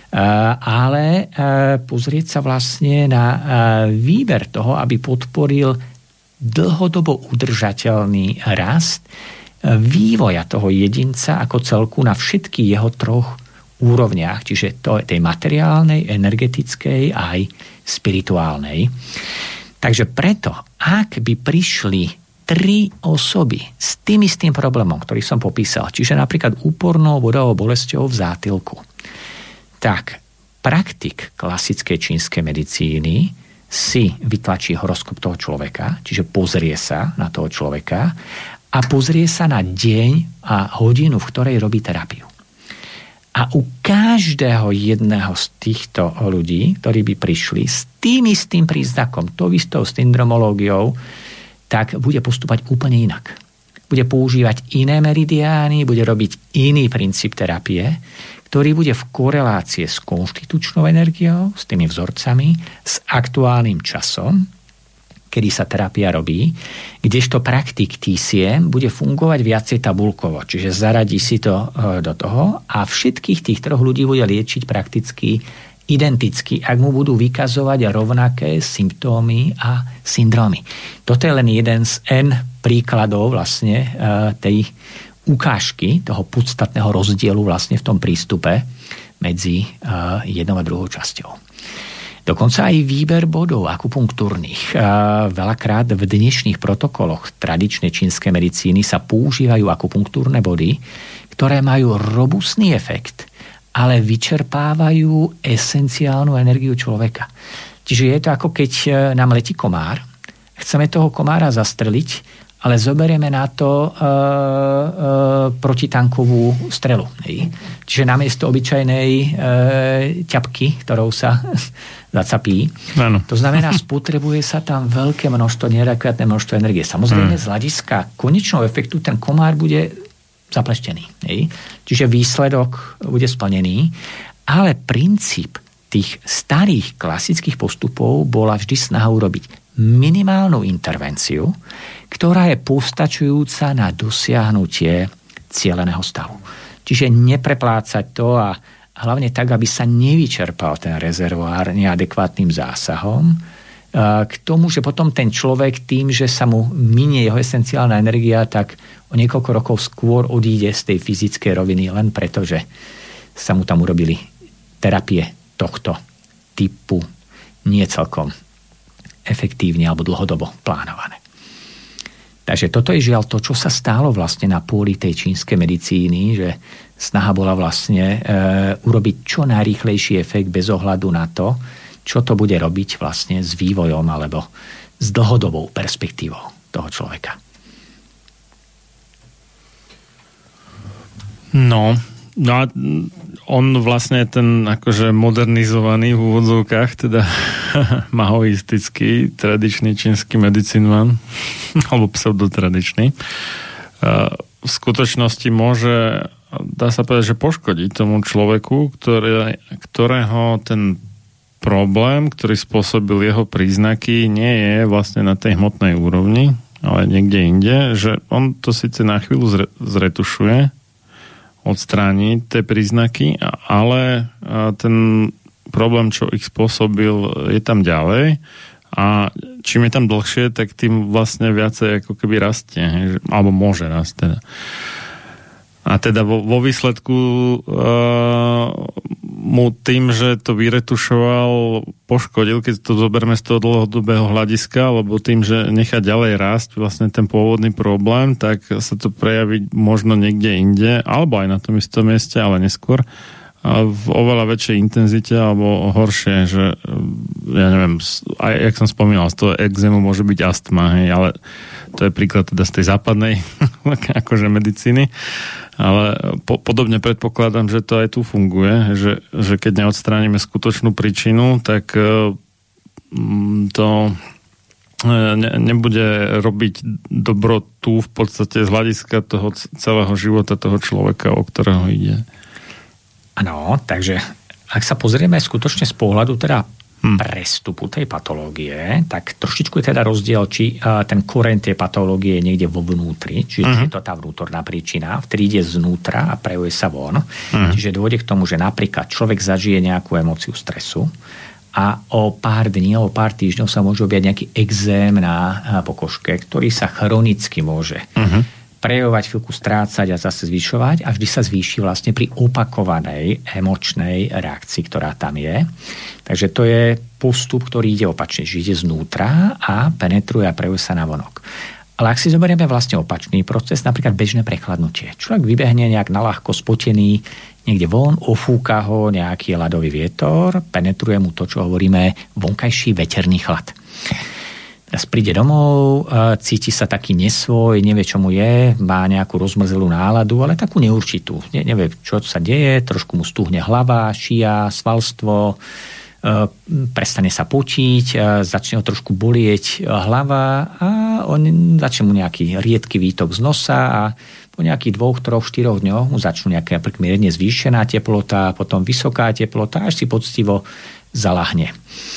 ale pozrieť sa vlastne na výber toho, aby podporil dlhodobo udržateľný rast vývoja toho jedinca ako celku na všetkých jeho troch úrovniach, čiže tej materiálnej, energetickej aj spirituálnej. Takže preto, ak by prišli 3 osoby s tým istým problémom, ktorý som popísal, čiže napríklad úpornou bodovou bolesťou v zátylku, tak praktik klasickej čínskej medicíny si vytlačí horoskop toho človeka, čiže pozrie sa na toho človeka a pozrie sa na deň a hodinu, v ktorej robí terapiu. A u každého jedného z týchto ľudí, ktorí by prišli s tým istým príznakom, tou istou syndromológiou, tak bude postupovať úplne inak. Bude používať iné meridiány, bude robiť iný princíp terapie, ktorý bude v korelácii s konštitučnou energiou, s tými vzorcami, s aktuálnym časom, kedy sa terapia robí, kdežto praktik TCM bude fungovať viacej tabulkovo, čiže zaradí si to do toho a všetkých tých 3 ľudí bude liečiť prakticky identicky, ak mu budú vykazovať rovnaké symptómy a syndromy. Toto je len jeden z N príkladov vlastne tej ukážky, toho podstatného rozdielu vlastne v tom prístupe medzi jednou a druhou časťou. Dokonca aj výber bodov akupunktúrnych. Veľakrát v dnešných protokoloch tradičnej čínskej medicíny sa používajú akupunktúrne body, ktoré majú robustný efekt, ale vyčerpávajú esenciálnu energiu človeka. Čiže je to ako keď nám letí komár, chceme toho komára zastreliť, ale zoberieme na to protitankovú strelu. Čiže namiesto obyčajnej ťapky, ktorou sa zacapí. Áno. To znamená, spotrebuje sa tam veľké množstvo, neadekvátne množstvo energie. Samozrejme, z hľadiska konečného efektu ten komár bude zapleštený. Čiže výsledok bude splnený, ale princíp tých starých klasických postupov bola vždy snaha urobiť minimálnu intervenciu, ktorá je postačujúca na dosiahnutie cieleného stavu. Čiže nepreplácať to a hlavne tak, aby sa nevyčerpal ten rezervoár neadekvátnym zásahom, k tomu, že potom ten človek tým, že sa mu minie jeho esenciálna energia, tak o niekoľko rokov skôr odíde z tej fyzickej roviny len preto, že sa mu tam urobili terapie tohto typu nie celkom efektívne alebo dlhodobo plánované. Takže toto je žiaľ to, čo sa stálo vlastne na pôli tej čínskej medicíny, že snaha bola vlastne urobiť čo najrýchlejší efekt bez ohľadu na to, čo to bude robiť vlastne s vývojom alebo s dlhodobou perspektívou toho človeka. No a on vlastne ten akože modernizovaný v úvodzovkách, teda maoistický, tradičný čínsky medicínman, alebo pseudotradičný, v skutočnosti môže, dá sa povedať, že poškodiť tomu človeku, ktorého ten problém, ktorý spôsobil jeho príznaky, nie je vlastne na tej hmotnej úrovni, ale niekde inde, že on to síce na chvíľu zretušuje, odstráni tie príznaky, ale ten problém, čo ich spôsobil, je tam ďalej a čím je tam dlhšie, tak tým vlastne viacej ako keby rastie, alebo môže rásť teda. A teda vo výsledku mu tým, že to vyretušoval, poškodil, keď to zoberme z toho dlhodobého hľadiska, lebo tým, že nechá ďalej rásť vlastne ten pôvodný problém, tak sa to prejaví možno niekde inde, alebo aj na tom istom mieste, ale neskôr v oveľa väčšej intenzite alebo horšie, že ja neviem, aj jak som spomínal, z toho ekzému môže byť astma, hej, ale to je príklad teda z tej západnej akože medicíny, ale podobne predpokladám, že to aj tu funguje, že keď neodstránime skutočnú príčinu, tak to nebude robiť dobrotu v podstate z hľadiska toho celého života toho človeka, o ktorého ide. Áno, takže ak sa pozrieme skutočne z pohľadu teda prestupu tej patológie, tak trošičku je teda rozdiel, či ten koreň tej patológie je niekde vo vnútri, čiže je to tá vnútorná príčina, vtedy ide znútra a prejavuje sa von. Čiže dôjde k tomu, že napríklad človek zažije nejakú emóciu stresu a o pár dní, o pár týždňov sa môže objať nejaký ekzém na pokožke, ktorý sa chronicky môže prejavovať, chvíľku strácať a zase zvyšovať a vždy sa zvýši vlastne pri opakovanej emočnej reakcii, ktorá tam je. Takže to je postup, ktorý ide opačne, že ide znútra a penetruje a prejavuje sa navonok. Ale ak si zoberieme vlastne opačný proces, napríklad bežné prechladnutie. Človek vybehne nejak naľahko spotený niekde von, ofúka ho nejaký ľadový vietor, penetruje mu to, čo hovoríme vonkajší veterný chlad. Teraz príde domov, cíti sa taký nesvoj, nevie, čo mu je, má nejakú rozmrzelú náladu, ale takú neurčitú. Nevie, čo sa deje, trošku mu stúhne hlava, šia, svalstvo, prestane sa potiť, začne ho trošku bolieť hlava a on začne mu nejaký riedky výtok z nosa a po nejakých 2, 3, 4 dňoch mu začnú nejaká mierne zvýšená teplota, potom vysoká teplota, až si poctivo zalahne.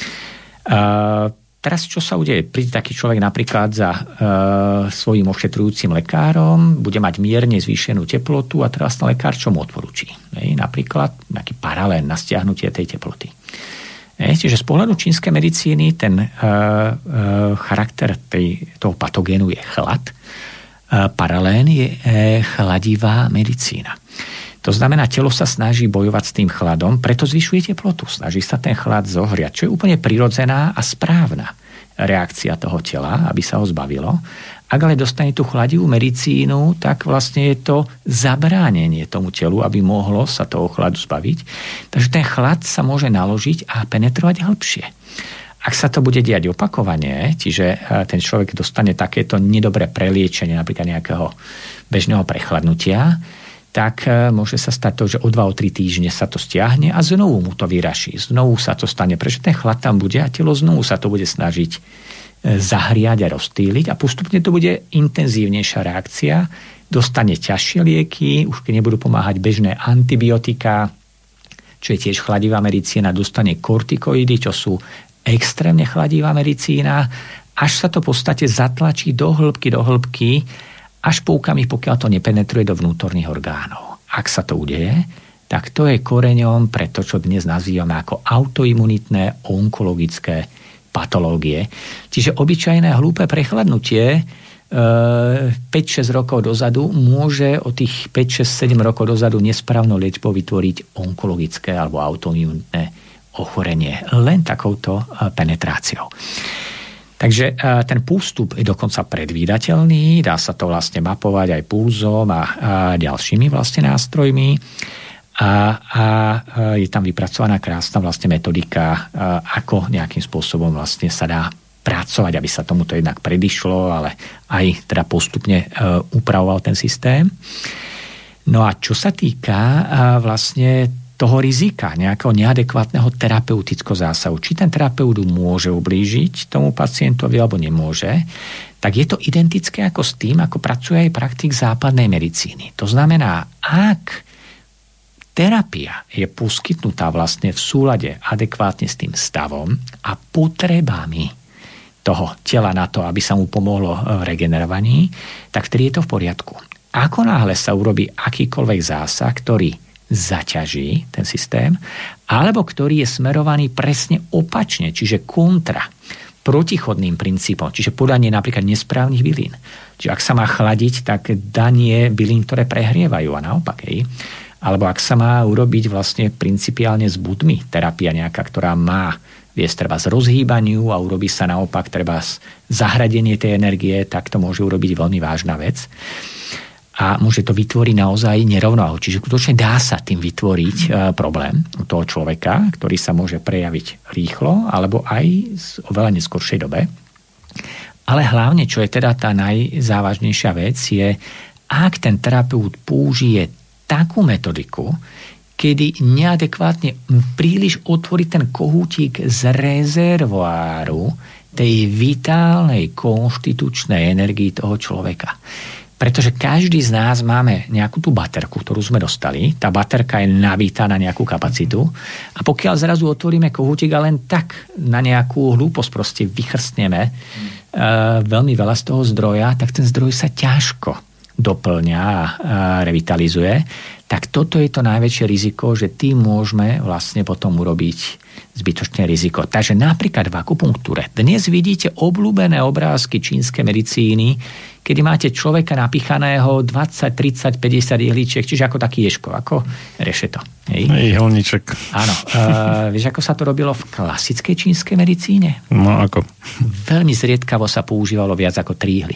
Teraz čo sa udeje? Príde taký človek napríklad za svojím ošetrujúcim lekárom, bude mať mierne zvýšenú teplotu a teraz ten lekár čo mu odporúči? Napríklad nejaký paralén na stiahnutie tej teploty. Čiže z pohľadu čínskej medicíny ten charakter toho patogénu je chlad. Paralén je chladivá medicína. To znamená, telo sa snaží bojovať s tým chladom, preto zvyšuje teplotu. Snaží sa ten chlad zohriať, čo je úplne prirodzená a správna reakcia toho tela, aby sa ho zbavilo. Ak ale dostane tú chladivú medicínu, tak vlastne je to zabránenie tomu telu, aby mohlo sa toho chladu zbaviť. Takže ten chlad sa môže naložiť a penetrovať hĺbšie. Ak sa to bude diať opakovane, čiže ten človek dostane takéto nedobré preliečenie, napríklad nejakého bežného prechladnutia, tak môže sa stať to, že o 2-3 týždne sa to stiahne a znovu mu to vyraší. Znovu sa to stane, pretože ten chlad tam bude a telo znovu sa to bude snažiť zahriať a rozptýliť a postupne to bude intenzívnejšia reakcia, dostane ťažšie lieky, už keď nebudú pomáhať bežné antibiotika, čo je tiež chladivá medicína, dostane kortikoidy, čo sú extrémne chladivá medicína, až sa to v podstate zatlačí do hĺbky, až po okamih, pokiaľ to nepenetruje do vnútorných orgánov. Ak sa to udeje, tak to je koreňom pre to, čo dnes nazývame ako autoimunitné onkologické patológie. Čiže obyčajné hlúpe prechladnutie 5-6 rokov dozadu môže o tých 5-6-7 rokov dozadu nesprávnou liečbou vytvoriť onkologické alebo autoimunitné ochorenie len takouto penetráciou. Takže ten postup je dokonca predvídateľný, dá sa to vlastne mapovať aj pulzom a ďalšími vlastne nástrojmi a je tam vypracovaná krásna vlastne metodika, ako nejakým spôsobom vlastne sa dá pracovať, aby sa tomuto jednak predišlo, ale aj teda postupne upravoval ten systém. No a čo sa týka vlastne toho rizika, nejakého neadekvátneho terapeutického zásahu, či ten terapeut môže ublížiť tomu pacientovi alebo nemôže, tak je to identické ako s tým, ako pracuje aj praktik západnej medicíny. To znamená, ak terapia je poskytnutá vlastne v súlade adekvátne s tým stavom a potrebami toho tela na to, aby sa mu pomohlo v regenerovaní, tak vtedy je to v poriadku. Ako náhle sa urobí akýkoľvek zásah, ktorý zaťaží ten systém, alebo ktorý je smerovaný presne opačne, čiže kontra, protichodným princípom, čiže podanie napríklad nesprávnych bylín. Čiže ak sa má chladiť, tak danie bylín, ktoré prehrievajú a naopak. Alebo ak sa má urobiť vlastne principiálne s budmi, terapia nejaká, ktorá má viesť treba z rozhýbaniu a urobí sa naopak treba zahradenie tej energie, tak to môže urobiť veľmi vážna vec. A môže to vytvoriť naozaj nerovnováhu. Čiže skutočne dá sa tým vytvoriť problém u toho človeka, ktorý sa môže prejaviť rýchlo alebo aj v oveľa neskoršej dobe. Ale hlavne, čo je teda tá najzávažnejšia vec, je, ak ten terapeut použije takú metodiku, kedy neadekvátne príliš otvorí ten kohútik z rezervoáru tej vitálnej konštitučnej energii toho človeka. Pretože každý z nás máme nejakú tú baterku, ktorú sme dostali. Tá baterka je nabitá na nejakú kapacitu. A pokiaľ zrazu otvoríme kohútik a len tak na nejakú hlúposť proste vychrstneme veľmi veľa z toho zdroja, tak ten zdroj sa ťažko doplňa a revitalizuje. Tak toto je to najväčšie riziko, že tým môžeme vlastne potom urobiť zbytočné riziko. Takže napríklad v akupunktúre dnes vidíte obľúbené obrázky čínskej medicíny, kedy máte človeka napichaného 20, 30, 50 ihličiek, čiže ako taký ješko, ako rešeto. Ihelníček. Áno. Vieš, ako sa to robilo v klasickej čínskej medicíne? No ako? Veľmi zriedkavo sa používalo viac ako 3 ihly.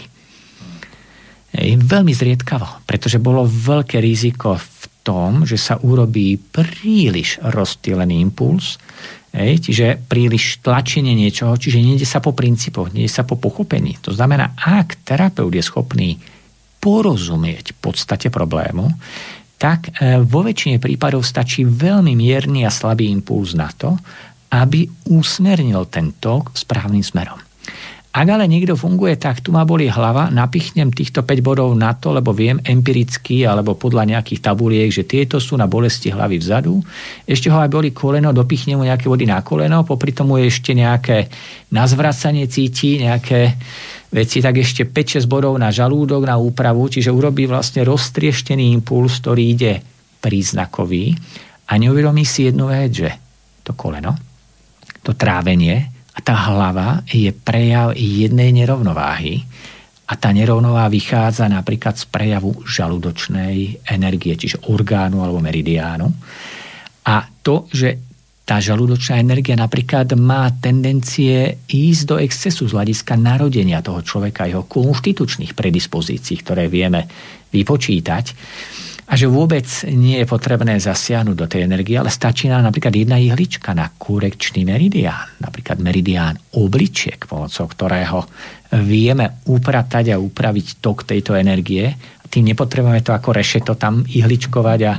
Veľmi zriedkavo, pretože bolo veľké riziko v tom, že sa urobí príliš rozptýlený impuls, čiže príliš tlačenie niečoho, čiže nejde sa po princípoch, nejde sa po pochopení. To znamená, ak terapeut je schopný porozumieť podstate problému, tak vo väčšine prípadov stačí veľmi mierny a slabý impuls na to, aby usmernil ten tok správnym smerom. Ak ale niekto funguje tak, tu ma boli hlava, napichnem týchto 5 bodov na to, lebo viem empiricky alebo podľa nejakých tabuliek, že tieto sú na bolesti hlavy vzadu. Ešte ho aj boli koleno, dopichnem mu nejaké body na koleno, popri tomu ešte nejaké na zvracanie cíti, nejaké veci, tak ešte 5-6 bodov na žalúdok, na úpravu, čiže urobí vlastne roztrieštený impuls, ktorý ide príznakový a neuvedomí si jednu vec, že to koleno, to trávenie a tá hlava je prejav jednej nerovnováhy a tá nerovnováha vychádza napríklad z prejavu žalúdočnej energie, čiže orgánu alebo meridiánu. A to, že tá žalúdočná energia napríklad má tendencie ísť do excesu z hľadiska narodenia toho človeka, jeho konštitučných predispozícií, ktoré vieme vypočítať, a že vôbec nie je potrebné zasiahnuť do tej energie, ale stačí nám napríklad jedna ihlička na korekčný meridián, napríklad meridián obličiek, pomocou ktorého vieme upratať a upraviť tok tejto energie. Tým nepotrebujeme to ako rešeto tam ihličkovať a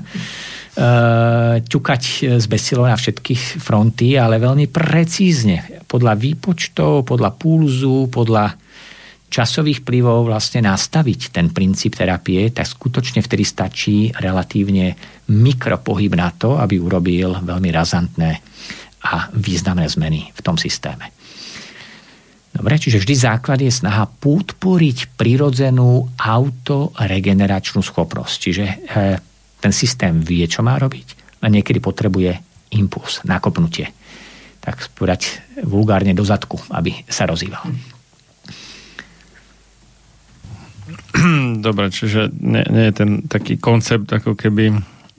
ťukať z besilov na všetky fronty, ale veľmi precízne, podľa výpočtov, podľa pulzu, podľa časových vplyvov vlastne nastaviť ten princíp terapie, tak skutočne vtedy stačí relatívne mikropohyb na to, aby urobil veľmi razantné a významné zmeny v tom systéme. Dobre, čiže vždy základ je snaha podporiť prirodzenú autoregeneračnú schopnosť. Čiže ten systém vie, čo má robiť, a niekedy potrebuje impuls, nakopnutie. Tak povedať vulgárne do zadku, aby sa rozhýbal. Dobre, čiže nie je ten taký koncept, ako keby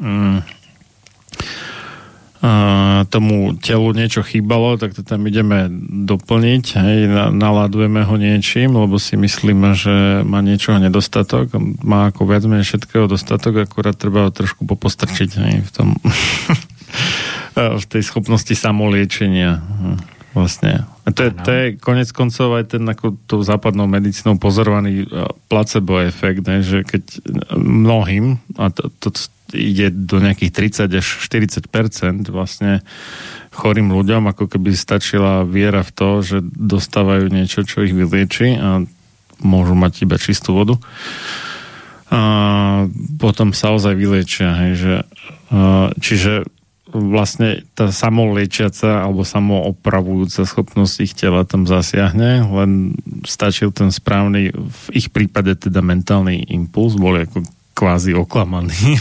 tomu telu niečo chýbalo, tak to tam ideme doplniť, hej, naladujeme ho niečím, lebo si myslíme, že má niečoho nedostatok, má ako viac menej všetkého dostatok, akurát treba ho trošku popostrčiť, hej, v tom v tej schopnosti samoliečenia vlastne. A to je konec koncov aj ten ako tou západnou medicínou pozorovaný placebo efekt, ne? Že keď mnohým, a to ide do nejakých 30 až 40% vlastne chorým ľuďom, ako keby stačila viera v to, že dostávajú niečo, čo ich vylieči a môžu mať iba čistú vodu. A potom sa ozaj vyliečia. Hej, že, čiže vlastne tá samoliečiaca alebo samoopravujúca schopnosť ich tela tam zasiahne, len stačil ten správny, v ich prípade teda mentálny impuls, boli ako kvázi oklamaní,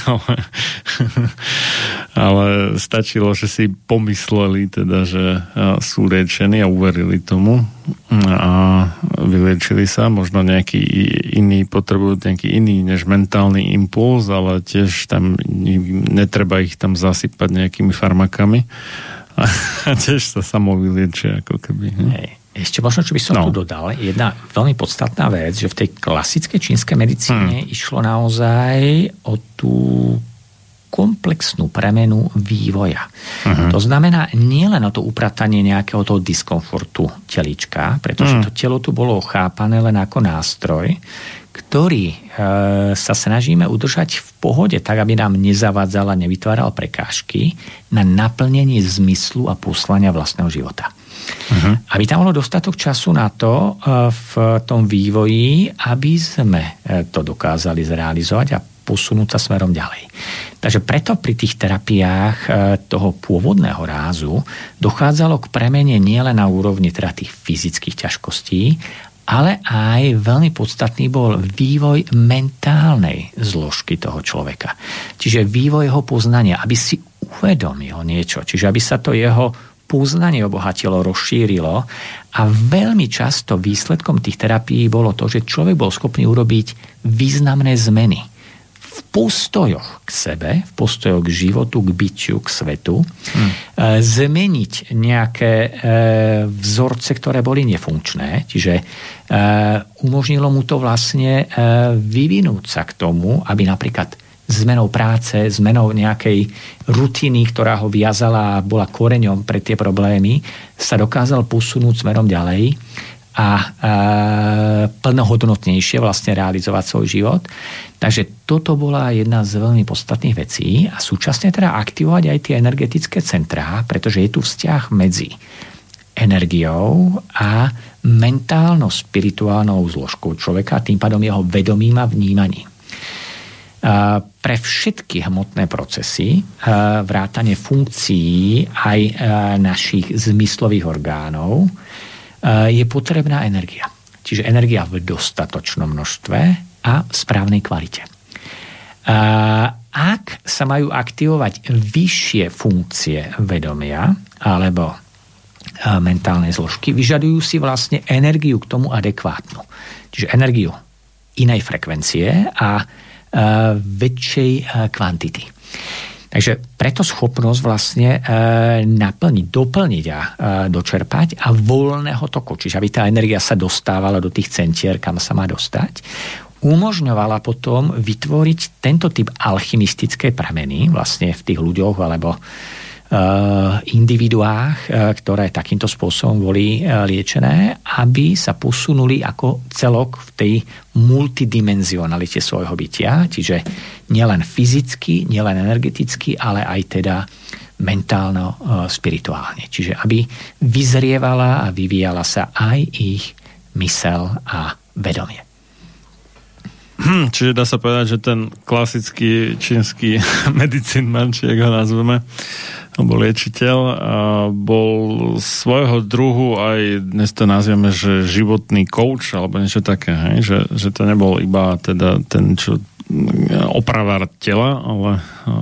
ale stačilo, že si pomysleli teda, že sú liečení a uverili tomu a vyliečili sa. Možno nejaký iný potrebujú nejaký iný než mentálny impuls, ale tiež tam netreba ich tam zasypať nejakými farmakami a tiež sa samo vyliečia ako keby. Hej. Ešte možno, čo by som tu dodal, jedna veľmi podstatná vec, že v tej klasickej čínskej medicíne išlo naozaj o tú komplexnú premenu vývoja. To znamená nielen o to upratanie nejakého toho diskomfortu telička, pretože to telo tu bolo chápané len ako nástroj, ktorý sa snažíme udržať v pohode, tak aby nám nezavádzal a nevytváral prekážky na naplnenie zmyslu a poslania vlastného života. Aby tam bolo dostatok času na to v tom vývoji, aby sme to dokázali zrealizovať a posunúť sa smerom ďalej. Takže preto pri tých terapiách toho pôvodného rázu dochádzalo k premene nielen na úrovni teda tých fyzických ťažkostí, ale aj veľmi podstatný bol vývoj mentálnej zložky toho človeka. Čiže vývoj jeho poznania, aby si uvedomil niečo, čiže aby sa to jeho poznanie obohatilo, rozšírilo a veľmi často výsledkom tých terapií bolo to, že človek bol schopný urobiť významné zmeny v postojoch k sebe, v postojoch k životu, k bytiu, k svetu, zmeniť nejaké vzorce, ktoré boli nefunkčné, čiže umožnilo mu to vlastne vyvinúť sa k tomu, aby napríklad zmenou práce, zmenou nejakej rutiny, ktorá ho viazala a bola koreňom pre tie problémy, sa dokázal posunúť smerom ďalej a plnohodnotnejšie vlastne realizovať svoj život. Takže toto bola jedna z veľmi podstatných vecí a súčasne teda aktivovať aj tie energetické centrá, pretože je tu vzťah medzi energiou a mentálno-spirituálnou zložkou človeka a tým pádom jeho vedomím a vnímaním. Pre všetky hmotné procesy, vrátane funkcií aj našich zmyslových orgánov, je potrebná energia. Čiže energia v dostatočnom množstve a v správnej kvalite. Ak sa majú aktivovať vyššie funkcie vedomia alebo mentálnej zložky, vyžadujú si vlastne energiu k tomu adekvátnu. Čiže energiu inej frekvencie a väčšej kvantity. Takže preto schopnosť vlastne naplniť, doplniť a dočerpať a voľného toku, čiže aby tá energia sa dostávala do tých centier, kam sa má dostať, umožňovala potom vytvoriť tento typ alchymistickej premeny vlastne v tých ľuďoch alebo individuách, ktoré takýmto spôsobom boli liečené, aby sa posunuli ako celok v tej multidimenzionalite svojho bytia, čiže nielen fyzicky, nielen energeticky, ale aj teda mentálno-spirituálne. Čiže aby vyzrievala a vyvíjala sa aj ich mysel a vedomie. Čiže dá sa povedať, že ten klasický čínsky medicínman, či ako ho nazveme, alebo liečiteľ, bol svojho druhu aj, dnes to nazvieme, že životný coach, alebo niečo také, hej? Že to nebol iba teda ten, čo opravár tela, ale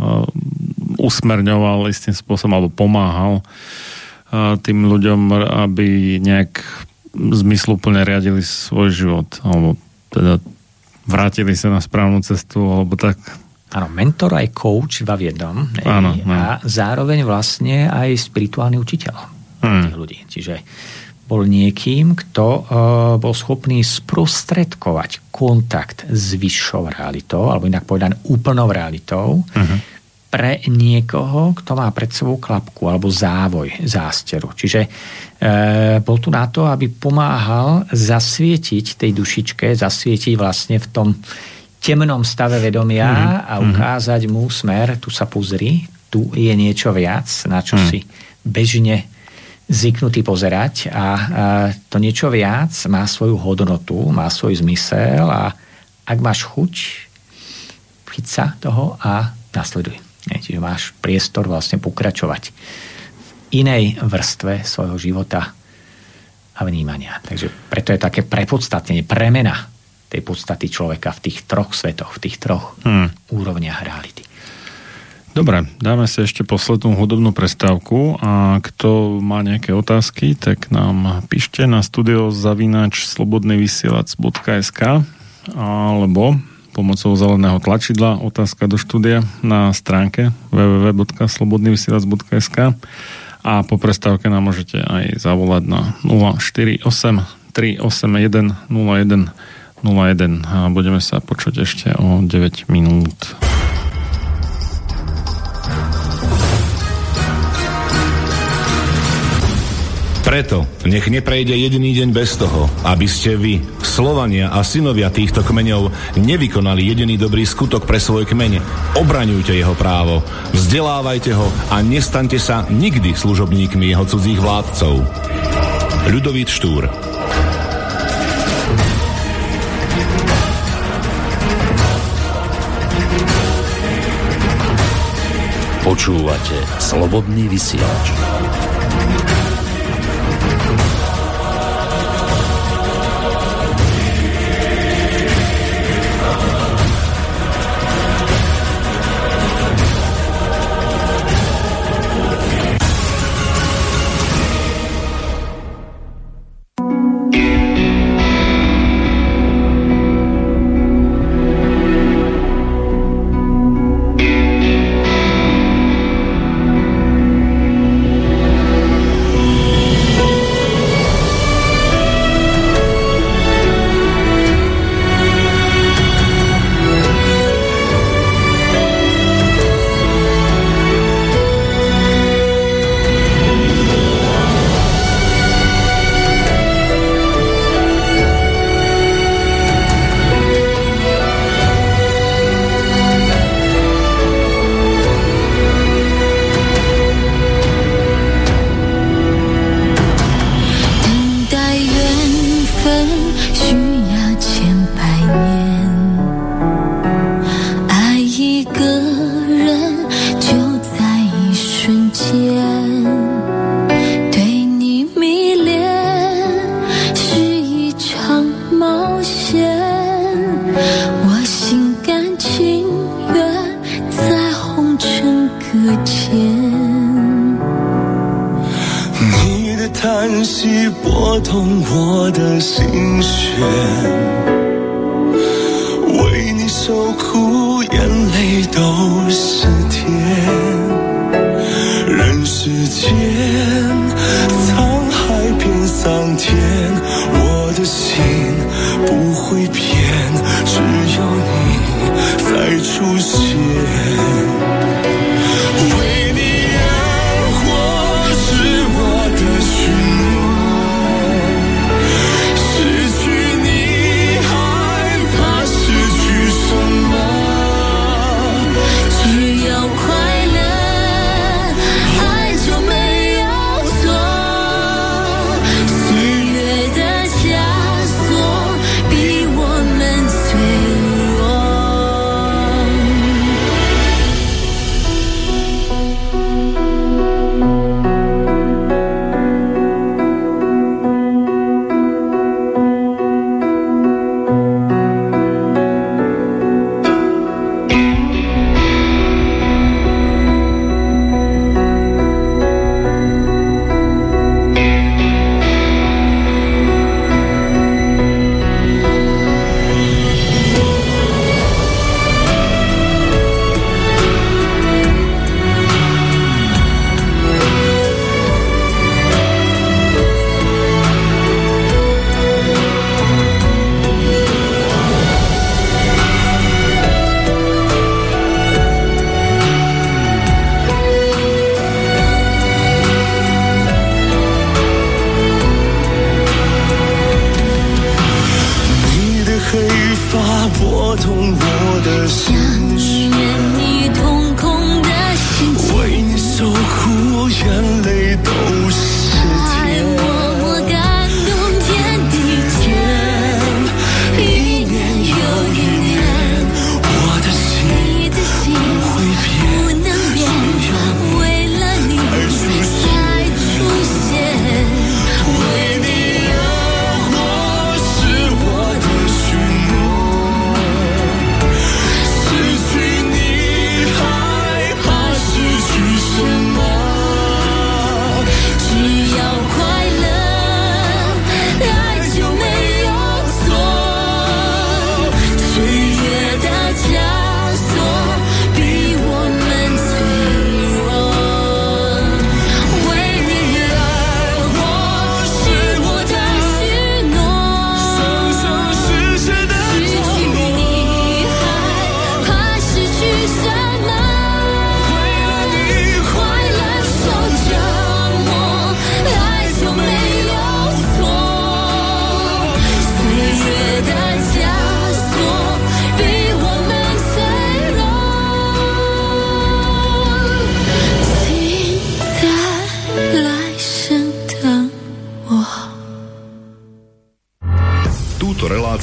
usmerňoval istým spôsobom, alebo pomáhal tým ľuďom, aby nejak zmysluplne riadili svoj život, alebo teda vrátili sa na správnu cestu, alebo tak. Áno, mentor aj coach iba v jednom. Áno, a zároveň vlastne aj spirituálny učiteľ tých ľudí. Čiže bol niekým, kto bol schopný sprostredkovať kontakt s vyššou realitou, alebo inak povedané úplnou realitou, pre niekoho, kto má pred sebou klapku alebo závoj, zásteru. Čiže bol tu na to, aby pomáhal zasvietiť tej dušičke, zasvietiť vlastne v tom temnom stave vedomia a ukázať mu smer, tu sa pozri, tu je niečo viac, na čo si bežne zvyknutý pozerať a to niečo viac má svoju hodnotu, má svoj zmysel a ak máš chuť, chyť sa toho a nasleduj. Čiže máš priestor vlastne pokračovať v inej vrstve svojho života a vnímania. Takže preto je také prepodstatnenie, premena tej podstaty človeka v tých troch svetoch, v tých troch úrovniach reality. Dobre, dáme si ešte poslednú hudobnú prestávku a kto má nejaké otázky, tak nám píšte na studio@slobodnyvysielac.sk alebo pomocou zeleného tlačidla otázka do štúdia na stránke www.slobodnyvysielac.sk a po prestávke nám môžete aj zavolať na 048 381 01 01 a budeme sa počuť ešte o 9 minút. Preto nech neprejde jediný deň bez toho, aby ste vy, Slovania a synovia týchto kmeňov, nevykonali jediný dobrý skutok pre svoj kmeň. Obraňujte jeho právo, vzdelávajte ho a nestaňte sa nikdy služobníkmi jeho cudzích vládcov. Ľudovít Štúr. Počúvate Slobodný vysielač.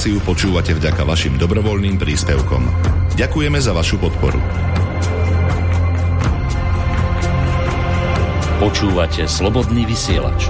reláciu počúvate vďaka vašim dobrovoľným príspevkom. Ďakujeme za vašu podporu. Počúvate Slobodný vysielač.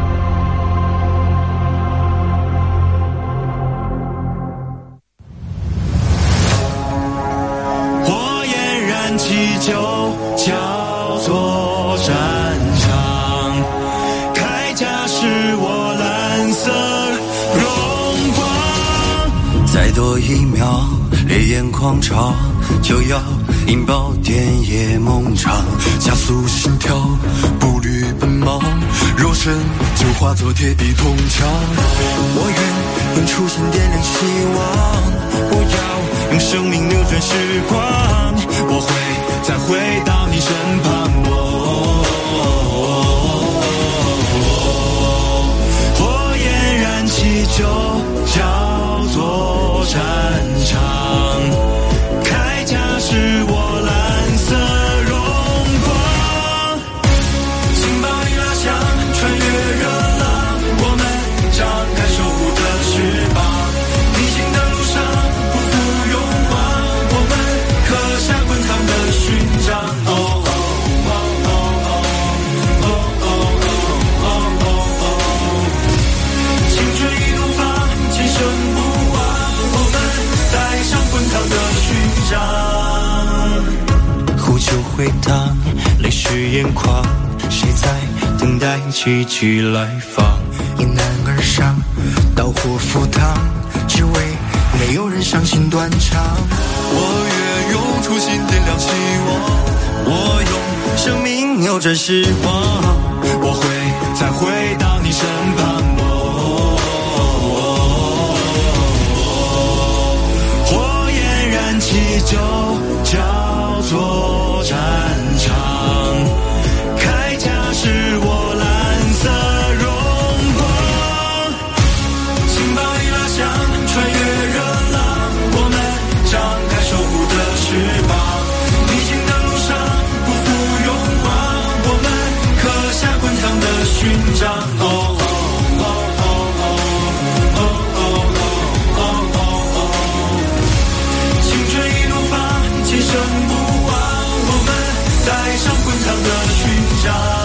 再多一秒，烈焰狂潮，就要引爆电野梦长，加速心跳，步履奔忙，肉身就化作铁壁铜墙。我愿用初心点亮希望，我要用生命扭转时光，我会再回到你身旁。火焰燃起就叫做战场，铠甲是我蓝色荣光，劲爆一拉响，穿越热浪，我们张开守护的翅膀，逆行的路上不负勇往，我们刻下滚烫的勋章。青春一怒放，今生不忘，我们带上滚烫的勋章。呼救回荡，泪湿眼眶，谁在等待奇迹来访？迎难而上，刀火赴汤，只为没有人伤心断肠。我愿用初心点亮希望，我用生命扭转时光，我会再回到你身旁。火焰燃起就叫做战场，铠甲是我蓝色荣光，劲爆一拉响，穿越热浪，我们张开守护的翅膀，逆行的路上不负勇往，我们刻下滚烫的勋章。青春一怒放，今生不忘，我们带上滚烫的勋章。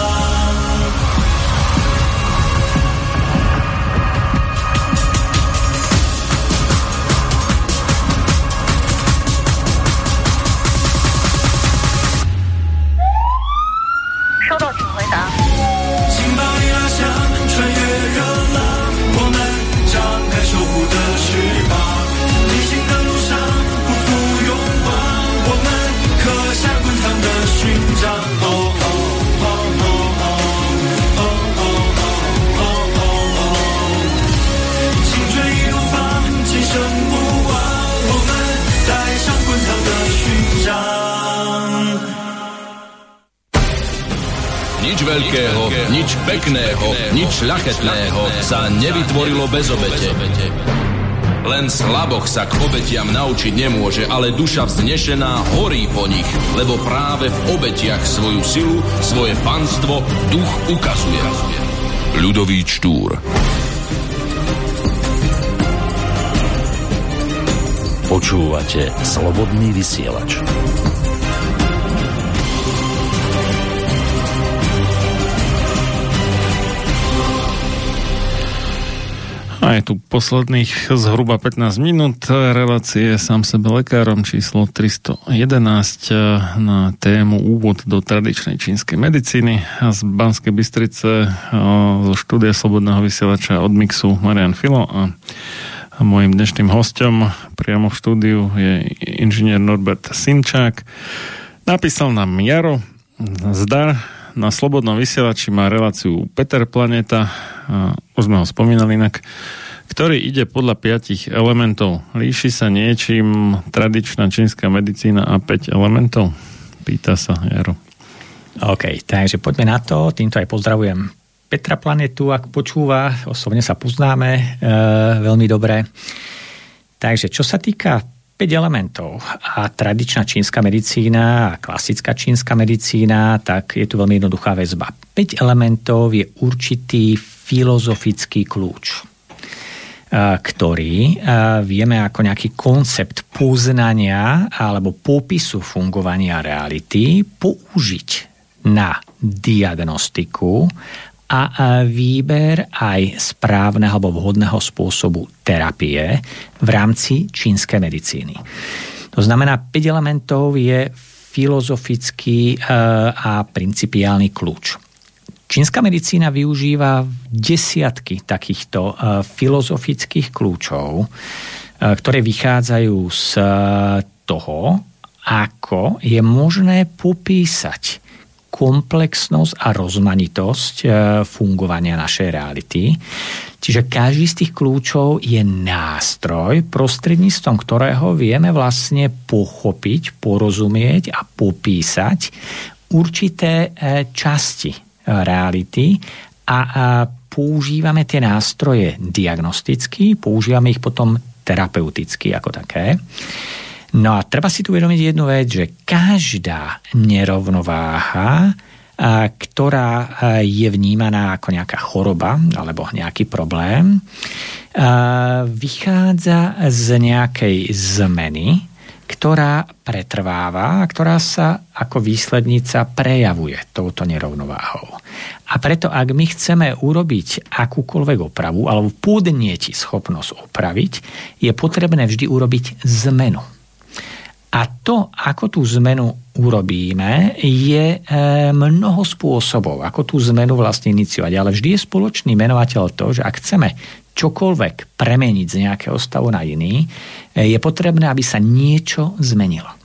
收到，请回答。 劲爆一拉响，穿越热浪，我们张开守护的翅膀，逆行的路上不负勇往，我们刻下滚烫的勋章。青春一怒放，今生不忘，我们带上滚烫的勋章。 Nič veľkého, nič pekného, nič šľachetného sa nevytvorilo bez obete. Len slaboch sa k obetiam naučiť nemôže, ale duša vznešená horí po nich, lebo práve v obetiach svoju silu, svoje panstvo duch ukazuje. Ľudovít Štúr. Počúvate Slobodný vysielač. A je tu posledných zhruba 15 minút relácie Sám sebe lekárom číslo 311 na tému úvod do tradičnej čínskej medicíny. A z Banskej Bystrice zo štúdia Slobodného vysielača od Mixu Marian Filo a mojím dnešným hosťom priamo v štúdiu je inžinier Norbert Sinčák. Napísal nám Jaro, zdar, na Slobodnom vysielači má reláciu Peter Planeta, už sme ho spomínali inak, ktorý ide podľa 5 elementov. Líši sa niečím tradičná čínska medicína a 5 elementov? Pýta sa Jaro. OK, takže poďme na to. Týmto aj pozdravujem Petra Planetu, ak počúva. Osobne sa poznáme veľmi dobre. Takže čo sa týka 5 elementov a tradičná čínska medicína a klasická čínska medicína, tak je tu veľmi jednoduchá väzba. 5 elementov je určitý filozofický kľúč. ktorý vieme ako nejaký koncept poznania alebo popisu fungovania reality použiť na diagnostiku a výber aj správneho alebo vhodného spôsobu terapie v rámci čínskej medicíny. To znamená, 5 elementov je filozofický a principiálny kľúč. Čínska medicína využíva desiatky takýchto filozofických kľúčov, ktoré vychádzajú z toho, ako je možné popísať komplexnosť a rozmanitosť fungovania našej reality. Čiže každý z tých kľúčov je nástroj, prostredníctvom ktorého vieme vlastne pochopiť, porozumieť a popísať určité časti reality a používame tie nástroje diagnosticky, používame ich potom terapeuticky ako také. No a treba si tu uvedomiť jednu vec, že každá nerovnováha, ktorá je vnímaná ako nejaká choroba alebo nejaký problém, vychádza z nejakej zmeny, ktorá pretrváva a ktorá sa ako výslednica prejavuje touto nerovnováhou. A preto, ak my chceme urobiť akúkoľvek opravu alebo podnietiť schopnosť opraviť, je potrebné vždy urobiť zmenu. A to, ako tú zmenu urobíme, je mnoho spôsobov, ako tú zmenu vlastne iniciovať. Ale vždy je spoločný menovateľ to, že ak chceme čokoľvek premeniť z nejakého stavu na iný, je potrebné, aby sa niečo zmenilo.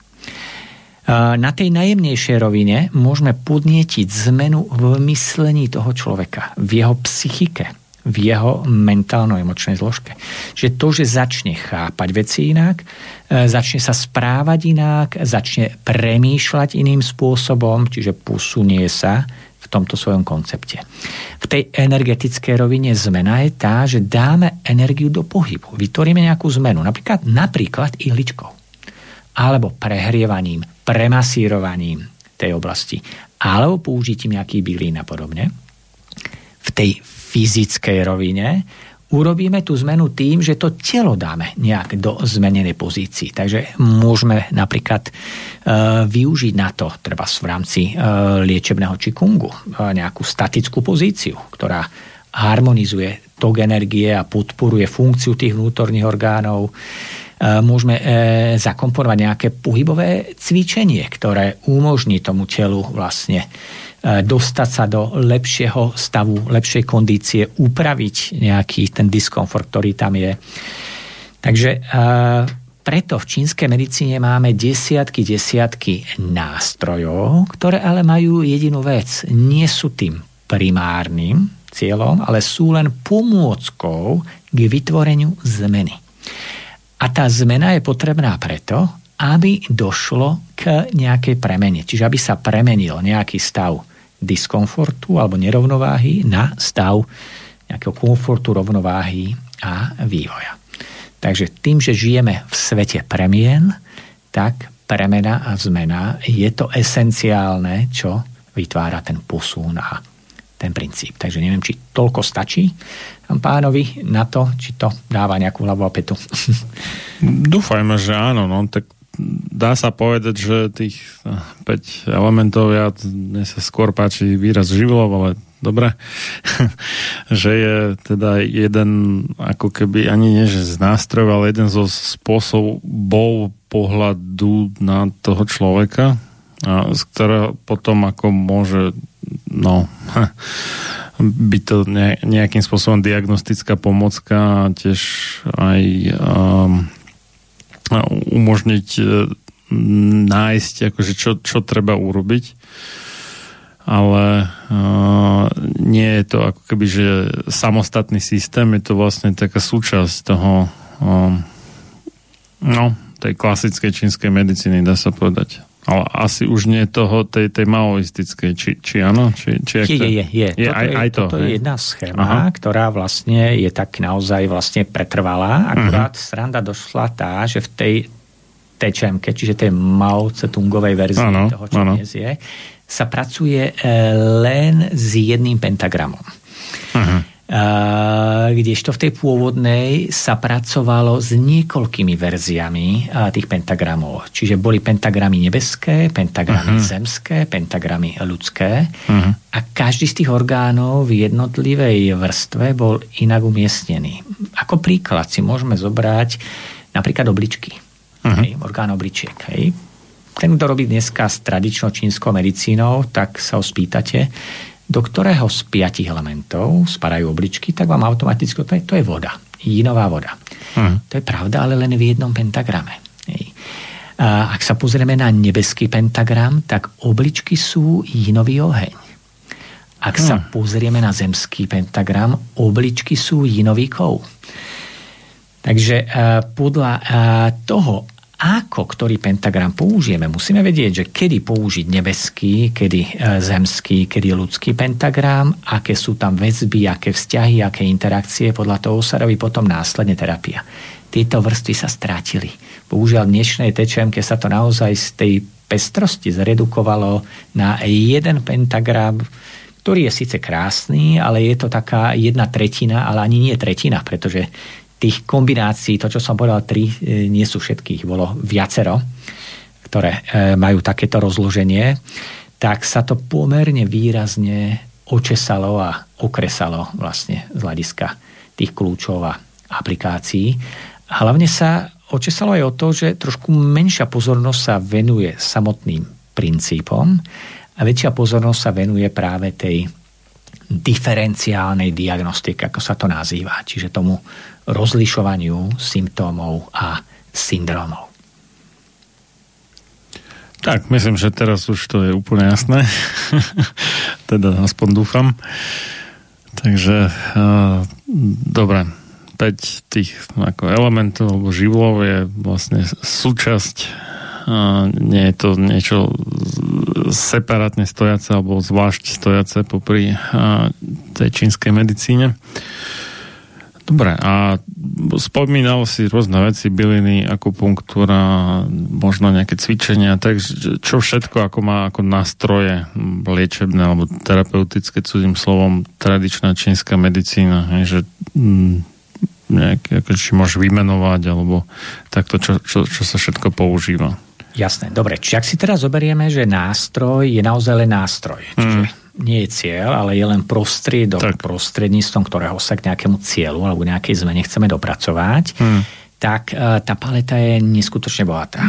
Na tej najjemnejšej rovine môžeme podnietiť zmenu v myslení toho človeka, v jeho psychike, v jeho mentálno-emočnej zložke. Čiže to, že začne chápať veci inak, začne sa správať inak, začne premýšľať iným spôsobom, čiže posunie sa v tomto svojom koncepte. V tej energetickej rovine zmena je tá, že dáme energiu do pohybu. Vytvoríme nejakú zmenu, napríklad ihličkou, alebo prehrievaním, premasírovaním tej oblasti, alebo použitím nejakých bylín a podobne. V tej fyzickej rovine urobíme tú zmenu tým, že to telo dáme nejak do zmenenej pozícii. Takže môžeme napríklad využiť na to, treba v rámci liečebného čikungu, nejakú statickú pozíciu, ktorá harmonizuje tok energie a podporuje funkciu tých vnútorných orgánov. Môžeme zakomponovať nejaké pohybové cvičenie, ktoré umožní tomu telu vlastne dostať sa do lepšieho stavu, lepšej kondície, upraviť nejaký ten diskomfort, ktorý tam je. Takže preto v čínskej medicíne máme desiatky nástrojov, ktoré ale majú jedinú vec. Nie sú tým primárnym cieľom, ale sú len pomôckou k vytvoreniu zmeny. A tá zmena je potrebná preto, aby došlo k nejakej premene. Čiže aby sa premenil nejaký stav diskomfortu alebo nerovnováhy na stav nejakého komfortu, rovnováhy a vývoja. Takže tým, že žijeme v svete premien, tak premena a zmena je to esenciálne, čo vytvára ten posun a ten princíp. Takže neviem, či toľko stačí pánovi na to, či to dáva nejakú hlavu a petu. Dúfajme, že áno. No, tak dá sa povedať, že tých 5 elementov, mne sa skôr páči výraz živlov, ale dobre, že je teda jeden ako keby ani nie, že z nástrojov, ale jeden zo spôsobov pohľadu na toho človeka, z ktorého potom ako môže byť to nejakým spôsobom diagnostická pomocka a tiež aj umožniť nájsť, akože čo treba urobiť. Ale nie je to ako keby, že samostatný systém, je to vlastne taká súčasť toho tej klasickej čínskej medicíny, dá sa povedať. Ale asi už nie toho tej maoistickej, či áno? Či je. Toto je jedna schéma, ktorá vlastne je tak naozaj vlastne pretrvalá. Akurát sranda došla tá, že v tej TČMke, čiže tej Mao Tse-tungovej verzii toho, čo dnes je, sa pracuje len s jedným pentagramom. Kdežto v tej pôvodnej sa pracovalo s niekoľkými verziami tých pentagramov. Čiže boli pentagramy nebeské, pentagramy zemské, pentagramy ľudské a každý z tých orgánov v jednotlivej vrstve bol inak umiestnený. Ako príklad si môžeme zobrať napríklad obličky. Orgán obličiek. Ten, kto robí dneska s tradičnou čínskou medicínou, tak sa ho spýtate, do ktorého z 5 elementov spadajú obličky, tak vám automaticky to je voda. Jínová voda. To je pravda, ale len v jednom pentagrame. A ak sa pozrieme na nebeský pentagram, tak obličky sú jínový oheň. Ak sa pozrieme na zemský pentagram, obličky sú jínový kov. Takže podľa toho, ako ktorý pentagram použijeme, musíme vedieť, že kedy použiť nebeský, kedy zemský, kedy ľudský pentagram, aké sú tam väzby, aké vzťahy, aké interakcie, podľa toho sa robí potom následne terapia. Tieto vrstvy sa strátili. Bohužiaľ v dnešnej TČM-ke sa to naozaj z tej pestrosti zredukovalo na jeden pentagram, ktorý je síce krásny, ale je to taká 1/3, ale ani nie tretina, pretože tých kombinácií, to, čo som povedal, 3, nie sú všetkých, bolo viacero, ktoré majú takéto rozloženie, tak sa to pomerne výrazne očesalo a okresalo vlastne z hľadiska tých kľúčov a aplikácií. A hlavne sa očesalo aj o to, že trošku menšia pozornosť sa venuje samotným princípom a väčšia pozornosť sa venuje práve tej diferenciálnej diagnostike, ako sa to nazýva, čiže tomu rozlišovaniu symptómov a syndrómov. Tak, myslím, že teraz už to je úplne jasné. Teda aspoň dúfam. Takže dobre, 5 tých ako elementov alebo živlov je vlastne súčasť, nie je to niečo separátne stojace alebo zvlášť stojace popri tej čínskej medicíne. Dobre, a spomínal si rôzne veci, byliny, akupunktúra, možno nejaké cvičenia, takže čo všetko ako má ako nástroje liečebné alebo terapeutické, cudzým slovom, tradičná čínska medicína, že nejaké, či môžeš vymenovať, alebo takto, čo sa všetko používa. Jasné, dobre. Čiže ak si teraz zoberieme, že nástroj je naozaj len nástroj, čiže nie je cieľ, ale je len prostriedok, prostredníctvom ktorého sa k nejakému cieľu alebo nejakej zmene chceme dopracovať, tak tá paleta je neskutočne bohatá.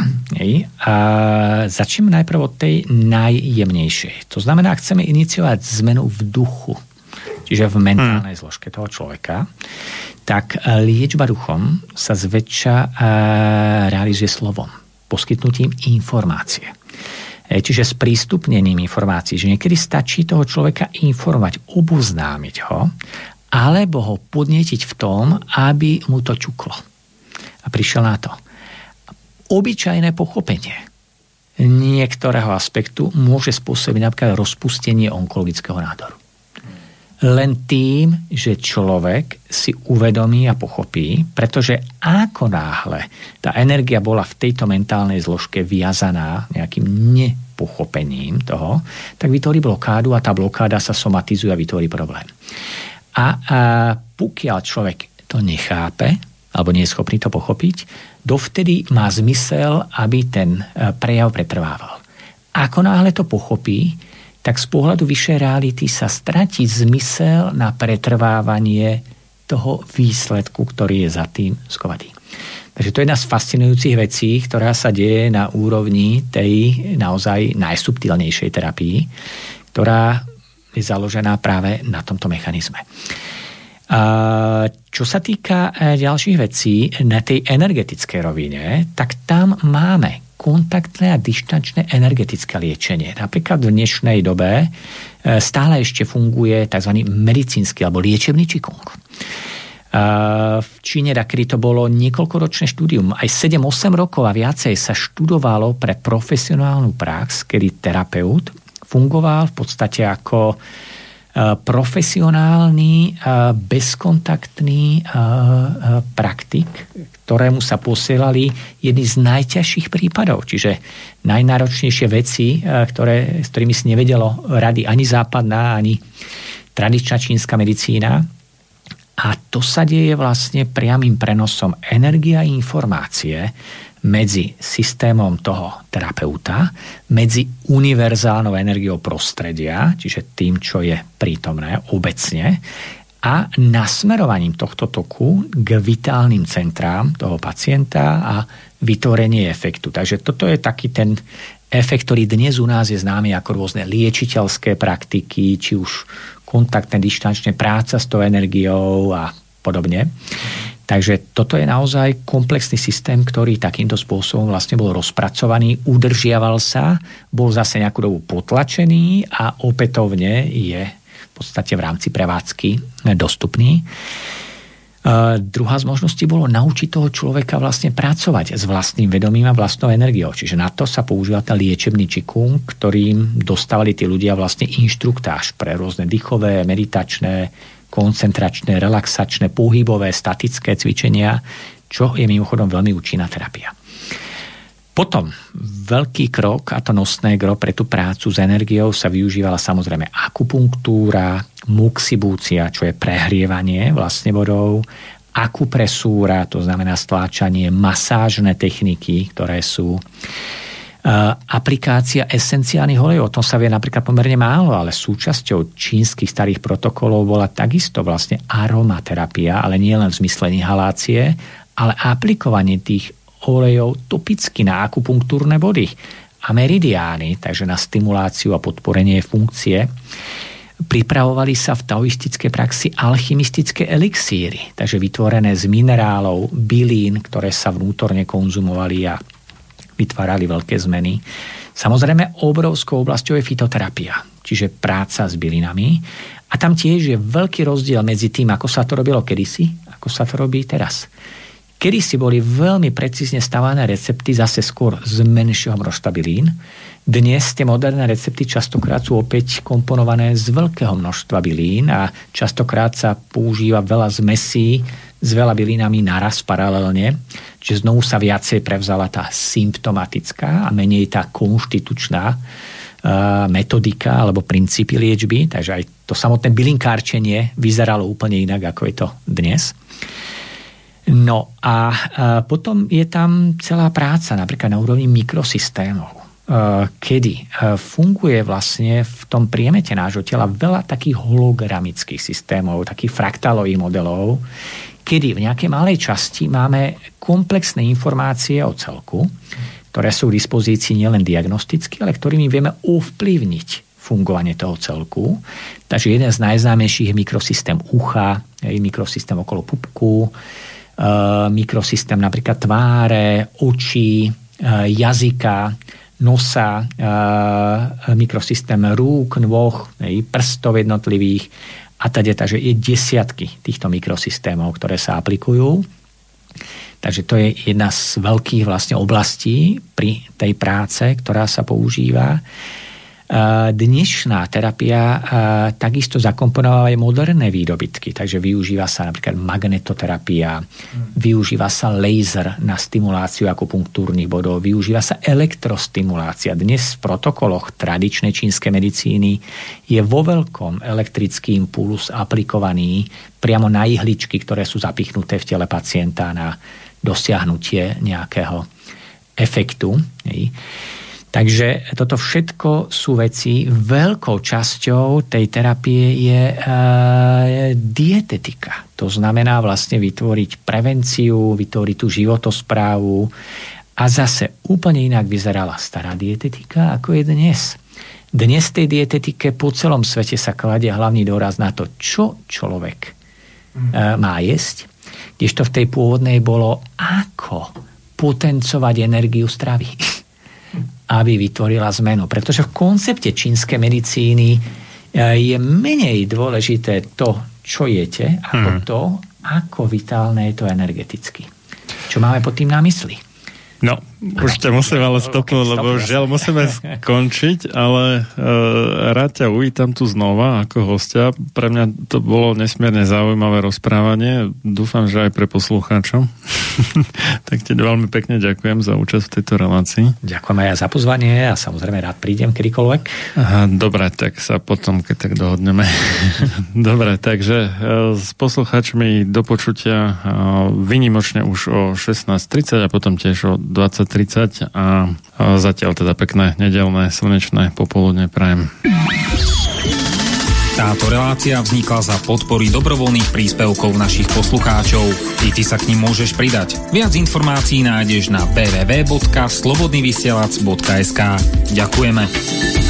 Začneme najprv od tej najjemnejšej. To znamená, ak chceme iniciovať zmenu v duchu, čiže v mentálnej zložke toho človeka, tak liečba duchom sa zväčša realizuje slovom, poskytnutím informácie. Čiže sprístupnením informácií, že niekedy stačí toho človeka informovať, oboznámiť ho, alebo ho podnietiť v tom, aby mu to čuklo. A prišiel na to. Obyčajné pochopenie niektorého aspektu môže spôsobiť napríklad rozpustenie onkologického nádoru. Len tým, že človek si uvedomí a pochopí, pretože ako náhle tá energia bola v tejto mentálnej zložke viazaná nejakým nepochopením toho, tak vytvorí blokádu a tá blokáda sa somatizuje a vytvorí problém. A pokiaľ človek to nechápe, alebo nie je schopný to pochopiť, dovtedy má zmysel, aby ten prejav pretrvával. Ako náhle to pochopí, tak z pohľadu vyššej reality sa stratí zmysel na pretrvávanie toho výsledku, ktorý je za tým skovaný. Takže to je jedna z fascinujúcich vecí, ktorá sa deje na úrovni tej naozaj najsubtilnejšej terapii, ktorá je založená práve na tomto mechanizme. Čo sa týka ďalších vecí na tej energetickej rovine, tak tam máme kontaktné a dištančné energetické liečenie. Napríklad v dnešnej dobe stále ešte funguje tzv. Medicínsky alebo liečebný čikung. V Číne, kedy to bolo niekoľkoročné štúdium, aj 7-8 rokov a viacej sa študovalo pre profesionálnu prax, kedy terapeut fungoval v podstate ako profesionálny, bezkontaktný praktik, ktorému sa posielali jedny z najťažších prípadov, čiže najnáročnejšie veci, s ktorými si nevedelo rady ani západná, ani tradičná čínska medicína. A to sa deje vlastne priamym prenosom energie a informácie medzi systémom toho terapeuta, medzi univerzálnou energiou prostredia, čiže tým, čo je prítomné obecne, a nasmerovaním tohto toku k vitálnym centrám toho pacienta a vytvorenie efektu. Takže toto je taký ten efekt, ktorý dnes u nás je známy ako rôzne liečiteľské praktiky, či už kontaktné, dištančné, práca s tou energiou a podobne. Takže toto je naozaj komplexný systém, ktorý takýmto spôsobom vlastne bol rozpracovaný, udržiaval sa, bol zase nejakú dobu potlačený a opätovne je v podstate v rámci prevádzky dostupný. Druhá z možností bolo naučiť toho človeka vlastne pracovať s vlastným vedomím a vlastnou energiou. Čiže na to sa používa ten liečebný čikung, ktorým dostávali tí ľudia vlastne inštruktáž pre rôzne dýchové, meditačné, koncentračné, relaxačné, pohybové, statické cvičenia, čo je mimochodom veľmi účinná terapia. Potom veľký krok, a to nosné gro pre tú prácu s energiou, sa využívala samozrejme akupunktúra, muxibúcia, čo je prehrievanie vlastne vodou, akupresúra, to znamená stláčanie, masážne techniky, ktoré sú aplikácia esenciálnych olejov. O tom sa vie napríklad pomerne málo, ale súčasťou čínskych starých protokolov bola takisto vlastne aromaterapia, ale nie len v zmysle inhalácie, ale aplikovanie tých olejov topicky na akupunktúrne body a meridiány, takže na stimuláciu a podporenie funkcie. Pripravovali sa v taoistickej praxi alchymistické elixíry, takže vytvorené z minerálov, bylín, ktoré sa vnútorne konzumovali a vytvárali veľké zmeny. Samozrejme, obrovskou oblasťou je fitoterapia, čiže práca s bylinami. A tam tiež je veľký rozdiel medzi tým, ako sa to robilo kedysi, ako sa to robí teraz. Kedysi boli veľmi precízne stavané recepty zase skôr z menšieho množstva bylín. Dnes tie moderné recepty častokrát sú opäť komponované z veľkého množstva bylín a častokrát sa používa veľa zmesí s veľa bylinami naraz paralelne, čiže znovu sa viacej prevzala tá symptomatická a menej tá konštitučná metodika alebo princípy liečby, takže aj to samotné bylinkárčenie vyzeralo úplne inak, ako je to dnes. No a potom je tam celá práca, napríklad na úrovni mikrosystémov, kedy funguje vlastne v tom priemete nášho tela veľa takých hologramických systémov, takých fraktálových modelov, kedy v nejakej malej časti máme komplexné informácie o celku, ktoré sú k dispozícii nielen diagnosticky, ale ktorými vieme ovplyvniť fungovanie toho celku. Takže jeden z najznámejších je mikrosystém ucha, mikrosystém okolo pupku, mikrosystém napríklad tváre, očí, jazyka, nosa, mikrosystém rúk, nôh, prstov jednotlivých a teda, takže je desiatky týchto mikrosystémov, ktoré sa aplikujú. Takže to je jedna z veľkých vlastne oblastí pri tej práce, ktorá sa používa. Dnešná terapia takisto zakomponovala aj moderné výdobytky, takže využíva sa napríklad magnetoterapia, využíva sa laser na stimuláciu akupunktúrnych bodov, využíva sa elektrostimulácia. Dnes v protokoloch tradičnej čínskej medicíny je vo veľkom elektrický impuls aplikovaný priamo na ihličky, ktoré sú zapichnuté v tele pacienta na dosiahnutie nejakého efektu. Takže toto všetko sú veci. Veľkou časťou tej terapie je dietetika. To znamená vlastne vytvoriť prevenciu, vytvoriť tú životosprávu. A zase úplne inak vyzerala stará dietetika, ako je dnes. Dnes tej dietetike po celom svete sa kladie hlavný dôraz na to, čo človek má jesť. Kdežto v tej pôvodnej bolo, ako potencovať energiu stravy, aby vytvorila zmenu. Pretože v koncepte čínskej medicíny je menej dôležité to, čo jete, ako to, ako vitálne je to energeticky. Čo máme pod tým na mysli? No, Už ťa musím ale stopnúť, lebo žiaľ musíme skončiť, ale rád ťa uvítam tu znova ako hostia. Pre mňa to bolo nesmierne zaujímavé rozprávanie. Dúfam, že aj pre poslucháčov. Tak ti veľmi pekne ďakujem za účasť v tejto relácii. Ďakujem aj za pozvanie a samozrejme rád prídem kedykoľvek. Dobre, tak sa potom keď tak dohodneme. Dobre, takže s poslucháčmi do počutia výnimočne už o 16:30 a potom tiež o 20:30 a zatiaľ teda pekné nedeľné slnečné popoludne prajem. Táto relácia vznikla za podpory dobrovoľných príspevkov našich poslucháčov. I ty sa k nim môžeš pridať. Viac informácií nájdeš na www.slobodnyvysielac.sk. Ďakujeme.